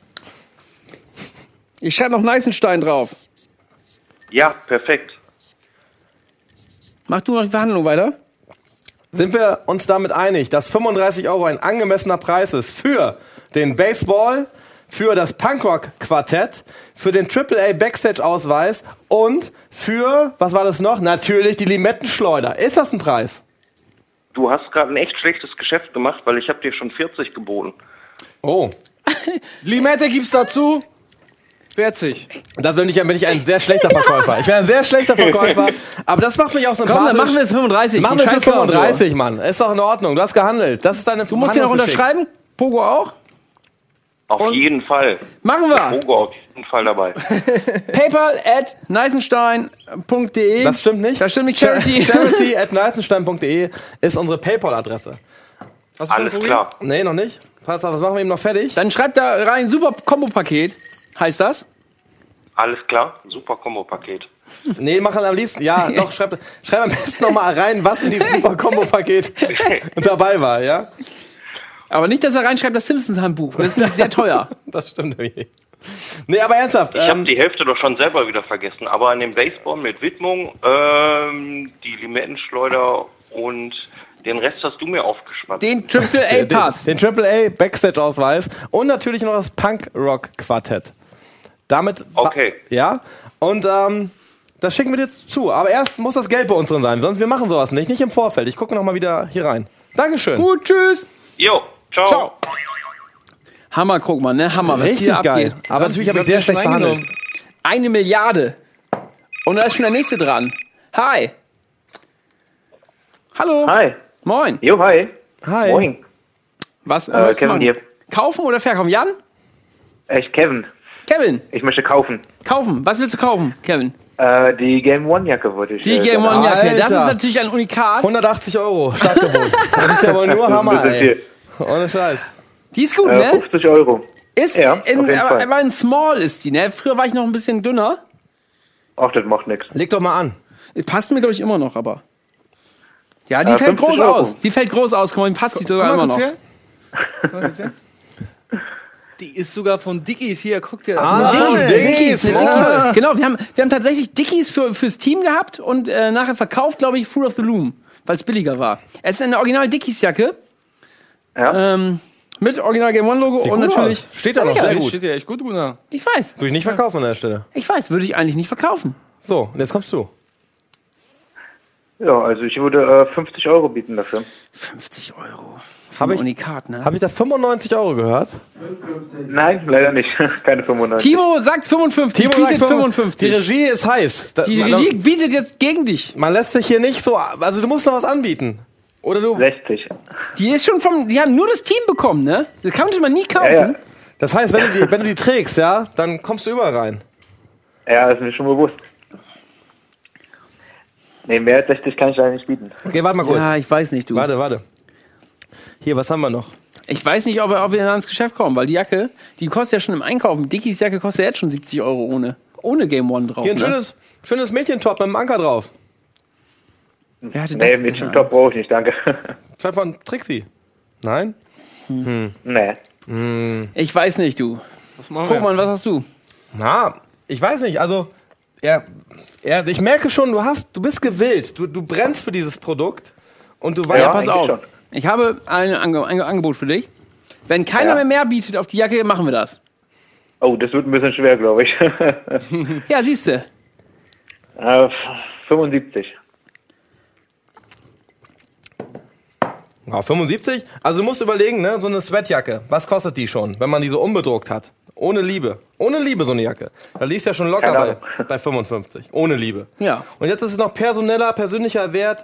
Ich schreibe noch Neißenstein drauf. Ja, perfekt. Mach du noch die Verhandlung weiter. Sind wir uns damit einig, dass fünfunddreißig Euro ein angemessener Preis ist für den Baseball, für das Punkrock-Quartett, für den Triple A Backstage-Ausweis und für, was war das noch? Natürlich die Limettenschleuder. Ist das ein Preis? Du hast gerade ein echt schlechtes Geschäft gemacht, weil ich habe dir schon vierzig geboten. Oh, Limette gibt's dazu. vierzig. das bin ich, bin ich ein sehr schlechter Verkäufer. Ich wäre ein sehr schlechter Verkäufer, aber das macht mich auch sympathisch. Komm, dann machen wir es fünfunddreißig. Machen Ich wir für scheiß drauf, fünfunddreißig, Mann. Ist doch in Ordnung. Du hast gehandelt. Das ist deine Du musst hier noch unterschreiben. Pogo auch. Auf Und- jeden Fall. Machen wir. Pogo auf jeden Fall dabei. PayPal at neißenstein punkt de. Das stimmt nicht. Das stimmt nicht. Charity. Charity at neißenstein punkt de ist unsere PayPal-Adresse. Hast du schon Alles ein klar. Nee, noch nicht. Pass auf, das machen wir eben noch fertig. Dann schreibt da rein, super Kombo-Paket, heißt das. Alles klar. Super Kombo-Paket. Nee, machen am liebsten. Ja, doch, schreib, schreib am besten nochmal rein, was in diesem super Kombo-Paket dabei war, ja? Aber nicht, dass er reinschreibt, das Simpsons-Handbuch. Das ist nämlich sehr teuer. Das stimmt irgendwie. Nee, aber ernsthaft. Ich habe Ähm, die Hälfte doch schon selber wieder vergessen. Aber an dem Baseball mit Widmung, ähm, die Limettenschleuder und den Rest hast du mir aufgeschwatzt. Den Triple A den, Pass. den Triple A Backstage-Ausweis und natürlich noch das Punk-Rock-Quartett. Damit. Okay. Ja. Und ähm, das schicken wir dir zu. Aber erst muss das Geld bei uns drin sein. Sonst wir machen sowas nicht. Nicht im Vorfeld. Ich gucke noch mal wieder hier rein. Dankeschön. Gut, tschüss. Jo, ciao. Ciao. Hammer, Krugmann, ne? Hammer, was Richtig hier geil. abgeht. Aber natürlich habe ich Ich sehr hab schlecht schon verhandelt. eingenommen. Eine Milliarde. Und da ist schon der nächste dran. Hi. Hallo. Hi. Moin. Jo, hi. Hi. Moin. Was Äh, möchtest du Kevin machen? hier. Kaufen oder verkaufen? Jan? Ich Kevin. Kevin, Ich möchte kaufen. kaufen. Was willst du kaufen, Kevin? Äh, die Game One Jacke wollte ich. Die äh, Game gerne One Jacke. Das ist Alter. natürlich ein Unikat. hundertachtzig Euro Startgebot. Das ist ja wohl nur haben. Hammer, Das ist ey. hier. Ohne Scheiß. Die ist gut, Äh, ne? fünfzig Euro. Ist Ja, in, auf jeden aber, Fall. aber in Small ist die, ne? Früher war ich noch ein bisschen dünner. Ach, das macht nichts. Leg doch mal an. Passt mir, glaube ich, immer noch, aber. Ja, die Äh, fällt groß fünfzig Euro. aus. Die fällt groß aus. Guck mal, die passt die sogar immer noch. Guck mal kurz her. Die ist sogar von Dickies hier. Guck dir das Ah, mal Dickies, an. Dickies, Dickies, Dickies. ah. Genau, wir haben, wir haben tatsächlich Dickies für, fürs Team gehabt und äh, nachher verkauft, glaube ich, Fruit of the Loom, weil es billiger war. Es ist eine Original Dickies-Jacke Ja. ähm, mit Original Game One-Logo Sieht und gut natürlich. aus. Steht da noch Ja, sehr Hey, gut. steht ja echt gut, Gunnar. Ich weiß, Würde ich nicht verkaufen an der Stelle. ich weiß, würde ich eigentlich nicht verkaufen. So, und jetzt kommst du. Ja, also ich würde äh, fünfzig Euro bieten dafür. fünfzig Euro. Hab ich- Unikat, ne? Habe ich da fünfundneunzig Euro gehört? Nein, leider nicht. Keine fünfundneunzig. Timo sagt fünfundfünfzig, Timo bietet sagt fünfundfünfzig. Die Regie ist heiß. Da, Die man, Regie bietet jetzt gegen dich. man lässt sich hier nicht so. Also, du musst noch was anbieten. Oder du. sechzig. Die ist schon vom, die haben nur das Team bekommen, ne? Das kann man nie kaufen. Ja, ja. Das heißt, wenn du, die, wenn du die trägst, ja, dann kommst du überall rein. Ja, ist mir schon bewusst. Nee, mehr als sechzig kann ich leider nicht bieten. Okay, warte mal kurz. Ja, ich weiß nicht, du. Warte, warte. Hier, was haben wir noch? Ich weiß nicht, ob, ob wir dann ins Geschäft kommen, weil die Jacke, die kostet ja schon im Einkaufen. Dickies Jacke kostet ja jetzt schon siebzig Euro ohne, ohne Game One drauf. Hier ein ne? schönes, schönes Mädchentop mit einem Anker drauf. Wer hatte Nee, das mit denn dem an? Top brauche ich nicht, danke. Vielleicht von Trixie. Nein? Nee. Ich weiß nicht, du. Was machen Guck wir? mal, was hast du? Na, ich weiß nicht. Also, er, er, ich merke schon, du hast, du bist gewillt. Du, du brennst für dieses Produkt. Und du weißt, Ja, pass eigentlich auf. schon. Ich habe ein, Ange ein Angebot für dich. Wenn keiner Ja. mehr mehr bietet auf die Jacke, machen wir das. Oh, das wird ein bisschen schwer, glaube ich. Ja, siehst du. äh, fünfundsiebzig. Ja, fünfundsiebzig? Also du musst überlegen, ne, so eine Sweatjacke, was kostet die schon, wenn man die so unbedruckt hat? Ohne Liebe. Ohne Liebe so eine Jacke. Da liegst du ja schon locker Keine bei, Ahnung. bei fünfundfünfzig. Ohne Liebe. Ja. Und jetzt ist es noch personeller, persönlicher Wert.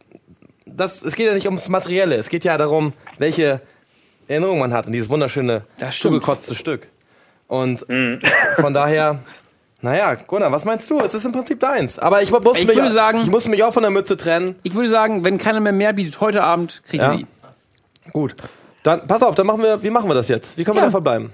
Das, es geht ja nicht ums Materielle. Es geht ja darum, welche Erinnerung man hat an dieses wunderschöne, Das stimmt. zugekotzte Stück. Und von daher... Naja, Gunnar, was meinst du? Es ist im Prinzip deins. Aber ich, muss Ich mich, würde sagen- ich muss mich auch von der Mütze trennen. Ich würde sagen, wenn keiner mehr mehr bietet, heute Abend kriegen Ja. wir die. Gut. Dann, pass auf, dann machen wir, wie machen wir das jetzt? Wie können wir Ja. da verbleiben?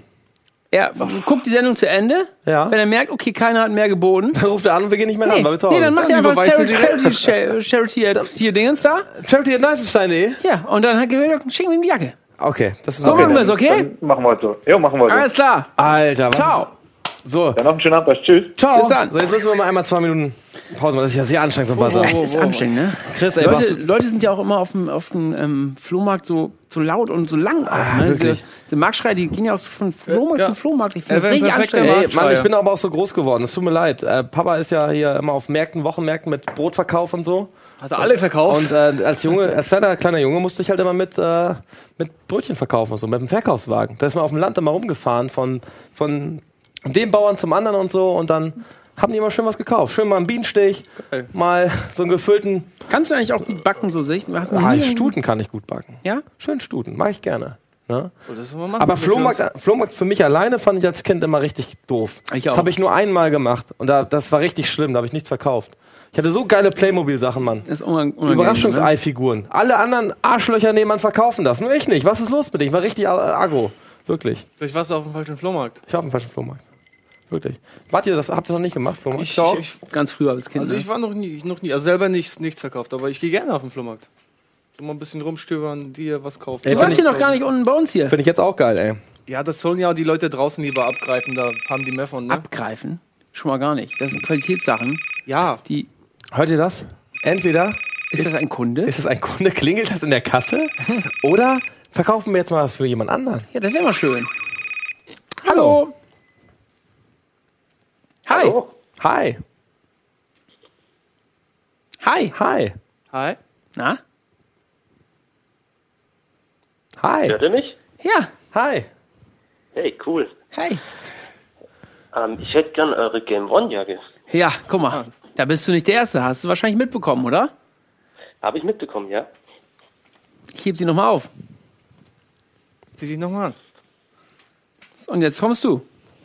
Er guckt die Sendung zu Ende. Ja. Wenn er merkt, okay, keiner hat mehr geboten. Dann ruft er an und wir gehen nicht mehr ran, Nee, weil wir zu nee, Hause dann macht sind. er einfach überweist du Charity, direkt. Charity, Charity, Charity hier Dingens da. Charity at Nicenstein punkt de. Ja, und dann hat gesagt, schicken wir ihm die Jacke. Okay, das ist So okay. machen wir es, okay? Dann machen wir es so. Jo, machen wir so. Alles klar. Alter, was? Ciao. Ist, so, Dann noch einen schönen Abend. Tschüss. ciao. Bis dann. So, jetzt müssen wir mal einmal zwei Minuten Pause machen. Das ist ja sehr anstrengend, so ein Buzzer. Es ist anstrengend, ne? Chris, ey, Leute, was du, Leute sind ja auch immer auf dem, auf dem ähm, Flohmarkt so, so laut und so lang. Auch, Ah, ne? wirklich. Diese, diese Marktschreie, die gehen ja auch von Flohmarkt Ja. zu Flohmarkt. Ich Er finde das wäre ein richtig perfekter anstrengend. ey, Marktschreier. Mann, ich bin aber auch so groß geworden. Es tut mir leid. Äh, Papa ist ja hier immer auf Märkten, Wochenmärkten mit Brotverkauf und so. Hast du alle verkauft? Und äh, als Junge, als kleiner, kleiner Junge musste ich halt immer mit, äh, mit Brötchen verkaufen und so, mit dem Verkaufswagen. Da ist man auf dem Land immer rumgefahren von, von dem Bauern zum anderen und so und dann haben die immer schön was gekauft. Schön mal einen Bienenstich, Geil. mal so einen gefüllten... Kannst du eigentlich auch gut backen, so sich? Hast du Ah, nie- Stuten kann ich gut backen. Ja? Schön Stuten, mag ich gerne. Ne? Oh, das wollen wir machen. Aber Für uns. Flohmarkt, Flohmarkt für mich alleine fand ich als Kind immer richtig doof. Ich Das auch. habe ich nur einmal gemacht und da, das war richtig schlimm, da habe ich nichts verkauft. Ich hatte so geile Playmobil-Sachen, Mann. Das ist unang- unangenehm. Ne? Überraschungsei-Figuren. Alle anderen Arschlöcher nebenan verkaufen das. Nur ich nicht. Was ist los mit dir? Ich war richtig a- aggro. Wirklich. Vielleicht warst du auf dem falschen Flohmarkt. Ich war auf dem falschen Flohmarkt. Wirklich. Wart ihr das? Habt ihr das noch nicht gemacht, Flohmarkt? Ich, Doch, ich, ganz früher als Kind. also ne? ich war noch nie, noch nie, also selber nicht, nichts verkauft, aber ich gehe gerne auf den Flohmarkt. So mal ein bisschen rumstöbern, dir was kaufen. Ey, Du warst find hier noch gar nicht unten bei uns hier. Finde ich jetzt auch geil, ey. Ja, das sollen ja auch die Leute draußen lieber abgreifen, da haben die mehr von, ne? Abgreifen? Schon mal gar nicht. Das sind Qualitätssachen. Ja. Die, Hört ihr das? Entweder ist das ein Kunde? ist es ein Kunde, klingelt das in der Kasse oder verkaufen wir jetzt mal was für jemand anderen. Ja, das wäre mal schön. Hallo. Hi. Hallo. Hi. Hi. Hi. Hi. Na? Hi. Hört ihr mich? Ja. Hi. Hey, cool. Hi. Ähm, ich hätte gern eure Game One-Jacke. Ja, guck mal. Da bist du nicht der Erste. Hast du wahrscheinlich mitbekommen, oder? Habe ich mitbekommen, ja? Ich heb sie nochmal auf. Zieh dich nochmal an. Und jetzt kommst du.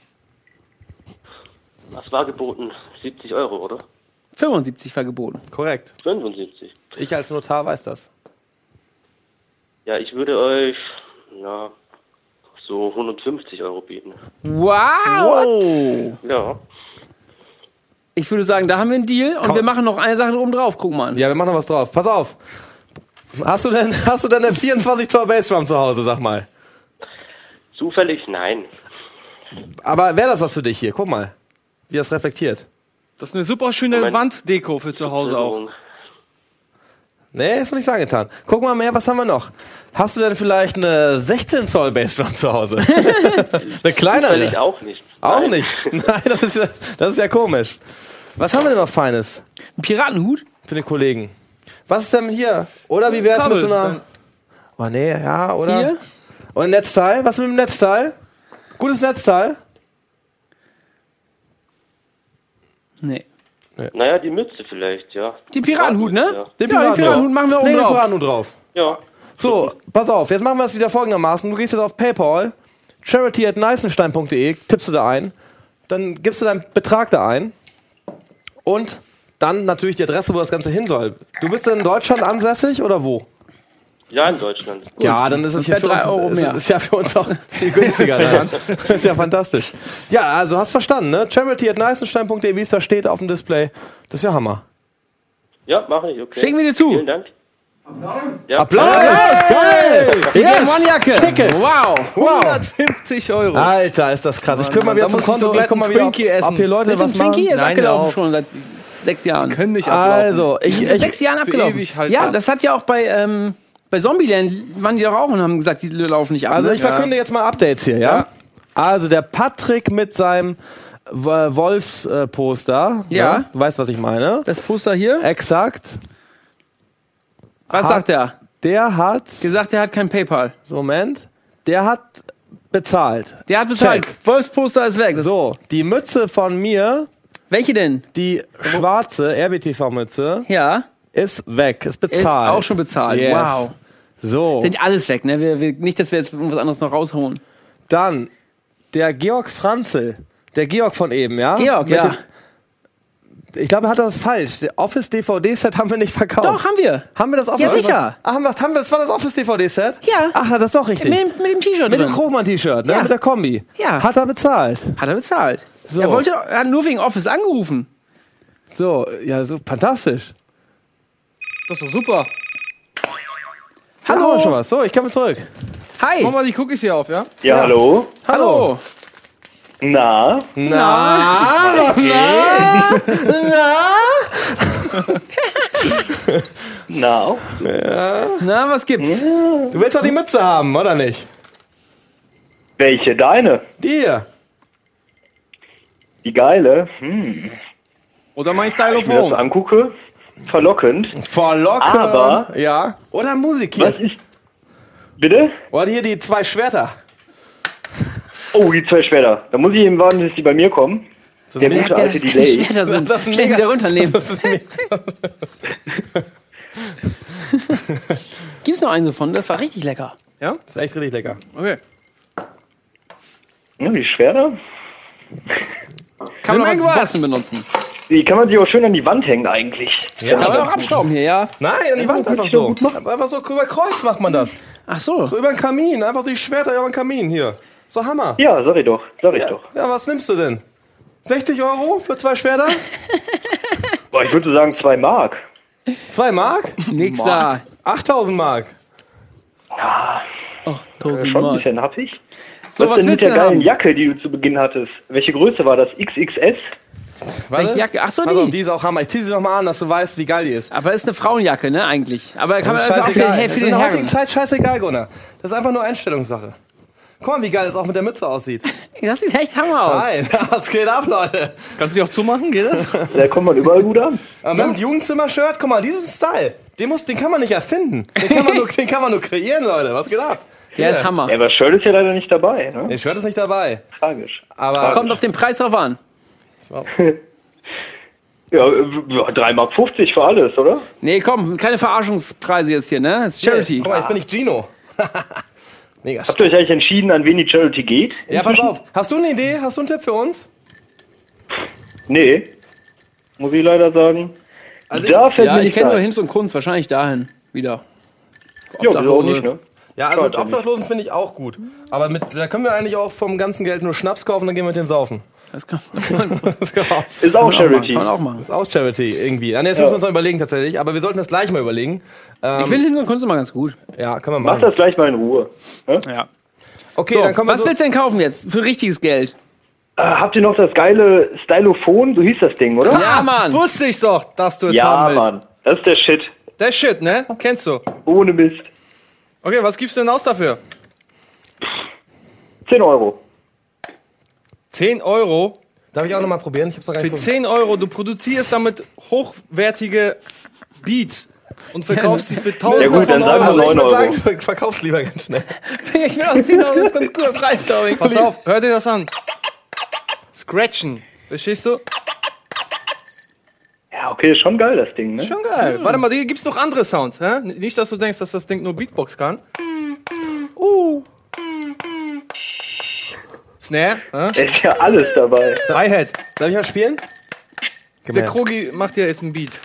Was war geboten? siebzig Euro, oder? fünfundsiebzig war geboten. Korrekt. fünfundsiebzig. Ich als Notar weiß das. Ja, ich würde euch, na, so hundertfünfzig Euro bieten. Wow. Ja. Ich würde sagen, da haben wir einen Deal und Komm. wir machen noch eine Sache oben drauf. Guck mal. Ja, wir machen noch was drauf. Pass auf. Hast du denn, hast du denn eine vierundzwanzig Zoll Bassdrum zu Hause, sag mal? Zufällig? Nein. Aber wäre das was für dich hier? Guck mal, wie das reflektiert. Das ist eine super schöne Moment. Wanddeko für zu Hause auch. Erinnerung. Nee, ist noch nicht so angetan. Guck mal mehr, was haben wir noch? Hast du denn vielleicht eine sechzehn Zoll Bassdrum zu Hause? Eine kleinere? Zufällig auch nicht. Auch Nein. nicht. Nein, das ist, ja, das ist ja komisch. Was haben wir denn noch Feines Ein Piratenhut? für den Kollegen? Was ist denn hier? Oder wie wär's Kabel, mit so einer... dann- Oh nee, ja, oder? Hier? Und ein Netzteil? Was ist mit dem Netzteil? Gutes Netzteil? Nee. Naja, die Mütze vielleicht, ja. Die Piratenhut, ne? Ja. Den Ja, den Piratenhut machen wir oben nee, den drauf. Piratenhut drauf. Ja. So, pass auf, jetzt machen wir es wieder folgendermaßen. Du gehst jetzt auf PayPal, charity at nicenstein punkt de, tippst du da ein, dann gibst du deinen Betrag da ein und dann natürlich die Adresse, wo das Ganze hin soll. Du bist in Deutschland ansässig oder wo? Ja, in Deutschland. Ja, dann ist es hier für drei Euro uns, mehr. ist, ist ja für uns auch viel günstiger. Ne? Das ist ja fantastisch. Ja, also hast verstanden, ne? Charity at neißenstein punkt de, wie es da steht auf dem Display. Das ist ja Hammer. Ja, mache ich, okay. Schicken wir dir zu. Vielen Dank. Ja. Applaus! Geil! Die Yes! One-Jacke. Ticket. Wow. Wow! hundertfünfzig Euro. Alter, ist das krass. Ich guck mal Mann, wieder da zum muss ich Konto, doch ich gleich guck mal einen wieder, Twinkie ob essen. hier Leute Willst du was einen Twinkie? machen. Ist Nein, abgelaufen auf. schon seit sechs Jahren. Können nicht ablaufen. Also, ich, Seit ich, sechs Jahren für abgelaufen. ewig halt ja, ab. das hat ja auch bei, ähm, bei Zombieland waren die doch auch und haben gesagt, die laufen nicht ab. also ne? ich verkünde jetzt mal Updates hier, ja? Ja. Also der Patrick mit seinem Wolfs-Poster. Ja. Ne? Du weißt, was ich meine. Das Poster hier. Exakt. Was hat- sagt er? Der hat, Gesagt, er hat kein PayPal. so Moment, der hat bezahlt. Der hat bezahlt. Check. Wolfsposter ist weg. Das So, die Mütze von mir, Welche denn? die schwarze R B T V-Mütze, Ja. ist weg, ist Ist bezahlt. auch schon bezahlt. Yes. Wow. So, Sind alles weg, ne? Wir, wir, nicht, dass wir jetzt irgendwas anderes noch rausholen. dann der Georg Franzel, der Georg von eben, ja? Georg, Mit ja. dem- ich glaube, er hat das falsch. Der Office-D V D-Set haben wir nicht verkauft. Doch, haben wir. Haben wir das Office? Ja, sicher. Ach, haben wir, haben wir, das war das Office-D V D-Set? Ja. Ach, das ist doch richtig. Mit, mit dem T-Shirt Mit dem drin. Krogmann-T-Shirt, ne? Ja. Mit der Kombi. Ja. Hat er bezahlt. Hat er bezahlt. So. Er wollte, er hat nur wegen Office angerufen. So, ja, so fantastisch. Das ist doch super. Hallo. Haben wir schon was. So, ich komme zurück. Hi. Mach mal die Cookies hier auf, ja? Ja, hallo? Hallo. Na? Na, na, Na auch? Na, was gibt's? Du willst doch die Mütze haben, oder nicht? Welche? Deine? Die hier. Die geile? Hm. Oder mein Wenn ich mir das Stylophon. angucke, verlockend. Verlocken. Aber- Ja. Oder Musik Was hier. ist... Bitte? Oder hier die zwei Schwerter. Oh, die zwei Schwerter. Da muss ich eben warten, bis die bei mir kommen. Der mega- gute Ja, alte das keine Delay. Schwerter sind. Das ist Stell mega- wieder runternehmen. Das ist me- Gibt's noch einen davon? Das war richtig lecker. Ja? Das ist echt richtig lecker. Okay. Ja, die Schwerter? Kann man auch als irgendwas. Boxen benutzen. Die kann man sich auch schön an die Wand hängen eigentlich. Ja. Kann man auch abschrauben hier, ja? Nein, an die Wand einfach so. Einfach so über Kreuz macht man das. Ach so. So über den Kamin. Einfach die Schwerter über den Kamin hier. So Hammer. Ja, sag ich doch. Sag ich Ja, doch. ja, was nimmst du denn? sechzig Euro für zwei Schwerter? Boah, ich würde sagen zwei Mark. Zwei Mark? Nix da. achttausend Mark. Ach, tausend Schon ein Mark. bisschen happig. So, was denn mit willst du der denn geilen haben? Jacke, die du zu Beginn hattest? Welche Größe war das? X X S? Warte. Welche Jacke? Ach so, Also, die. die ist auch Hammer. Ich zieh sie noch mal an, dass du weißt, wie geil die ist. Aber ist eine Frauenjacke, ne, eigentlich. Aber kann man Das das ist auch für, scheißegal. hey, Das für ist in den der heutigen Herren. Zeit scheißegal, Gunnar. Das ist einfach nur Einstellungssache. Guck mal, wie geil das auch mit der Mütze aussieht. Das sieht echt Hammer aus. Nein, das geht ab, Leute. Kannst du die auch zumachen? Geht das? Da kommt man überall gut an. Aber mit dem Jugendzimmer-Shirt, guck mal, diesen Style, den, muss, den kann man nicht erfinden. Den kann man nur, den kann man nur kreieren, Leute. Was geht ab? Der Hier. ist Hammer. Ja, aber Shirt ist ja leider nicht dabei. Ne? Der Shirt ist nicht dabei. Tragisch. Aber Kommt auf den Preis drauf an. Ja, äh, drei Mark fünfzig für alles, oder? Nee, komm, keine Verarschungspreise jetzt hier, ne? Das ist Charity. Guck mal, jetzt bin ich Gino. Mega Habt ihr euch eigentlich entschieden, an wen die Charity geht? Ja, pass auf. Hast du eine Idee? Hast du einen Tipp für uns? Nee. Muss ich leider sagen. Also da fällt Ja, mir ich nicht kenne nur ein. Hinz und Kunst, wahrscheinlich dahin wieder. Ja, wieso auch nicht, ne? Ja, also mit Schaut ja Obdachlosen finde ich auch gut. Aber mit, da können wir eigentlich auch vom ganzen Geld nur Schnaps kaufen, dann gehen wir mit den saufen. Das kann, Das kann auch- Ist auch kann, man, Charity. kann man auch machen. ist auch Charity irgendwie. Ja, nee, das müssen wir uns noch überlegen tatsächlich. Aber wir sollten das gleich mal überlegen. Ähm, Ich finde Hinz und Kunst immer ganz gut. ja, können wir Mach machen. das gleich mal in Ruhe. Ne? Ja. Okay, So, dann kommen wir was so, willst du denn kaufen jetzt? Für richtiges Geld. Äh, habt ihr noch das geile Stylophon? So hieß das Ding, oder? Ja, Mann. Wusste ich doch, dass du es Ja, haben willst. Mann. Das ist der Shit. Der Shit, ne? Kennst du. Ohne Mist. Okay, was gibst du denn aus dafür? zehn Euro. zehn Euro? Darf ich auch noch mal probieren? Ich hab's noch gar Für nicht probiert. zehn Euro, du produzierst damit hochwertige Beats und verkaufst sie für tausend Ja gut, dann sagen wir Also ich neun würde Euro. sagen, du verkaufst lieber ganz schnell. Ich will auch zehn Euro, das ist ganz guter Preis, glaube ich. Pass auf, hör dir das an. Scratchen, verstehst du? Ja, okay, ist schon geil, das Ding, ne? Schon geil. Warte mal, hier gibt's noch andere Sounds, hä? Nicht, dass du denkst, dass das Ding nur Beatbox kann. Uh. Snare, hä? Da ist ja alles dabei. Hi-Hat. Darf ich mal spielen? Der Krogi macht ja jetzt ein Beat.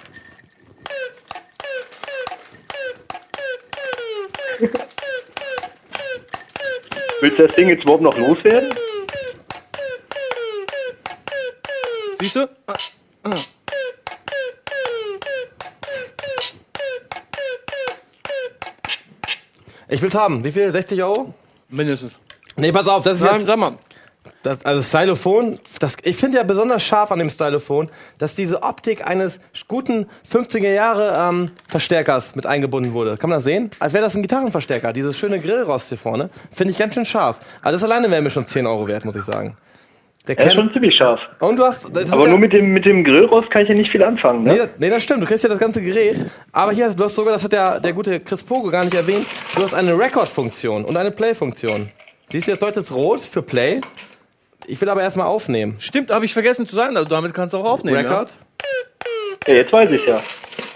Willst du das Ding jetzt überhaupt noch loswerden? Siehst du? Ah, ah. Ich will's haben. Wie viel? sechzig Euro? Mindestens. Nee, pass auf, das ist Sag, jetzt... sag mal. Das, also Stylophon, das, ich finde ja besonders scharf an dem Stylophon, dass diese Optik eines guten fünfziger Jahre ähm, Verstärkers mit eingebunden wurde. Kann man das sehen? Als wäre das ein Gitarrenverstärker. Dieses schöne Grillrost hier vorne. Finde ich ganz schön scharf. Aber das alleine wäre mir schon zehn Euro wert, muss ich sagen. Der Er ist schon ziemlich scharf. Und du hast... das Aber ist nur ja, mit dem, mit dem Grillrost kann ich ja nicht viel anfangen, ne? nee, das, nee, das stimmt. Du kriegst ja das ganze Gerät. Aber hier, du hast sogar, das hat der, der gute Chris Pogo gar nicht erwähnt, du hast eine Record-Funktion und eine Play-Funktion. Siehst du, jetzt leuchtet es rot für Play. Ich will aber erstmal aufnehmen. Stimmt, habe ich vergessen zu sagen. Damit kannst du auch aufnehmen. Record. Ja, jetzt weiß ich ja.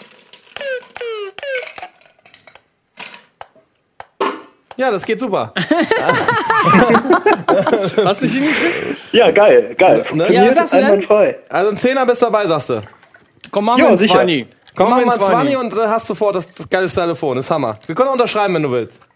Ja, das geht super. Hast du nicht hingekriegt? Ja, geil, geil. Ne? Ja, was sagst du denn? Einwandfrei. Also ein Zehner bist dabei, sagst du. Komm, machen Ja, wir einen sicher. Zwanni. Komm, mach wir mal einen ein zwanzig und äh, hast sofort das, das geile Stylophon. Das ist Hammer. Wir können unterschreiben, wenn du willst.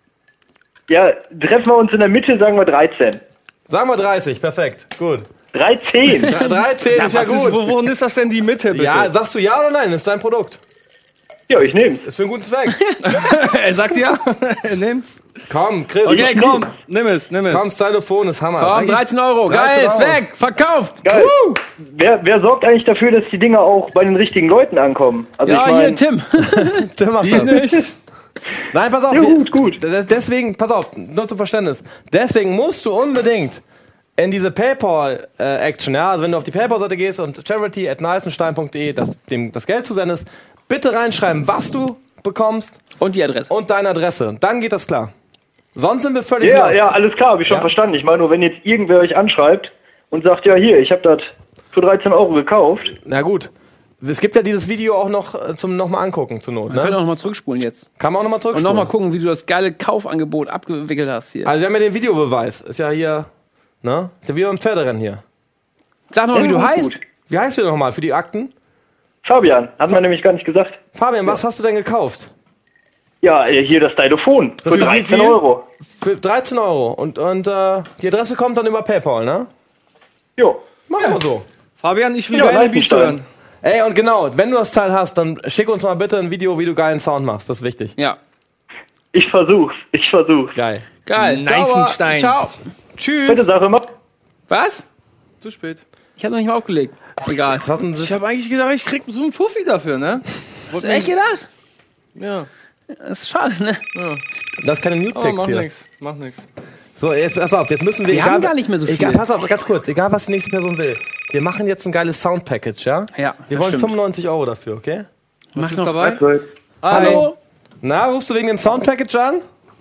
Ja, treffen wir uns in der Mitte, sagen wir dreizehn. Sagen wir dreißig, perfekt. Gut. dreizehn? Dre- dreizehn ist ja Was ist, gut. wo- worin ist das denn die Mitte, bitte? Ja, sagst du ja oder nein? Das ist dein Produkt. Ja, ich nehm's. Ist für einen guten Zweck. er sagt ja. Er nimmt's. Komm, Chris. Okay, komm. Nimm es, nimm es. Komm, Stylophon ist Hammer. Komm, Eigentlich- dreizehn Euro. dreizehn Geil, ist Euro. weg. Verkauft. Geil. Wer, wer sorgt eigentlich dafür, dass die Dinger auch bei den richtigen Leuten ankommen? Also Ja, ich mein, hier, Tim. Der macht Ich das. nicht. Nein, pass auf. Ja, gut, gut. Das- Deswegen, pass auf, nur zum Verständnis. Deswegen musst du unbedingt in diese PayPal-Action, ja, also wenn du auf die PayPal-Seite gehst und charity at neisenstein punkt de das, dem das Geld zusendest, bitte reinschreiben, was du bekommst Und die Adresse. und deine Adresse. Dann geht das klar. Sonst sind wir völlig Ja, lost. ja, alles klar, habe ich schon Ja. verstanden. Ich meine nur, wenn jetzt irgendwer euch anschreibt und sagt, ja hier, ich habe das für dreizehn Euro gekauft. Na gut. Es gibt ja dieses Video auch noch äh, zum nochmal angucken zur Not. Wir können Ne? auch nochmal zurückspulen jetzt. Kann man auch nochmal Und zurückspulen. nochmal gucken, wie du das geile Kaufangebot abgewickelt hast hier. Also wir haben ja den Videobeweis. Ist ja hier, ne? Ist ja wie beim Pferderennen hier. Sag nochmal, wie du Ja, heißt. gut. Wie heißt du denn nochmal für die Akten? Fabian, hat man nämlich gar nicht gesagt. Fabian, was hast du denn gekauft? Ja, hier das Stylophon für ist wie dreizehn viel? Euro. Für dreizehn Euro. Und, und äh, die Adresse kommt dann über PayPal, ne? Jo. Machen wir so. Fabian, ich will Ja, deine Beats Neisenstein. hören. Ey, und genau, wenn du das Teil hast, dann schick uns mal bitte ein Video, wie du geilen Sound machst. Das ist wichtig. Ja. Ich versuch's, ich versuch's. Geil. Geil. Neisenstein. Sauber. Ciao. Tschüss. Bitte sag immer. Was? Zu spät. Ich habe noch nicht mal aufgelegt. Ist egal. Was denn Ich das? habe eigentlich gedacht, ich krieg so einen Fuffi dafür, ne? Hast du echt gedacht? Ja. Das ist schade, ne? Das ist keine Oh, Nude-Pics mach hier. nix. Mach nix. So, jetzt pass auf, jetzt müssen wir... Wir haben gar nicht mehr so Egal, viel. pass auf, ganz kurz. Egal, was die nächste Person will. Wir machen jetzt ein geiles Sound-Package, ja? Ja, Wir das wollen stimmt. fünfundneunzig Euro dafür, okay? Was Mach ist noch dabei? Hallo? Na, rufst du wegen dem Sound-Package an?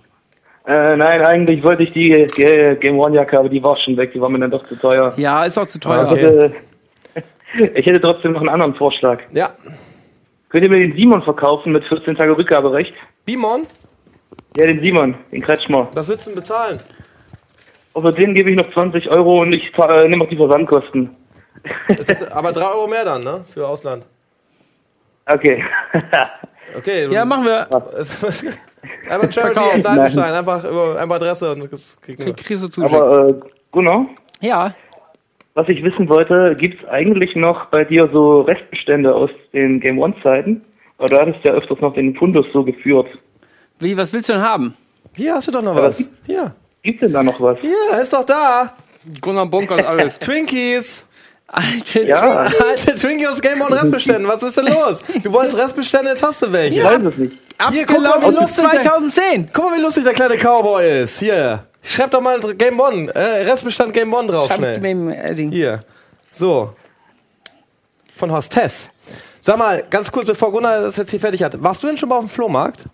Äh, nein, eigentlich wollte ich die G- Game One Jacke, aber die war schon weg, die war mir dann doch zu teuer. Ja, ist auch zu teuer. Okay. Also, ich hätte trotzdem noch einen anderen Vorschlag. Ja. Könnt ihr mir den Simon verkaufen mit vierzehn Tage Rückgaberecht? Bimon? Ja, den Simon, den Kretschmer. Was willst du denn bezahlen? Und für den gebe ich noch zwanzig Euro und ich äh, nehme auch die Versandkosten. Das ist aber drei Euro mehr dann, ne? Für Ausland. Okay. Okay. Ja, machen wir. Es- es- Einfach Charity Verkaufen. und Neisenstein, einfach über einfach Adresse und das kriegen wir. Krieg- Kriegst du zugeschickt. Aber, äh, Gunnar, Ja. was ich wissen wollte, gibt es eigentlich noch bei dir so Restbestände aus den Game One-Zeiten? Weil du hattest ja öfters noch den Fundus so geführt. Wie, was willst du denn haben? Hier hast du doch noch Aber was. Hier. Gibt denn da noch was? Hier, ist doch da. Gunnar bonkert alles. Twinkies. Alte Ja, Alte Twinkie aus Game On Restbeständen. Was ist denn los? Du wolltest Restbestände, jetzt hast du welche. ich weiß es nicht. Hier, guck mal, wie Abgelaufen lustig der, zweitausendzehn. guck mal, wie lustig der kleine Cowboy ist. Hier. Schreib doch mal Game On. Äh, Restbestand Game On drauf, Schreib schnell. mit dem äh, Ding. Hier. So. Von Hostess. Sag mal, ganz kurz, bevor Gunnar das jetzt hier fertig hat. Warst du denn schon mal auf dem Flohmarkt?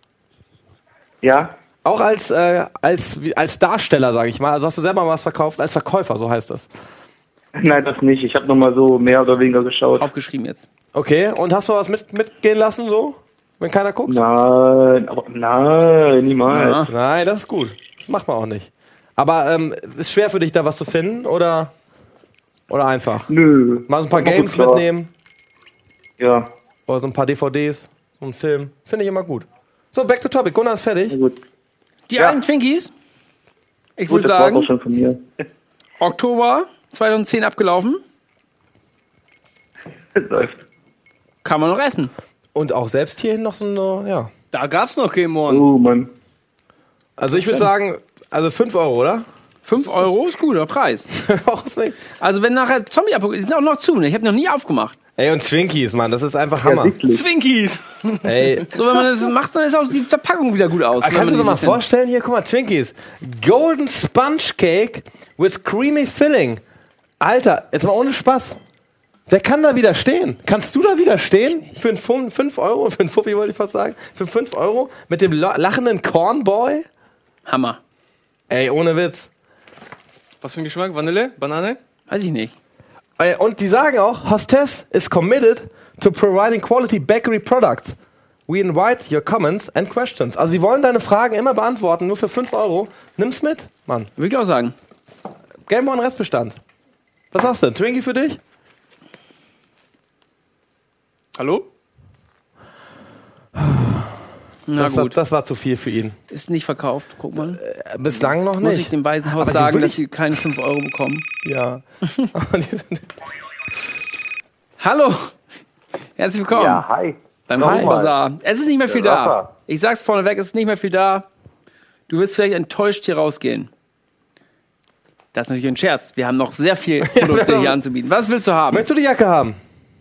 Ja, Auch als, äh, als, wie- als Darsteller, sag ich mal. Also hast du selber mal was verkauft? Als Verkäufer, so heißt das. nein, das nicht. Ich habe nochmal so mehr oder weniger geschaut. Aufgeschrieben jetzt. Okay, und hast du was mit, mitgehen lassen, so? Wenn keiner guckt? Nein, aber nein, niemals. Ja. Nein, das ist gut. Das macht man auch nicht. Aber ähm, ist schwer für dich, da was zu finden? Oder, oder einfach? Nö. Mal so ein paar Mach Games gut klar. mitnehmen? Ja. Oder so ein paar D V Ds, so ein Film. Finde ich immer gut. So, back to topic. Gunnar ist fertig. Die Ja. alten Twinkies? Ich Gut, würde das war's sagen, auch schon von mir. Oktober zweitausendzehn abgelaufen. Läuft. Kann man noch essen. Und auch selbst hierhin noch so eine, ja. Da gab's noch Game One. Oh, Mann. Also ich würde sagen, also fünf Euro, oder? fünf Euro ist guter Preis. Brauch's nicht. Also wenn nachher Zombie-Apokalypse, die sind auch noch zu, ne? Ich habe noch nie aufgemacht. Ey, und Twinkies, Mann, das ist einfach Hammer. Twinkies. Ey, So, wenn man das macht, dann ist auch die Verpackung wieder gut aus. Ah, wenn kannst du man dir die mal bisschen- vorstellen, hier, guck mal, Twinkies. Golden Sponge Cake with creamy filling. Alter, jetzt mal ohne Spaß. Wer kann da widerstehen? Kannst du da widerstehen? Für fünf Euro, für einen Fuffi wollte ich fast sagen, für fünf Euro mit dem la- lachenden Cornboy? Hammer. Ey, ohne Witz. Was für ein Geschmack? Vanille? Banane? Weiß ich nicht. Ey, und die sagen auch, Hostess is committed to providing quality bakery products. We invite your comments and questions. Also sie wollen deine Fragen immer beantworten, nur für fünf Euro. Nimm's mit, Mann. Würde ich auch sagen. Game One Restbestand. Was hast du denn? Twinkie für dich? Hallo? Na das, war, gut, das war zu viel für ihn. ist nicht verkauft. Guck mal. Äh, bislang noch Muss ich nicht. dem Waisenhaus Aber sie sagen, wirklich- dass sie keine fünf Euro bekommen. Ja. Hallo. Herzlich willkommen Ja, hi. beim Nochmal. Hausbazar. Es ist nicht mehr viel Ja, da. Rafa. Ich sag's vorneweg, es ist nicht mehr viel da. Du wirst vielleicht enttäuscht hier rausgehen. Das ist natürlich ein Scherz. Wir haben noch sehr viele Produkte hier anzubieten. Was willst du haben? Möchtest du die Jacke haben?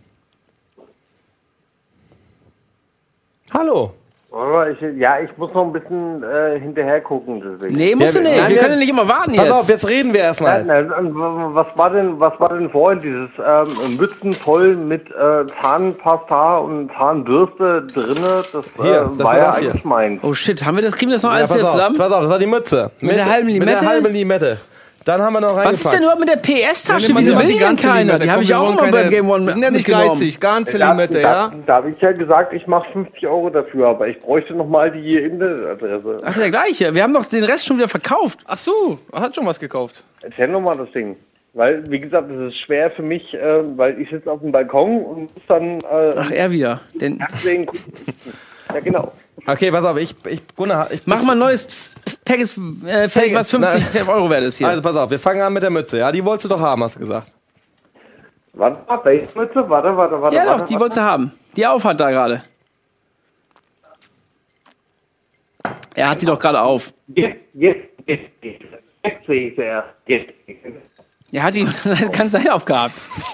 Hallo. Aber ich, ja, ich muss noch ein bisschen äh, hinterher gucken. Deswegen. Nee, musst Ja, du wir- nicht. nein, Wir wir- können ja nicht immer warten Pass jetzt. auf, jetzt reden wir erstmal. Nein, nein, was war denn, was war denn vorhin dieses ähm, Mützen voll mit äh, Zahnpasta und Zahnbürste drinne? Das, äh, Hier, das war war ja das hier. eigentlich meins. Oh shit, haben wir das, kriegen wir das noch Ja, alles pass wieder auf, zusammen? pass auf, das war die Mütze. Mit der halben Mit Limette? der halben Limette. Dann haben wir noch reingepackt. Was ist denn überhaupt mit der P S-Tasche? Ja, nimm Wieso mal will die die denn ganze keiner? Limette. Die habe Komm, ich wir auch wollen mal keine- beim Game One Wir sind ja nicht mitgenommen. geizig. Ganze Da, Limette, da, ja? da habe ich ja gesagt, ich mache fünfzig Euro dafür, aber ich bräuchte nochmal die Internetadresse. Ach, der gleiche. Wir haben doch den Rest schon wieder verkauft. Ach so, er hat schon was gekauft. Erzähl nochmal das Ding. Weil, wie gesagt, es ist schwer für mich, äh, weil ich sitze auf dem Balkon und muss dann äh, Ach, er wieder. Den, sehen. Ja, genau. Okay, pass auf, ich, ich, Gunnar, ich mach mal ein neues Pack, äh, fertig, was fünfzig Euro wert ist hier. Also pass auf, wir fangen an mit der Mütze. Ja, die wolltest du doch haben, hast du gesagt. Warte mal, welche Mütze? Warte, warte, warte. ja warte, doch, die warte. wolltest du haben. Die auf hat da gerade. Er hat sie doch gerade auf. Jetzt, jetzt, jetzt, jetzt. Jetzt sehe ich sie erst. Jetzt. Er hat die ganz Zeit aufgehabt.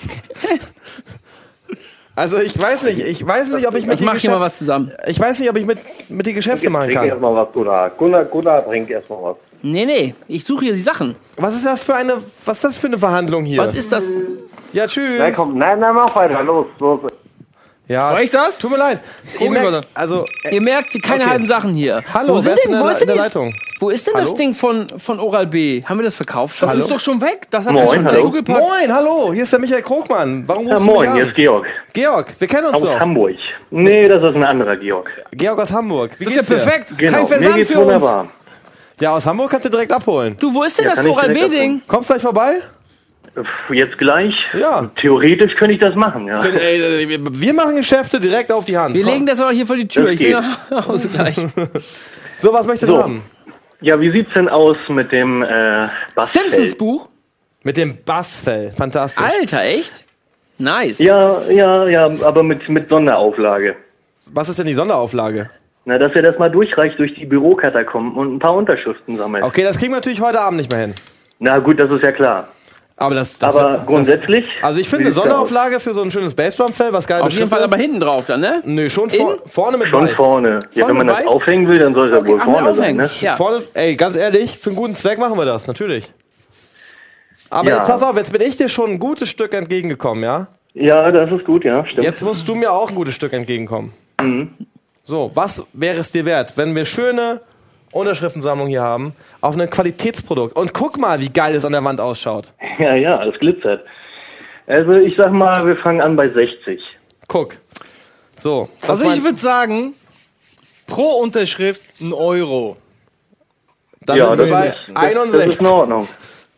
Also ich weiß nicht, ich weiß nicht, ob ich mit Ich die mach hier mal Geschäfte, was zusammen. ich weiß nicht, ob ich mit, mit die Geschäfte machen Bring kann. erstmal was, Gunnar. Gunnar, Gunnar bringt erstmal was. Nee, nee, ich suche hier die Sachen. Was ist das für eine, was ist das für eine Verhandlung hier? Was ist das? Ja, tschüss. Nein, komm, nein, nein, mach weiter. Los, los. Ja, Reicht das? tut mir leid. Ihr Guck merkt, mal. also, Ihr merkt, keine Okay. halben Sachen hier. hallo, wo, wer sind ist denn, in wo der, ist in denn, der das, Leitung? wo ist denn das Hallo? Ding von, von Oral B? Haben wir das verkauft? Das schon? ist doch schon weg. Das hat Moin, er schon hallo. zugepackt. Moin, hallo, hier ist der Michael Krogmann. Warum Ja, rufst du moin, mich hier an? ist Georg. Georg, wir kennen uns Aus doch. Hamburg. Nee, das ist ein anderer Georg. Georg aus Hamburg. Wie Das ist ja geht's dir? perfekt. Genau, Kein mir Versand geht's für uns. wunderbar. Ja, aus Hamburg kannst du direkt abholen. Du, wo ist denn Ja, das kann ich Oral direkt B-Ding? Kommst du gleich vorbei? Pff, Jetzt gleich? Ja. Theoretisch könnte ich das machen, ja. Ey, wir machen Geschäfte direkt auf die Hand. Wir Komm. legen das aber hier vor die Tür. Das Ich will geht. nach Hause gleich. So, was möchtest du So. haben? Ja, wie sieht's denn aus mit dem äh, Bassfeld? Simpsons Buch? Mit dem Bassfell. Fantastisch. Alter, echt? Nice. Ja, ja, ja, aber mit, mit Sonderauflage. Was ist denn die Sonderauflage? Na, dass er das mal durchreicht durch die Bürokatakomben und ein paar Unterschriften sammelt. Okay, das kriegen wir natürlich heute Abend nicht mehr hin. Na gut, das ist ja klar. Aber das, das Aber das, grundsätzlich? Also ich wie finde eine sieht's da Sonderauflage für so ein schönes Bassdrum-Fell, was geil Auf jeden Fall beschriftet aber ist. hinten drauf dann, ne? Nö, schon vor, vorne mit Schon weiß. vorne. Ja, Vorne wenn man das weiß? aufhängen will, dann soll es ja Okay, wohl ach, mit vorne sein, aufhängen. ne? Ja. Vorne, ey, ganz ehrlich, für einen guten Zweck machen wir das, natürlich. Aber Ja. jetzt pass auf, jetzt bin ich dir schon ein gutes Stück entgegengekommen, ja? Ja, das ist gut, ja, stimmt. Jetzt musst du mir auch ein gutes Stück entgegenkommen. Mhm. So, was wäre es dir wert, wenn wir schöne Unterschriftensammlung hier haben, auf ein Qualitätsprodukt? Und guck mal, wie geil es an der Wand ausschaut. Ja, ja, es glitzert. Also ich sag mal, wir fangen an bei sechzig. Guck. So. was Also mein- ich würde sagen, pro Unterschrift ein Euro. Dann ja, sind wir bei das ist, das, das ist einundsechzig. in Ordnung.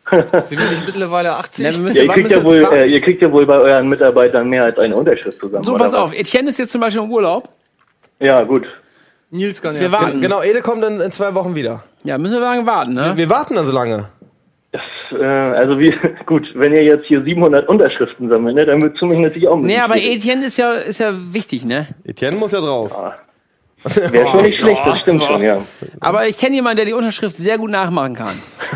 Sind wir nicht mittlerweile achtzig? Ne, wir müssen- Ja, ihr, wann kriegt müssen ja wir wohl, jetzt äh, ihr kriegt ja wohl bei euren Mitarbeitern mehr als eine Unterschrift zusammen. So, oder pass was? auf. Etienne ist jetzt zum Beispiel im Urlaub. Ja, gut. Nils kann ja. Wir warten. Genau, Ede kommt in, in zwei Wochen wieder. Ja, müssen wir lange warten, ne? Wir warten dann so lange. Das, äh, also wie, gut, wenn ihr jetzt hier siebenhundert Unterschriften sammelt, ne, dann wird es für mich natürlich auch ein Nee, bisschen aber schwierig. Etienne ist ja, ist ja wichtig, ne? Etienne muss ja drauf. Wäre schon nicht schlecht, das stimmt schon, ja. Aber ich kenne jemanden, der die Unterschrift sehr gut nachmachen kann.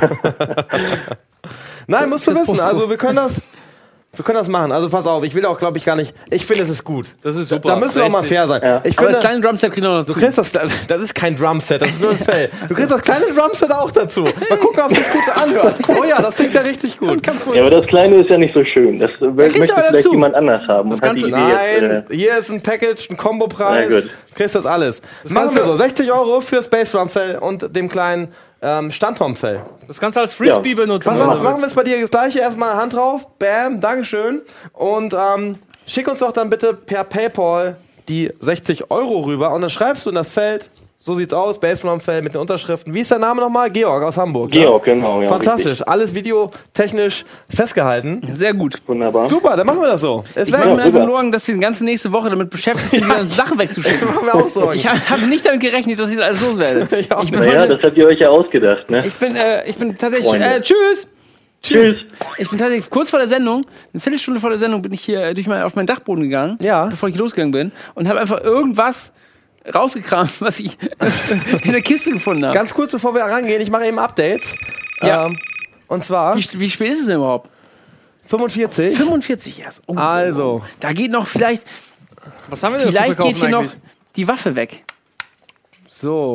Nein, musst du wissen. Also wir können das, wir können das machen. Also pass auf, ich will auch, glaube ich, gar nicht. Ich finde, es ist gut. Das ist super. Da müssen wir auch mal fair sein. Ja. Ich Aber finde, das kleine Drumset kriegen wir noch du dazu. kriegst das, das ist kein Drumset, das ist nur ein Fell. Du kriegst das kleine Drumset auch dazu. Mal gucken, ob es sich gut anhört. Oh ja, das klingt ja richtig gut. Ja, aber das Kleine ist ja nicht so schön. Das äh, möchte kriegst du aber vielleicht dazu. jemand anders haben. Das und hat Ganze- die Idee jetzt, Nein, äh, hier ist ein Package, ein Kombopreis. Na gut. Du kriegst das alles. Machen wir so, sechzig Euro für Space Drum Fell und dem kleinen ähm, Standtom Fell. Das kannst du als Frisbee Ja. benutzen. Pass oder auf, was? machen wir es bei dir das gleiche. Erstmal Hand drauf. Bam, Dankeschön. Und ähm, schick uns doch dann bitte per PayPal die sechzig Euro rüber. Und dann schreibst du in das Feld, so sieht's aus, Bassdrum-Feld mit den Unterschriften. Wie ist der Name nochmal? Georg aus Hamburg. Georg, genau. Ja, Fantastisch. Alles videotechnisch festgehalten. Sehr gut. richtig. Wunderbar. Super, dann machen wir das so. Es Ich mache werden mir also rüber. Sorgen, dass wir die ganze nächste Woche damit beschäftigt sind, die ganzen Sachen wegzuschicken. machen wir auch Sorgen. Ich habe nicht damit gerechnet, dass ich das alles loswerde. Ich auch Ich bin, Naja, heute, das habt ihr euch ja ausgedacht, ne? ich bin, äh, ich bin tatsächlich. Freunde. Äh, tschüss! Tschüss. Ich bin tatsächlich kurz vor der Sendung, eine Viertelstunde vor der Sendung, bin ich hier äh, durch mein, auf meinen Dachboden gegangen, Ja. bevor ich losgegangen bin, und habe einfach irgendwas rausgekramt, was ich in der Kiste gefunden habe. Ganz kurz, bevor wir rangehen, ich mache eben Updates. Ja. Ähm, und zwar Wie, wie spät ist es denn überhaupt? fünfundvierzig. fünfundvierzig erst. Oh, Also. Da geht noch vielleicht, Was haben wir denn zu vielleicht geht verkaufen hier noch eigentlich? die Waffe weg. So.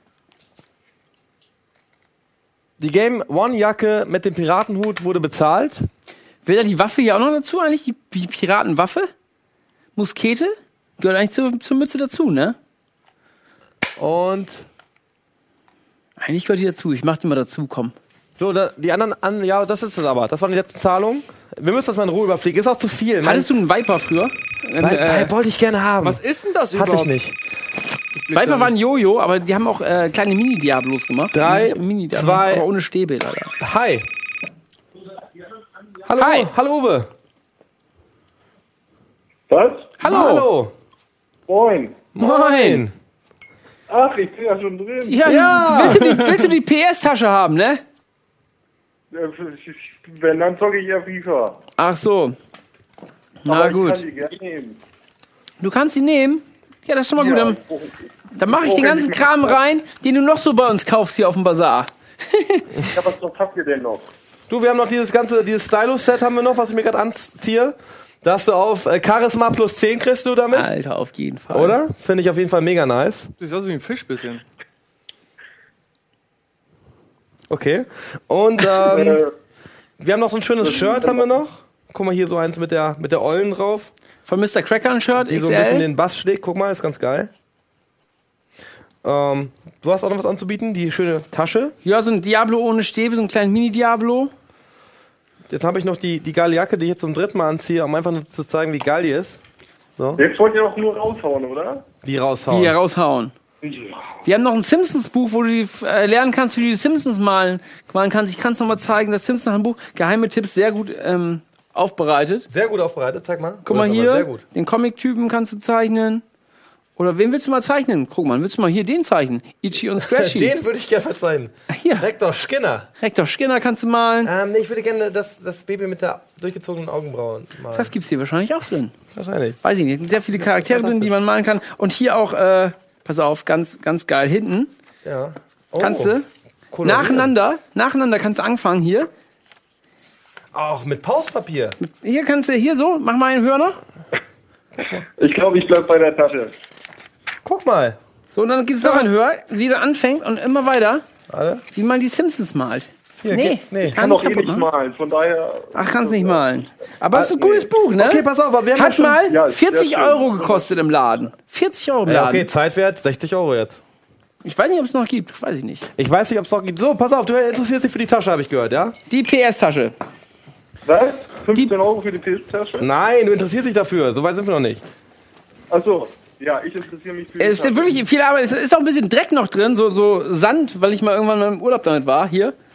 Die Game One Jacke mit dem Piratenhut wurde bezahlt. Will da die Waffe hier auch noch dazu eigentlich? Die, die Piratenwaffe? Muskete? Gehört eigentlich zur, zur Mütze dazu, ne? Und Eigentlich gehört die dazu. Ich mach die mal dazu, komm. so, da, die anderen, an, ja, das ist es aber. Das war die letzte Zahlung. Wir müssen das mal in Ruhe überfliegen. Ist auch zu viel. Mein- Hattest du einen Viper früher? Ein, Weil, äh, weil, wollte ich gerne haben. Was ist denn das Hatte überhaupt? ich nicht. Viper war ein Jojo, aber die haben auch äh, kleine Mini-Diablos gemacht. Drei, Mini-Diablos, zwei- aber ohne Stäbe leider. Hi. Hallo, Hi. Uwe. Hallo Uwe. Was? Hallo. Hallo. Moin. Moin. Ach, ich bin ja schon drin. Ja, Ja. Willst, du die, willst du die P S-Tasche haben, ne? Äh, Wenn, dann zocke ich ja FIFA. Ach so. Na Aber Ich gut. kann die gerne nehmen. Du kannst die nehmen? Ja, das ist schon mal gut. Ja, Dann, ich brauch- dann mache ich brauch den ganzen endlich Kram mal- rein, den du noch so bei uns kaufst hier auf dem Bazar. Ja, was, was habt ihr denn noch? Du, wir haben noch dieses ganze, dieses Stylus-Set haben wir noch, was ich mir gerade anziehe. Da hast du auf äh, Charisma plus zehn kriegst du damit. Alter, auf jeden Fall. Oder? Finde ich auf jeden Fall mega nice. Das ist aus wie ein Fisch bisschen. Okay. Und ähm, Äh, wir haben noch so ein schönes Shirt, haben wir noch. Guck mal, hier so eins mit der, mit der Eulen drauf, Von Mister Cracker ein Shirt, die so ein bisschen X L. den Bass schlägt. Guck mal, ist ganz geil. Ähm, du hast auch noch was anzubieten, die schöne Tasche. Ja, so ein Diablo ohne Stäbe, so ein kleinen Mini-Diablo. Jetzt habe ich noch die, die geile Jacke, die ich jetzt zum dritten Mal anziehe, um einfach nur zu zeigen, wie geil die ist. So, jetzt wollt ihr doch nur raushauen, oder? die raushauen. Die hier raushauen. Wir haben noch ein Simpsons-Buch, wo du die, äh, lernen kannst, wie du die Simpsons malen, malen kannst. Ich kann es nochmal zeigen, das Simpsons-Buch, geheime Tipps, sehr gut ähm, aufbereitet. Sehr gut aufbereitet, zeig mal. Guck Oh, mal das ist aber hier, Sehr gut. den Comic-Typen kannst du zeichnen. Oder wen willst du mal zeichnen? Guck mal, willst du mal hier den zeichnen? Itchy und Scratchy. Den würde ich gerne verzeihen. Hier, Rektor Skinner. Rektor Skinner kannst du malen. Ähm, nee, ich würde gerne das, das Baby mit der durchgezogenen Augenbrauen malen. Das gibt's hier wahrscheinlich auch drin. Wahrscheinlich. Weiß ich nicht. Sind sehr viele Charaktere drin, die man malen kann. Und hier auch, äh, pass auf, ganz, ganz geil. Hinten Ja. Oh, kannst du koloriert. nacheinander, nacheinander kannst du anfangen hier. Auch mit Pauspapier. Hier kannst du, hier so, mach mal einen höher noch. Ich glaube, ich bleib bei der Tasche. Guck mal. So, und dann gibt's noch einen höher, wie der anfängt und immer weiter, Warte. wie man die Simpsons malt. Hier, Nee, geht- nee. kann Kann nicht doch eh kaputt nicht machen. malen, von daher... Ach, kannst nicht malen. Aber es ist ein Ah, gutes nee. Buch, ne? Okay, pass auf, aber wir haben ja Hat schon- mal Ja, vierzig sehr schön. Euro gekostet im Laden. vierzig Euro im Ja, Laden. okay, Zeitwert sechzig Euro jetzt. Ich weiß nicht, ob es noch gibt. Weiß ich nicht. Ich weiß nicht, ob es noch gibt. So, pass auf, du interessierst dich für die Tasche, habe ich gehört, ja? Die P S-Tasche. Was? fünfzehn Euro für die P S-Tasche? Nein, du interessierst dich dafür. So weit sind wir noch nicht. Achso, ja, ich interessiere mich für die Es ist Tasche. wirklich viel Arbeit. Es ist auch ein bisschen Dreck noch drin, so, so Sand, weil ich mal irgendwann mal im Urlaub damit war. Hier.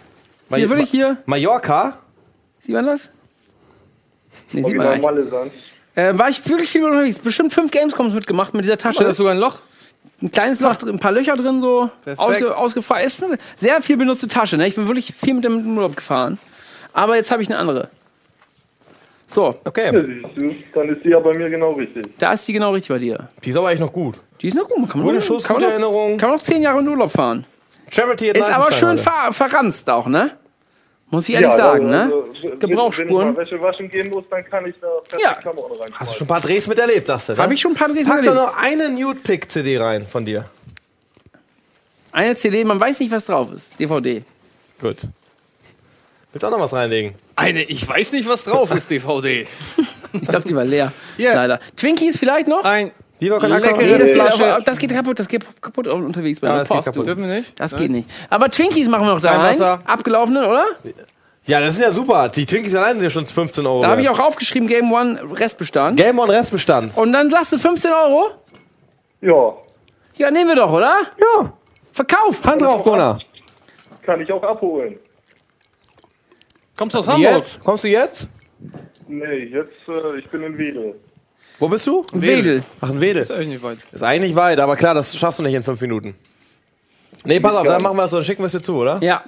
Hier würde ich hier. Mallorca? Sieht man das? Nee, sieht Wie man eigentlich. normale sein. Äh, war ich wirklich viel unterwegs. Bestimmt fünf Gamescoms mitgemacht mit dieser Tasche. Da ist sogar ein Loch. Ein kleines Loch drin, ein paar Löcher drin, so Perfekt. ausge, ausgefallen. Ist eine sehr viel benutzte Tasche, ne? Ich bin wirklich viel mit dem Urlaub gefahren. Aber jetzt habe ich eine andere. So, Okay. Ja, siehst du, dann ist die ja bei mir genau richtig. da ist die genau richtig bei dir. Die ist aber eigentlich noch gut. Die ist noch gut. Kann man Gute noch, Schuss, kann man gute noch, Erinnerung. kann man noch zehn Jahre in Urlaub fahren. Charity at Ist aber schön Neisenstein, ver verranzt auch, ne? Muss ich ehrlich Ja, sagen, also, ne? also, wenn- Gebrauchsspuren. Wenn ich mal Wäsche waschen gehen muss, dann kann ich da feste Ja. Klamotten reinschmeißen. Hast du schon ein paar Drehs miterlebt, sagst du, ne? Habe ich schon ein paar Drehs Pack doch erlebt. noch eine Nude-Pick-C D rein von dir. Eine C D, man weiß nicht, was drauf ist. D V D. Gut. Willst du auch noch was reinlegen? Eine, ich weiß nicht, was drauf ist, D V D. Ich glaube, die war leer. Hier. Leider. Twinkies vielleicht noch? Ein Viva con leckere Aqua? Nee, das geht, Flasche. aber, das geht kaputt. Das geht kaputt unterwegs bei Ja, der das geht Post. kaputt. du. Dürfen wir nicht? Das geht nicht. Aber Twinkies machen wir noch da Kein rein. Wasser. Abgelaufene, oder? Ja, das ist ja super. Die Twinkies allein sind ja schon fünfzehn Euro. Da habe ich wert. auch aufgeschrieben, Game One Restbestand. Game On Restbestand. Und dann sagst du fünfzehn Euro? Ja, Ja, nehmen wir doch, oder? Ja, Verkauf. Hand drauf, Gunnar. kann ich auch abholen. Kommst du aus Hamburg? Jetzt? Kommst du jetzt? Nee, jetzt, äh, ich bin in Wedel. Wo bist du? Wedel. Ach, in Wedel. Ist eigentlich nicht weit. Ist eigentlich nicht weit, aber klar, das schaffst du nicht in fünf Minuten. Nee, pass auf, dann machen wir es so, dann schicken wir es dir zu, oder? Ja.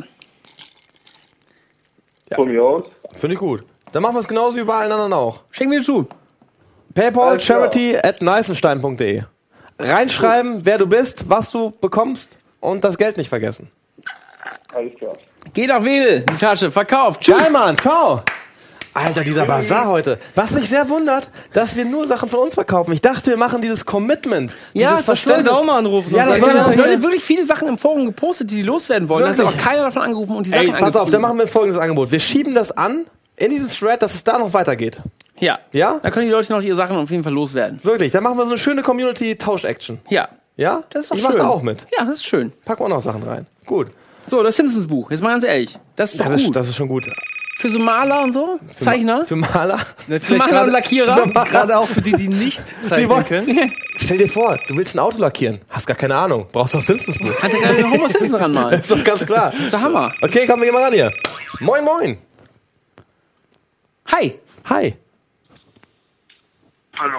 Von mir aus. Finde ich gut. Dann machen wir es genauso wie bei allen anderen auch. Schicken wir zu. PayPal Alles klar. charity at neisenstein punkt de. Reinschreiben, wer du bist, was du bekommst und das Geld nicht vergessen. Alles klar. Geh nach Wedel, die Tasche. Verkauft. Tschüss. Geil, Mann, ciao! Alter, dieser Bazar heute. Was mich sehr wundert, dass wir nur Sachen von uns verkaufen. Ich dachte, wir machen dieses Commitment. Ja, dieses das Leute auch mal anrufen. Ja, und das Es sagen, haben soll- ja, Leute wirklich viele Sachen im Forum gepostet, die die loswerden wollen. Da ist aber Wirklich? keiner davon angerufen und die Sachen Ey, pass auf, angegeben. dann machen wir folgendes Angebot. Wir schieben das an in diesem Thread, dass es da noch weitergeht. Ja. Ja? Da können die Leute noch ihre Sachen auf jeden Fall loswerden. Wirklich, dann machen wir so eine schöne Community-Tausch-Action. Ja. Ja? Das ist doch ich schön. mach da auch mit. Ja, das ist schön. Packen wir auch noch Sachen rein. Gut. So, das Simpsons-Buch. Jetzt mal ganz ehrlich. Das ist doch Das gut. ist, das ist schon gut. Für so Maler und so? Zeichner? Für Maler. Ne, Für vielleicht Maler und gerade, Lackierer? gerade auch für die, die nicht Sie zeichnen wollen- können. Stell dir vor, du willst ein Auto lackieren. Hast gar keine Ahnung. Brauchst das Simpsons-Buch. Kannst du gerade den Homer Simpson ranmalen? ist doch ganz klar. Das ist der Hammer. Okay, komm, wir gehen mal ran hier. Moin, moin. Hi. Hi. Hallo?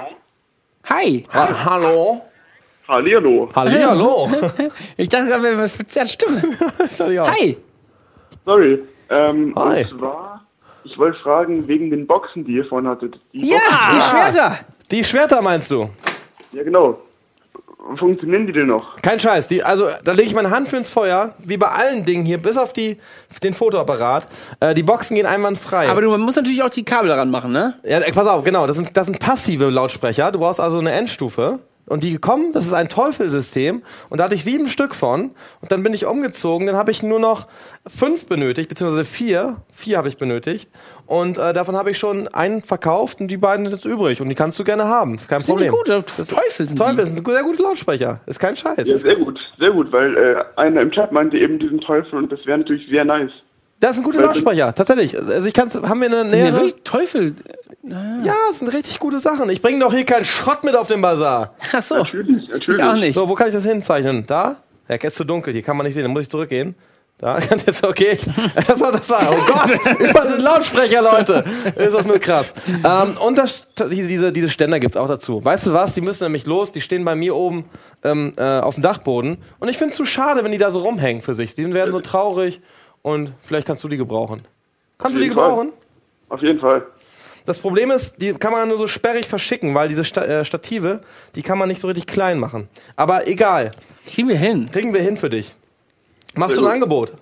Hi. Ha hallo. Hallihallo. Hallihallo. Ich dachte gerade, wir haben eine verzerrte Stimme. Das hatte ich auch. Hi. Sorry. Ähm, Hi. und zwar, ich wollte fragen, wegen den Boxen, die ihr vorhin hattet. Die Ja, die Schwerter. Die Schwerter meinst du? Boxen, ja, genau. Funktionieren die denn noch? Kein Scheiß. Die, also, da lege ich meine Hand für ins Feuer, wie bei allen Dingen hier, bis auf die, den Fotoapparat. Äh, die Boxen gehen einwandfrei. Aber du musst natürlich auch die Kabel daran machen, ne? Ja, äh, pass auf, genau. Das sind, das sind passive Lautsprecher. Du brauchst also eine Endstufe. Und die kommen, das ist ein Teufelsystem. Und da hatte ich sieben Stück von. Und dann bin ich umgezogen. Dann habe ich nur noch fünf benötigt, beziehungsweise vier. Vier habe ich benötigt. Und äh, davon habe ich schon einen verkauft und die beiden sind jetzt übrig. Und die kannst du gerne haben. Ist kein Sind die Problem. gut? Das Teufel sind Teufel die. sind sehr gute Lautsprecher. Ist kein Scheiß. Ja, sehr gut, sehr gut, weil äh, einer im Chat meinte eben diesen Teufel und das wäre natürlich sehr nice. Das sind gute Weil- Lautsprecher, tatsächlich. Also ich kann's, haben wir eine Ja, nähere... wirklich Teufel. Ja, das sind richtig gute Sachen. Ich bringe doch hier keinen Schrott mit auf den Bazar. Ach so. Natürlich, natürlich. Ich auch nicht. So, wo kann ich das hinzeichnen? Da? Ja, jetzt ist zu dunkel, hier kann man nicht sehen, dann muss ich zurückgehen. Da, jetzt, okay. Das war, das war, oh Gott, überall sind Lautsprecher, Leute. Ist das nur krass. Ähm, und das, diese, diese Ständer gibt's auch dazu. Weißt du was, die müssen nämlich los, die stehen bei mir oben ähm, äh, auf dem Dachboden. Und ich finde es zu schade, wenn die da so rumhängen für sich. Die werden so traurig und vielleicht kannst du die gebrauchen. Kannst du die jeden Fall. gebrauchen? Auf jeden Fall. Das Problem ist, die kann man nur so sperrig verschicken, weil diese Sta äh, Stative, die kann man nicht so richtig klein machen. Aber egal, Kriegen wir hin. kriegen wir hin für dich. Machst Sehr du ein gut. Angebot?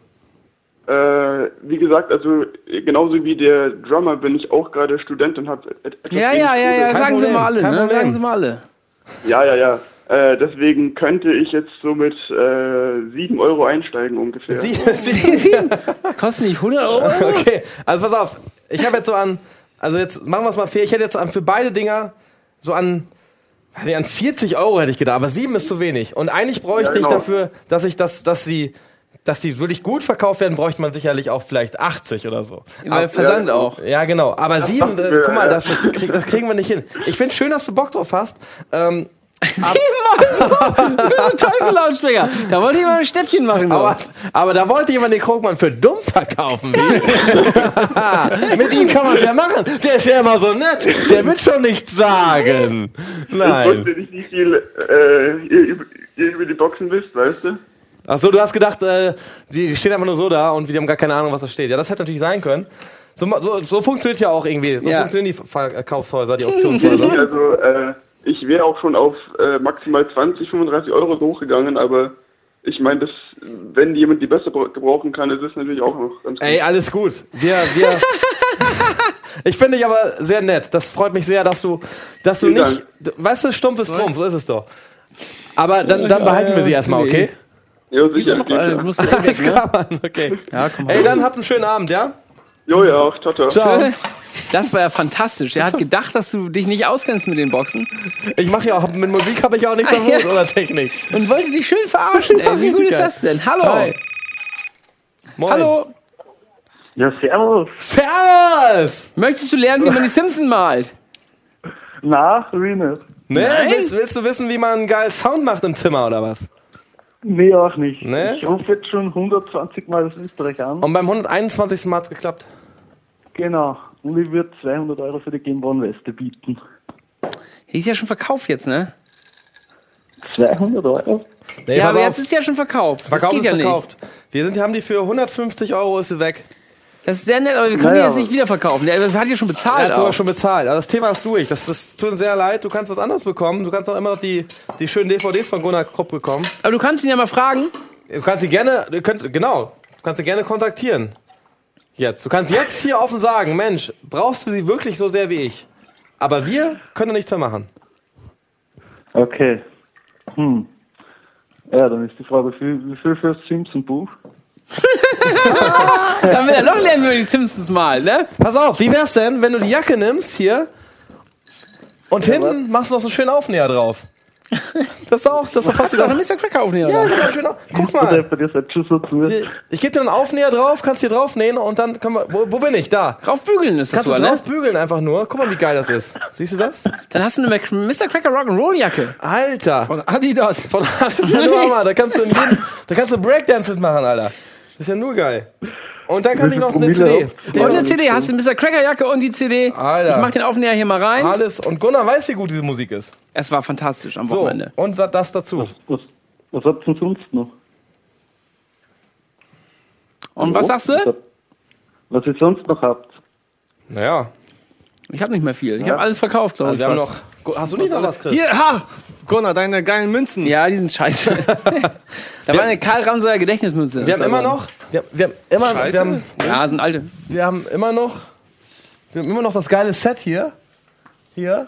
Äh, wie gesagt, also genauso wie der Drummer bin ich auch gerade Student und habe etwas Ja, wenig ja, ja, ja. Kein Sagen Sie Problem, mal alle, kein ne? Problem. Sagen Sie mal alle. Ja, ja, ja. Äh, deswegen könnte ich jetzt so mit äh, sieben Euro einsteigen ungefähr. Sie, sie, Kosten nicht hundert Euro? okay, also pass auf. Ich habe jetzt so an, also jetzt machen wir es mal fair. Ich hätte jetzt an, für beide Dinger so an, weiß nicht, an vierzig Euro hätte ich gedacht, aber sieben ist zu wenig. Und eigentlich bräuchte Ja, ich genau. dafür, dass ich das, dass sie, dass die wirklich gut verkauft werden, bräuchte man sicherlich auch vielleicht achtzig oder so. Weil Versand ja, auch. Ja, genau. Aber sieben, dachten äh, wir, guck mal, ja. das, das, krieg, das kriegen wir nicht hin. Ich finde schön, dass du Bock drauf hast. Ähm, sieben Euro für einen Teufel-Lautsprecher. Da wollte ich mal ein Schnäppchen machen. Aber, aber da wollte jemand den Krogmann für dumm verkaufen. Mit ihm kann man es ja machen. Der ist ja immer so nett. Der wird schon nichts sagen. Ich Nein. wusste nicht, wie viel äh, ihr, über, ihr über die Boxen wisst, weißt du? Ach so, du hast gedacht, äh, die stehen einfach nur so da und wir haben gar keine Ahnung, was da steht. Ja, das hätte natürlich sein können. So, so, so funktioniert ja auch irgendwie. So Ja. funktionieren die Verkaufshäuser, die Auktionshäuser. Also, äh, ich wäre auch schon auf äh, maximal zwanzig, fünfunddreißig Euro so hochgegangen, aber ich meine, das, wenn jemand die besser gebrauchen kann, ist es natürlich auch noch ganz gut. Ey, alles gut. Wir, wir. Ich finde dich aber sehr nett. Das freut mich sehr, dass du, dass du Vielen nicht. Weißt du, stumpf ist Trumpf, so ist es doch. Aber dann, dann behalten wir sie erstmal, okay? Ja, Gibt's sicher. noch, äh, sicher. musst du weg, ne? Kann man, okay. Ja, komm Ey, dann habt einen schönen Abend, ja? Jo, ja, auch. Ciao, ciao. Ciao. Das war ja fantastisch. Er hat gedacht, dass du dich nicht auskennst mit den Boxen Ich mache ja auch, mit Musik habe ich auch nichts am Ah, ja. Hut oder Technik. und wollte dich schön verarschen. Ey, wie gut ist das denn? Hallo. Hi. Moin. Hallo. Ja, servus. Servus! Möchtest du lernen, wie man die Simpsons malt? Na, wie nicht. Ne? Nein. Willst, willst du wissen, wie man einen geilen Sound macht im Zimmer oder was? Nee, auch nicht. Nee? Ich rufe jetzt schon hundertzwanzig Mal das Österreich an. Und beim hunderteinundzwanzigsten Mal hat's geklappt. Genau. Und ich würde zweihundert Euro für die Game One Weste bieten. Die ist ja schon verkauft jetzt, ne? zweihundert Euro? Nee, ja, pass aber auf. jetzt ist sie ja schon verkauft. Verkauft das geht ist ja verkauft. Wir sind, haben die für hundertfünfzig Euro ist sie weg. nicht. Das ist sehr nett, aber wir können Naja, die jetzt nicht wieder verkaufen. Der hat ja schon Er bezahlt. hat sogar Auch. schon bezahlt. Also das Thema ist durch. Das, das tut uns sehr leid. Du kannst was anderes bekommen. Du kannst auch immer noch die, die schönen D V Ds von Gunnar Krupp bekommen. Aber du kannst ihn ja mal fragen. Du kannst sie gerne, du könnt, genau, du kannst sie gerne kontaktieren. Jetzt. Du kannst jetzt hier offen sagen, Mensch, brauchst du sie wirklich so sehr wie ich? Aber wir können nichts mehr machen. Okay. Hm. Ja, dann ist die Frage, wie viel, wie viel für das Simpson-Buch? Dann will er noch lernen, wie man die Simpsons malt, ne? Pass auf, wie wär's denn, wenn du die Jacke nimmst hier und hinten machst du noch so einen schönen Aufnäher drauf? Das ist auch, das ist doch fast Hast du doch einen wieder. Mister Cracker aufnehmen? Ja, oder? ich mach schön auf. Guck Oder mal. bei dir seid schon so zu. Ich gebe dir einen Aufnäher drauf, kannst hier draufnähen und dann können wir. Wo, wo bin ich? Da. Draufbügeln ist das Kannst du sogar, ne? drauf bügeln einfach nur. Guck mal, wie geil das ist. Siehst du das? Dann hast du eine Mister Cracker Rock'n'Roll Jacke. Alter. Von Adidas. Von das ist ja nur Hammer. Da kannst du in jedem, da kannst du Breakdance mitmachen, Alter. Das ist ja nur geil. Und dann kann ich noch eine C D. Und eine C D. Hast du eine Mister Cracker Jacke und die C D. Alter. Ich mach den Aufnäher hier mal rein. Alles. Und Gunnar weiß, wie gut diese Musik ist. Es war fantastisch am So. Wochenende. Und was das dazu. Was, was habt ihr denn sonst noch? Und was sagst du? Was ihr sonst noch habt? Naja. Ich habe nicht mehr viel. Ich habe alles verkauft, glaube Also ich. wir haben fast. noch. Hast du nicht noch was, Chris? Hier, ha! Gunnar, deine geilen Münzen. Ja, die sind scheiße. Da war eine Karl Ramsayer Gedächtnismünze. Wir haben Das ist immer aber- noch. Wir, wir haben immer. Scheiße. Wir haben, Ja, sind alte. wir haben immer noch. Wir haben immer noch das geile Set hier. Hier.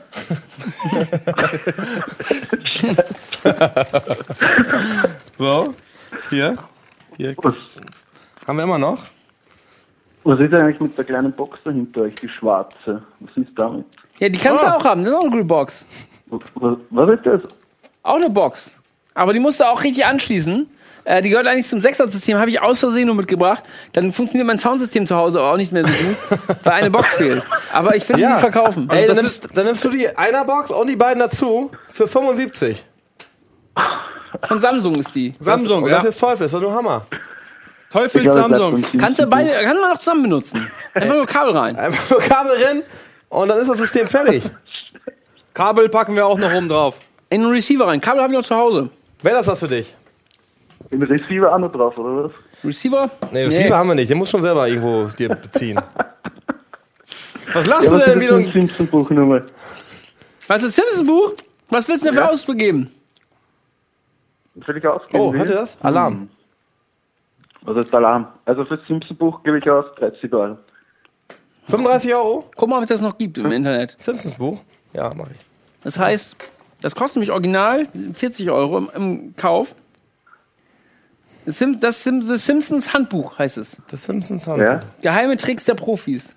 So. Hier. Hier. Was, Haben wir immer noch. was ist eigentlich mit der kleinen Box dahinter euch, die schwarze? Was ist damit? Ja, die kannst Ah. du auch haben. Das ist auch eine gute Box. Was, was, was ist das? Auch eine Box. Aber die musst du auch richtig anschließen. Äh, die gehört eigentlich zum Sechser-System, habe ich aus Versehen nur mitgebracht. Dann funktioniert mein Soundsystem zu Hause auch nicht mehr so gut, weil eine Box fehlt. Aber ich will die Ja. verkaufen. Ey, dann das nimmst, dann nimmst du die Einer-Box und die beiden dazu für fünfundsiebzig. ist, von Samsung ist die. Samsung, das, und ja. das ist Teufel, ist doch nur Hammer. Teufel Ich glaube, es bleibt Samsung. beim Kannst du Simpson-Buch. beide, kann man noch zusammen benutzen. Einfach nur Kabel rein. Einfach nur Kabel rein und dann ist das System fertig. Kabel packen wir auch noch oben drauf. In den Receiver rein. Kabel habe ich noch zu Hause. Wäre das was für dich? Im Receiver auch noch drauf, oder was? Receiver? Nee, Receiver haben wir nicht. Den musst du schon selber irgendwo dir beziehen. Was lachst Ja, du was denn ist wieder? das für ein Simpson-Buch nochmal? Was ist das Simpsons-Buch? Was willst du denn dafür ausgeben? Soll ich ausgeben? Oh, hört ihr das? Alarm. Was ist Alarm? Also für das Simpson-Buch gebe ich aus dreißig Euro. fünfunddreißig Euro? Guck mal, ob es das noch gibt im Internet. Simpsons Buch? Ja, mach ich. Das heißt, das kostet nämlich original vierzig Euro im, im Kauf. Das, Sim, das, Sim, das Simpsons Handbuch heißt es. Das Simpsons Handbuch. Ja? Geheime Tricks der Profis.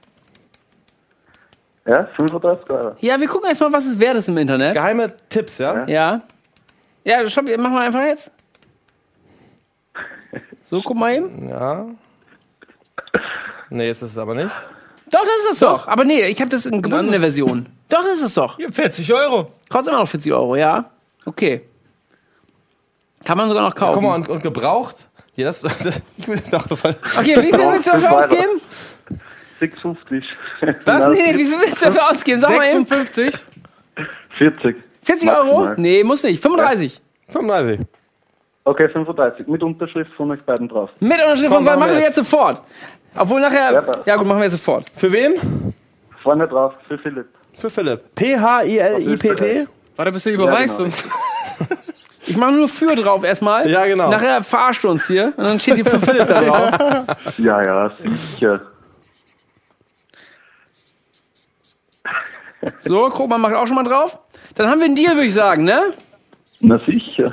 Ja, fünfunddreißig Euro. Ja, wir gucken erstmal, was es wert ist im Internet. Geheime Tipps, ja? Ja. Ja, stopp, machen wir einfach jetzt. So, guck mal eben. Ja. Nee, jetzt ist es aber nicht. Doch, das ist es doch. Aber nee, ich habe das in gebundene Version. Doch, das ist es doch. Hier, vierzig Euro. Kostet immer noch vierzig Euro, ja. Okay. Kann man sogar noch kaufen. Guck mal, und, und gebraucht? Ja, das, das, ich will doch, das halt. Okay, wie viel willst du dafür ausgeben? sechs fünfzig. Was? Nee, wie viel willst du dafür ausgeben? Sag mal eben. sechsundfünfzig? vierzig. vierzig Euro? Nee, muss nicht. fünfunddreißig. fünfunddreißig. Okay, fünfunddreißig. Mit Unterschrift von euch beiden drauf. Mit Unterschrift Komm, von machen machen wir wir jetzt sofort. Obwohl nachher. Ja, Ja, da- gut, machen wir jetzt sofort. Für wen? Vorne drauf, für Philipp. Für Philipp. P H I L I P P? Warte, bis du überweist genau. uns. Ich mache nur für drauf erstmal. Ja, genau. Nachher verarschst du uns hier. Und dann steht hier für Philipp da drauf. Ja, ja, sicher. So, Krogmann macht auch schon mal drauf. Dann haben wir einen Deal, würde ich sagen, ne? Na sicher.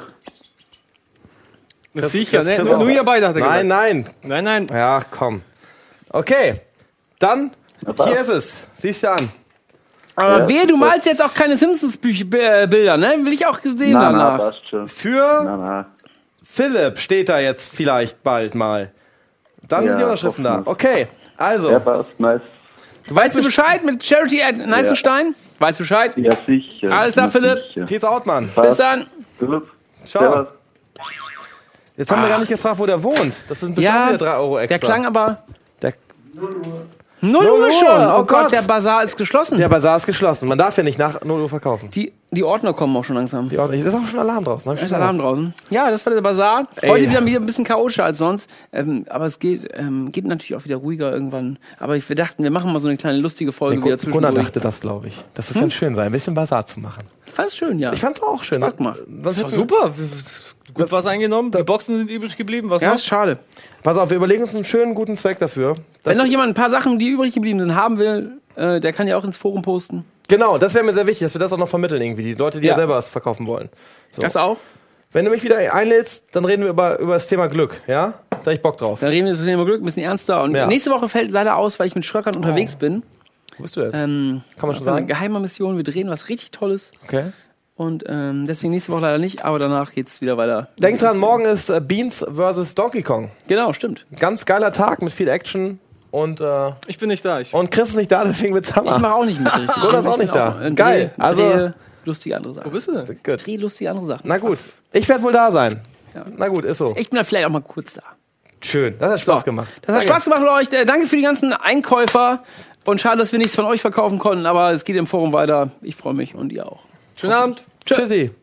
Das sicher, das- ne? das Nur, auch. nur ihr beide, hat er Nein, gesagt. nein. Nein, nein. Ja, komm. Okay. Dann, hier ist es. Siehst du an. Aber Ja, wehe, du das- malst jetzt auch keine Simpsons-Bilder, ne? Will ich auch sehen Na, na, danach. passt schon. Für Na, na. Philipp steht da jetzt vielleicht bald mal. Dann Ja, sind die Unterschriften da. hoffen wir. Okay, also. Ja, passt, nice. Weißt du Bescheid mit Charity at Neißenstein? Weißt du Bescheid? Ja, sicher. Alles klar, Na, Philipp. sicher. Peace out, Mann. Bis dann. Gut. Ciao. Servus. Jetzt haben wir gar nicht gefragt, wo der wohnt. Das sind bestimmt Ja, wieder drei Euro extra. der klang aber... Der, null Uhr Uhr schon. Oh, oh Gott, Gott. der Bazar ist geschlossen. der Bazar ist geschlossen. Man darf ja nicht nach null Uhr verkaufen. Die, die Ordner kommen auch schon langsam. Die Ordnung. Es ist auch schon Alarm draußen. Hab ich Da ist schon Alarm draußen. Ja, das war der Bazar. Heute wieder ein bisschen chaotischer als sonst. Ähm, aber es geht, ähm, geht natürlich auch wieder ruhiger irgendwann. Aber wir dachten, wir machen mal so eine kleine lustige Folge gesagt. wieder Der Gunnar zwischendurch. dachte das, glaube ich. Dass es ganz schön sei, ein bisschen Bazar zu machen. Ich fand's schön, ja. Ich fand's auch schön. Spaß gemacht. Was Das war super. Gut was eingenommen. Die Boxen sind übrig geblieben. Was Ja, noch? ist schade. Pass auf, wir überlegen uns einen schönen, guten Zweck dafür. Wenn Das, noch jemand ein paar Sachen, die übrig geblieben sind, haben will, äh, der kann ja auch ins Forum posten. genau, das wäre mir sehr wichtig, dass wir das auch noch vermitteln irgendwie. Die Leute, die ja, Ja. selber was verkaufen wollen. So. Das auch. Wenn du mich wieder einlädst, dann reden wir über, über das Thema Glück, ja? Da hab ich Bock drauf. Dann reden wir das Thema Glück ein bisschen ernster. Und Ja. nächste Woche fällt leider aus, weil ich mit Schröckern unterwegs bin. Wo bist du denn? Ähm, Kann man schon eine sagen? geheime Mission. Wir drehen was richtig Tolles. Okay. Und ähm, deswegen nächste Woche leider nicht, aber danach geht's wieder weiter. Denk dran, morgen ist äh, Beans versus Donkey Kong. Genau, stimmt. Ganz geiler Tag mit viel Action und, äh, Ich bin nicht da. Ich und Chris ist nicht da, deswegen wird's Ich Hammer. mache auch nicht mit. Richtig. Gunnar ist Ich auch bin nicht da. äh, Geil. Drehe, Also- drehe lustige andere Sachen. Wo bist du denn? Gut. Drehe lustige andere Sachen. Na gut, ich werde wohl da sein. Na gut, ist so. Ich bin da vielleicht auch mal kurz da. Schön, das hat Spaß So, gemacht. Das hat Spaß gemacht mit euch. Äh, Danke für die ganzen Einkäufer. Und schade, dass wir nichts von euch verkaufen konnten, aber es geht im Forum weiter. Ich freue mich und ihr auch. Schönen Abend. Tschüssi.